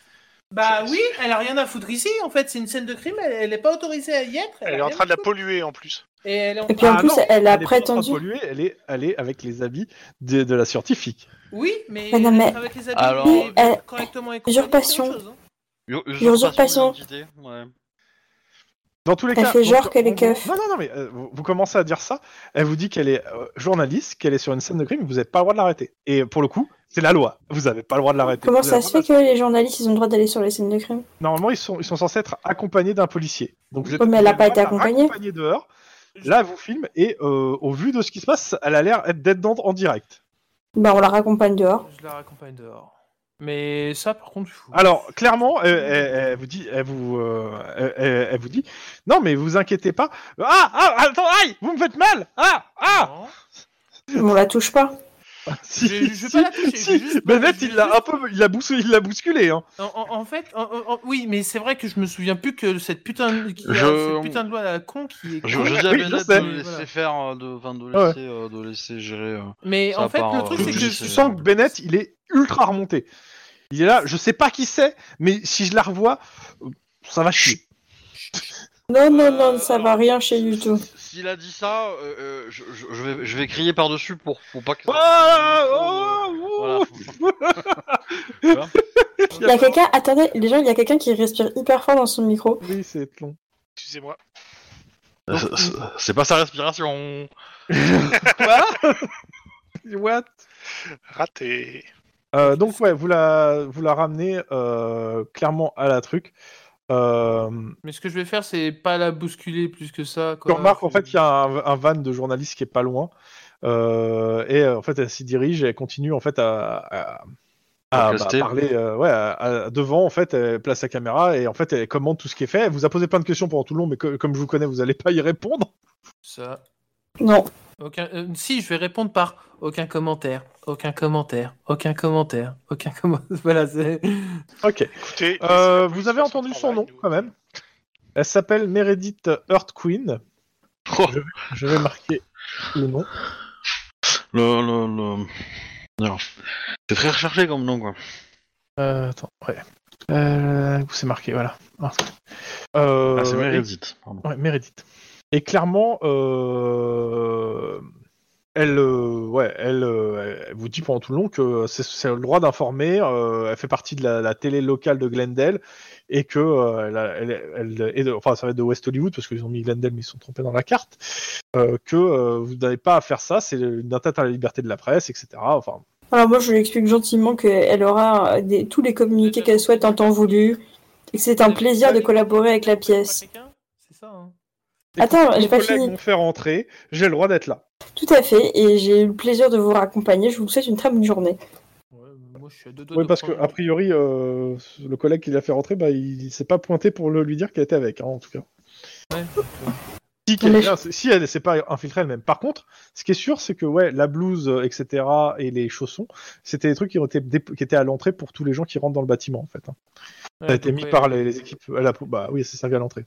Bah oui, elle a rien à foutre ici. En fait, c'est une scène de crime. Elle est pas autorisée à y être. Elle est en train de la polluer en plus. Et elle est en... Et puis en plus, non, elle a est pas en train de prétendu. polluer, elle est avec les habits de la scientifique. Oui, mais, Mais non, mais- avec les habits Alors, correctement et usurpation. c'est autre chose, hein. Usurpation. d'identité, ouais. Dans tous les Elle cas, fait genre donc, qu'elle est keuf. Non, mais vous commencez à dire ça. Elle vous dit qu'elle est journaliste, qu'elle est sur une scène de crime, vous n'avez pas le droit de l'arrêter. Et pour le coup, c'est la loi. Vous n'avez pas le droit de l'arrêter. Comment Vous ça avez se le fait droit que les journalistes ils ont le droit d'aller sur les scènes de crime? Normalement, ils sont censés être accompagnés d'un policier. Donc, vous êtes Ouais, mais elle a vous pas avez été le droit de la accompagnée. raccompagner dehors. Là, elle vous filme et au vu de ce qui se passe, elle a l'air d'être en direct. Bah, on la raccompagne dehors. Je la raccompagne dehors. Mais ça, par contre, il faut... Alors, clairement, elle vous dit, elle vous dit, non, mais vous inquiétez pas. Attends, aïe, vous me faites mal. Non. On la touche pas. Si, Je vais pas la toucher, je vais juste- Bennett, je vais il l'a juste- un peu, il l'a bousculé, hein. En fait, oui, mais c'est vrai que je me souviens plus que cette putain de, Je- cette putain de loi à la con qui est... Je Oui, dis à je Bennett sais. de laisser Voilà. faire, de laisser gérer. Mais Ça en fait, part, le truc, c'est oui, que... Tu sens que Bennett, il est ultra remonté. Il est là, je sais pas qui c'est, mais si je la revois, ça va chier. Non, ça va rien chez du tout. S'il a dit ça, je vais crier par-dessus pour pas que. Voilà. Voilà. Il y a quelqu'un, attendez, les gens, il y a quelqu'un qui respire hyper fort dans son micro. Oui, c'est long. Excusez-moi. C'est pas sa respiration. What? Raté. Donc ouais, vous la ramenez clairement à la truc. Mais ce que je vais faire, c'est pas la bousculer plus que ça. Tu Quoi. remarques en fait qu'il y a un van de journaliste qui est pas loin. Et en fait, elle s'y dirige et elle continue en fait à parler devant. En fait, elle place sa caméra et en fait, elle commande tout ce qui est fait. Elle vous a posé plein de questions pendant tout le long, mais comme je vous connais, vous allez pas y répondre. Ça. Non. Si, je vais répondre par aucun commentaire. Voilà, c'est... Ok. Écoutez, Vous avez entendu son nom quand même. Elle s'appelle Meredith Earth Queen. Oh, Je vais marquer le nom. Non. C'est très recherché comme nom, quoi. Attends, ouais. Où c'est marqué, voilà. C'est Meredith, pardon. Ouais, Meredith. Et clairement, elle vous dit pendant tout le long que c'est le droit d'informer. Elle fait partie de la télé locale de Glendale et que enfin, ça va être de West Hollywood parce qu'ils ont mis Glendale mais ils se sont trompés dans la carte. Que vous n'avez pas à faire ça, c'est une atteinte à la liberté de la presse, etc. Enfin. Alors moi, je lui explique gentiment qu'elle aura tous les communiqués qu'elle souhaite en temps voulu et que c'est un plaisir de collaborer avec la pièce. C'est ça, hein. Attends, j'ai Mes pas collègues fini. m'ont fait rentrer, j'ai le droit d'être là. Tout à fait, et j'ai eu le plaisir de vous raccompagner. Je vous souhaite une très bonne journée. Ouais, moi, je suis à deux doigts Oui, de parce que prendre- a priori, le collègue qui l'a fait rentrer, il s'est pas pointé pour lui dire qu'elle était avec, hein, en tout cas. Ouais, Si elle s'est pas infiltrée elle-même. Par contre, ce qui est sûr, c'est que ouais, la blouse, etc., et les chaussons, c'était des trucs qui étaient à l'entrée pour tous les gens qui rentrent dans le bâtiment, en fait. Hein. Ça a été mis par les équipes. Bah oui, c'est servi à l'entrée.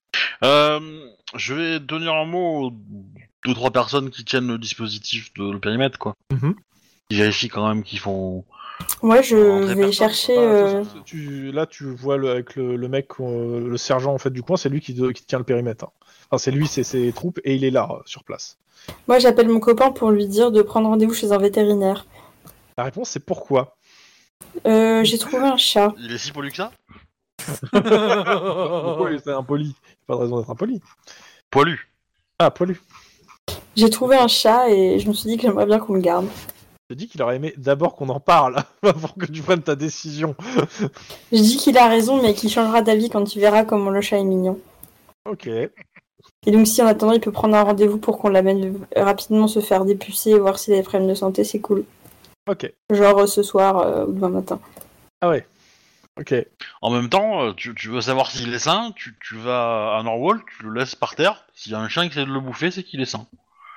Je vais donner un mot aux 2-3 personnes qui tiennent le dispositif le périmètre, quoi. Mhm. Qui vérifient quand même qu'ils font. Moi, je Rentrer vais personne, chercher... Là, tu vois avec le mec, le sergent en fait du coin, c'est lui qui tient le périmètre. Hein. Enfin, c'est lui, c'est ses troupes, et il est là, sur place. Moi, j'appelle mon copain pour lui dire de prendre rendez-vous chez un vétérinaire. La réponse, c'est pourquoi. J'ai trouvé un chat. Il est si poli que ça. Pourquoi il est impoli? Pas de raison d'être impoli. Poilu. Ah, poilu. J'ai trouvé un chat et je me suis dit que j'aimerais bien qu'on le garde. Je te dis qu'il aurait aimé d'abord qu'on en parle, avant que tu prennes ta décision. Je dis qu'il a raison, mais qu'il changera d'avis quand il verra comment le chat est mignon. Ok. Et donc, si en attendant, il peut prendre un rendez-vous pour qu'on l'amène rapidement se faire dépucer et voir s'il a des problèmes de santé, c'est cool. Ok. Genre ce soir ou demain matin. Ah ouais. Ok. En même temps, tu veux savoir s'il est sain, tu vas à Norwalk, tu le laisses par terre. S'il y a un chien qui essaie de le bouffer, c'est qu'il est sain.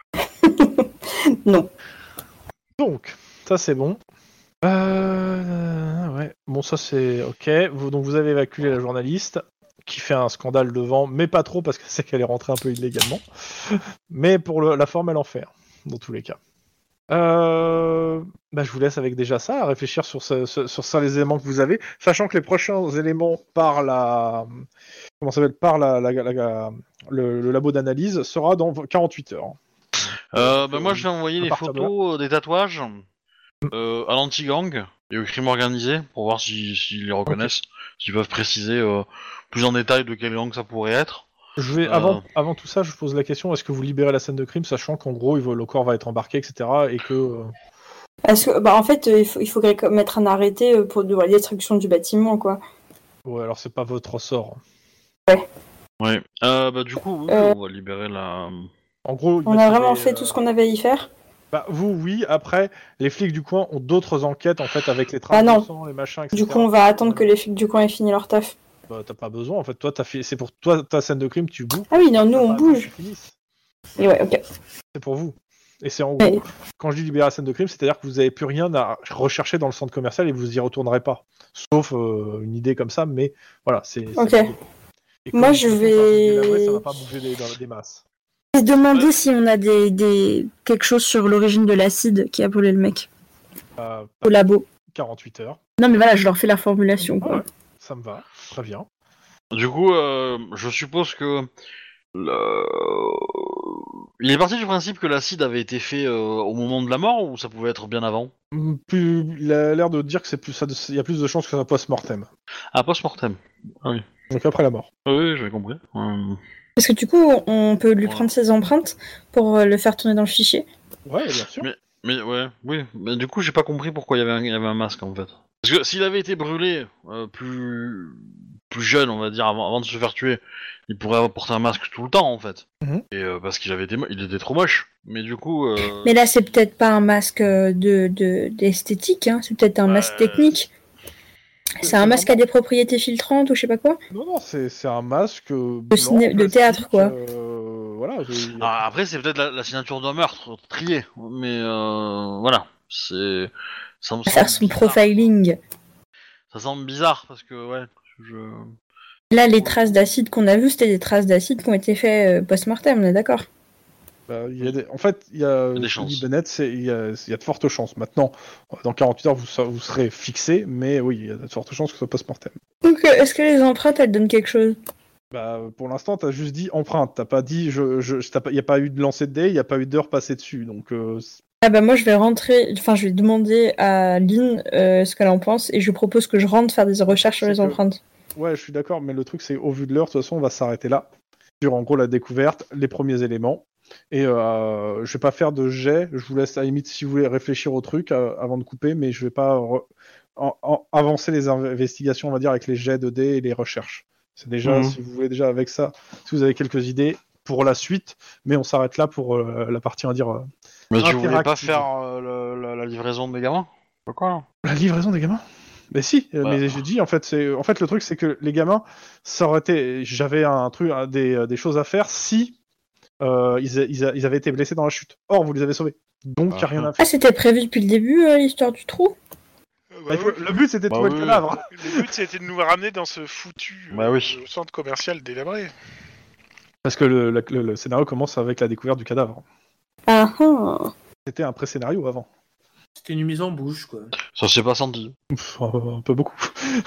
Non. Donc, ça c'est bon. Ouais. Bon, ça c'est ok. Donc vous avez évacué la journaliste qui fait un scandale devant, mais pas trop parce que c'est qu'elle est rentrée un peu illégalement. Mais pour la forme, elle en fait, dans tous les cas. Je vous laisse avec déjà ça, à réfléchir sur ça, les éléments que vous avez, sachant que les prochains éléments par le labo d'analyse sera dans 48 heures. Moi, je vais envoyer les photos des tatouages à l'anti-gang et au crime organisé pour voir s'ils les reconnaissent, s'ils peuvent préciser plus en détail de quel gang ça pourrait être. Je vais avant tout ça, je pose la question, est-ce que vous libérez la scène de crime, sachant qu'en gros le corps va être embarqué, etc. et que... Parce que, en fait, il faudrait mettre un arrêté pour la destruction du bâtiment, quoi. Ouais, alors c'est pas votre ressort. Ouais. Du coup, oui, on va libérer la... En gros, on a vraiment fait tout ce qu'on avait à y faire. Vous, oui. Après, les flics du coin ont d'autres enquêtes, en fait, avec les traces de sang, les machins, etc. Du coup, on va attendre que les flics du coin aient fini leur taf. T'as pas besoin, en fait. Toi, c'est pour toi, ta scène de crime, tu bouges. Ah oui, non, nous, on bouge. Et ouais, ok. C'est pour vous. Et c'est en gros, quand je dis libérer la scène de crime, c'est-à-dire que vous avez plus rien à rechercher dans le centre commercial et vous y retournerez pas. Sauf une idée comme ça, mais voilà, c'est... Ok. Moi, je vais... Ça va pas bouger des masses. Je vais demander si on a quelque chose sur l'origine de l'acide qui a brûlé le mec. Au labo. 48 heures. Non, mais voilà, je leur fais la formulation, quoi. Ouais, ça me va, très bien. Du coup, je suppose que... Il est parti du principe que l'acide avait été fait au moment de la mort ou ça pouvait être bien avant? Il a l'air de dire que il y a plus de chances que ça soit post-mortem. Ah, post-mortem. Ah oui. Donc après la mort. Oui, j'avais compris. Parce que du coup, on peut lui prendre ses empreintes pour le faire tourner dans le fichier. Ouais, bien sûr. Mais ouais, oui. Mais du coup, j'ai pas compris pourquoi il y avait un masque en fait. Parce que s'il avait été brûlé plus jeune, on va dire, avant de se faire tuer, il pourrait porter un masque tout le temps en fait. Et parce qu'il était trop moche. Mais du coup. Mais là, c'est peut-être pas un masque d'esthétique, hein. C'est peut-être un masque technique. C'est un masque à des propriétés filtrantes ou je sais pas quoi. Non, c'est un masque blanc, de théâtre, quoi. Voilà. Après, c'est peut-être la signature d'un meurtre trié, mais voilà, c'est. Ça faire son profiling. Ça semble bizarre parce que ouais, Là, les traces d'acide qu'on a vues, c'était des traces d'acide qui ont été faites post-mortem, on est d'accord. En fait, il y a des chances. Bennett, il y a de fortes chances. Maintenant, dans 48 heures, vous serez fixé, mais oui, il y a de fortes chances que ce soit post-mortem. Donc, est-ce que les empreintes, elles donnent quelque chose? Pour l'instant, t'as juste dit empreinte. T'as pas dit, il n'y a pas eu de lancer de dés, il n'y a pas eu d'heure passée dessus. Donc. Moi, je vais je vais demander à Lynn ce qu'elle en pense et je propose que je rentre faire des recherches sur les empreintes. Ouais, je suis d'accord, mais le truc, c'est au vu de l'heure, de toute façon, on va s'arrêter là. Sur en gros la découverte, les premiers éléments. Et je vais pas faire de jet. Je vous laisse à la limite si vous voulez réfléchir au truc avant de couper, mais je vais pas avancer les investigations, on va dire, avec les jets de dés et les recherches. C'est déjà, si vous voulez déjà avec ça, si vous avez quelques idées pour la suite, mais on s'arrête là pour la partie, on va dire. Mais tu voulais pas faire la livraison des gamins? Pourquoi? La livraison des gamins? Mais si, mais j'ai dit en fait le truc c'est que les gamins, ça aurait été, j'avais un truc, des choses à faire si ils avaient été blessés dans la chute. Or vous les avez sauvés, donc il n'y a rien à faire. Ah, c'était prévu depuis le début l'histoire du trou? Le but c'était de trouver le cadavre. Le but c'était de nous ramener dans ce foutu centre commercial délabré. Parce que le scénario commence avec la découverte du cadavre. C'était un pré-scénario avant. C'était une mise en bouche, quoi. Ça s'est pas senti. Un peu beaucoup.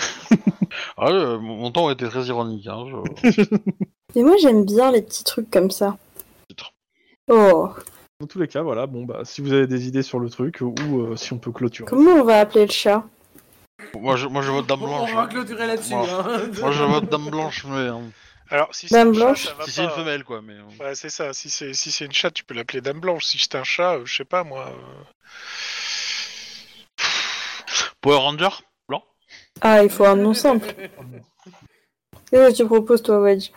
Mon temps était très ironique. Mais moi j'aime bien les petits trucs comme ça. Oh. Dans tous les cas, voilà, si vous avez des idées sur le truc, ou si on peut clôturer. Comment on va appeler le chat? Moi je vote Dame Blanche. On va clôturer là-dessus. Moi je vote Dame Blanche, mais... Alors, si c'est une chatte, c'est une femelle, quoi. Mais... Ouais, c'est ça. Si c'est une chatte, tu peux l'appeler Dame Blanche. Si c'est un chat, je sais pas, moi... Power Ranger blanc. Ah, il faut un nom simple. Qu'est-ce que tu proposes, toi, Wedge?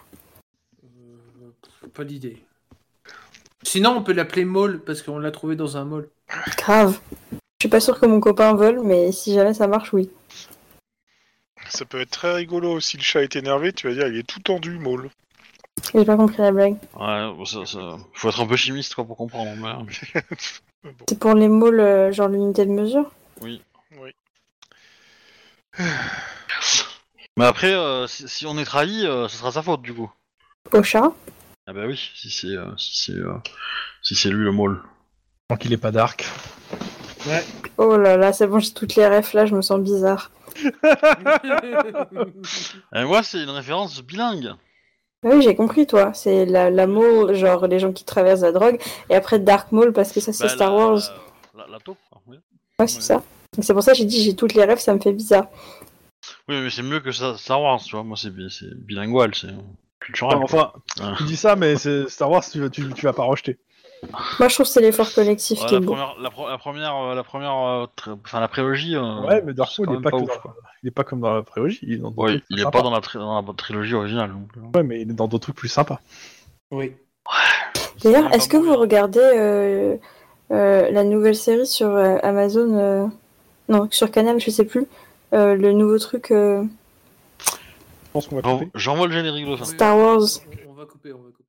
Pas d'idée. Sinon, on peut l'appeler Maul, parce qu'on l'a trouvé dans un mall. Grave. Je suis pas sûr que mon copain vole, mais si jamais ça marche, oui. Ça peut être très rigolo. Si le chat est énervé, tu vas dire il est tout tendu, Maul. J'ai pas compris la blague. Ouais, faut être un peu chimiste, quoi, pour comprendre. Mais... Bon. C'est pour les moules, genre l'unité de mesure? Oui. Mais après, si on est trahi, ce sera sa faute, du coup. Au chat? Ah bah oui, si c'est lui le mole. Tant qu'il est pas dark. Ouais. Oh là là, c'est bon, j'ai toutes les refs là, je me sens bizarre. Et moi, c'est une référence bilingue. Oui, j'ai compris, toi. C'est la mall, genre les gens qui traversent la drogue, et après Dark Maul parce que ça c'est Star Wars. La taupe, oui. Ouais, c'est ça. Donc c'est pour ça que j'ai dit j'ai toutes les refs, ça me fait bizarre. Oui, mais c'est mieux que ça, Star Wars, tu vois. Moi, c'est bilingual, c'est culturel. Enfin, Ouais. tu dis ça, mais c'est Star Wars, tu vas pas rejeter. Moi, je trouve que c'est l'effort collectif Ouais, qui est la beau. première, enfin la prélogie. Ouais, mais Dark c'est Maul, quand il est même pas, pas que ouf, dans... quoi. il est pas comme dans la prélogie, il est dans d'autres Ouais, trucs il plus est sympas. pas dans la trilogie originale. Donc... Ouais, mais il est dans d'autres trucs plus sympas. Oui. D'ailleurs, est-ce que vous regardez la nouvelle série sur Amazon non, sur Canal, je sais plus. Le nouveau truc Je pense qu'on va couper. J'envoie le générique de fin. Star Wars. On va couper.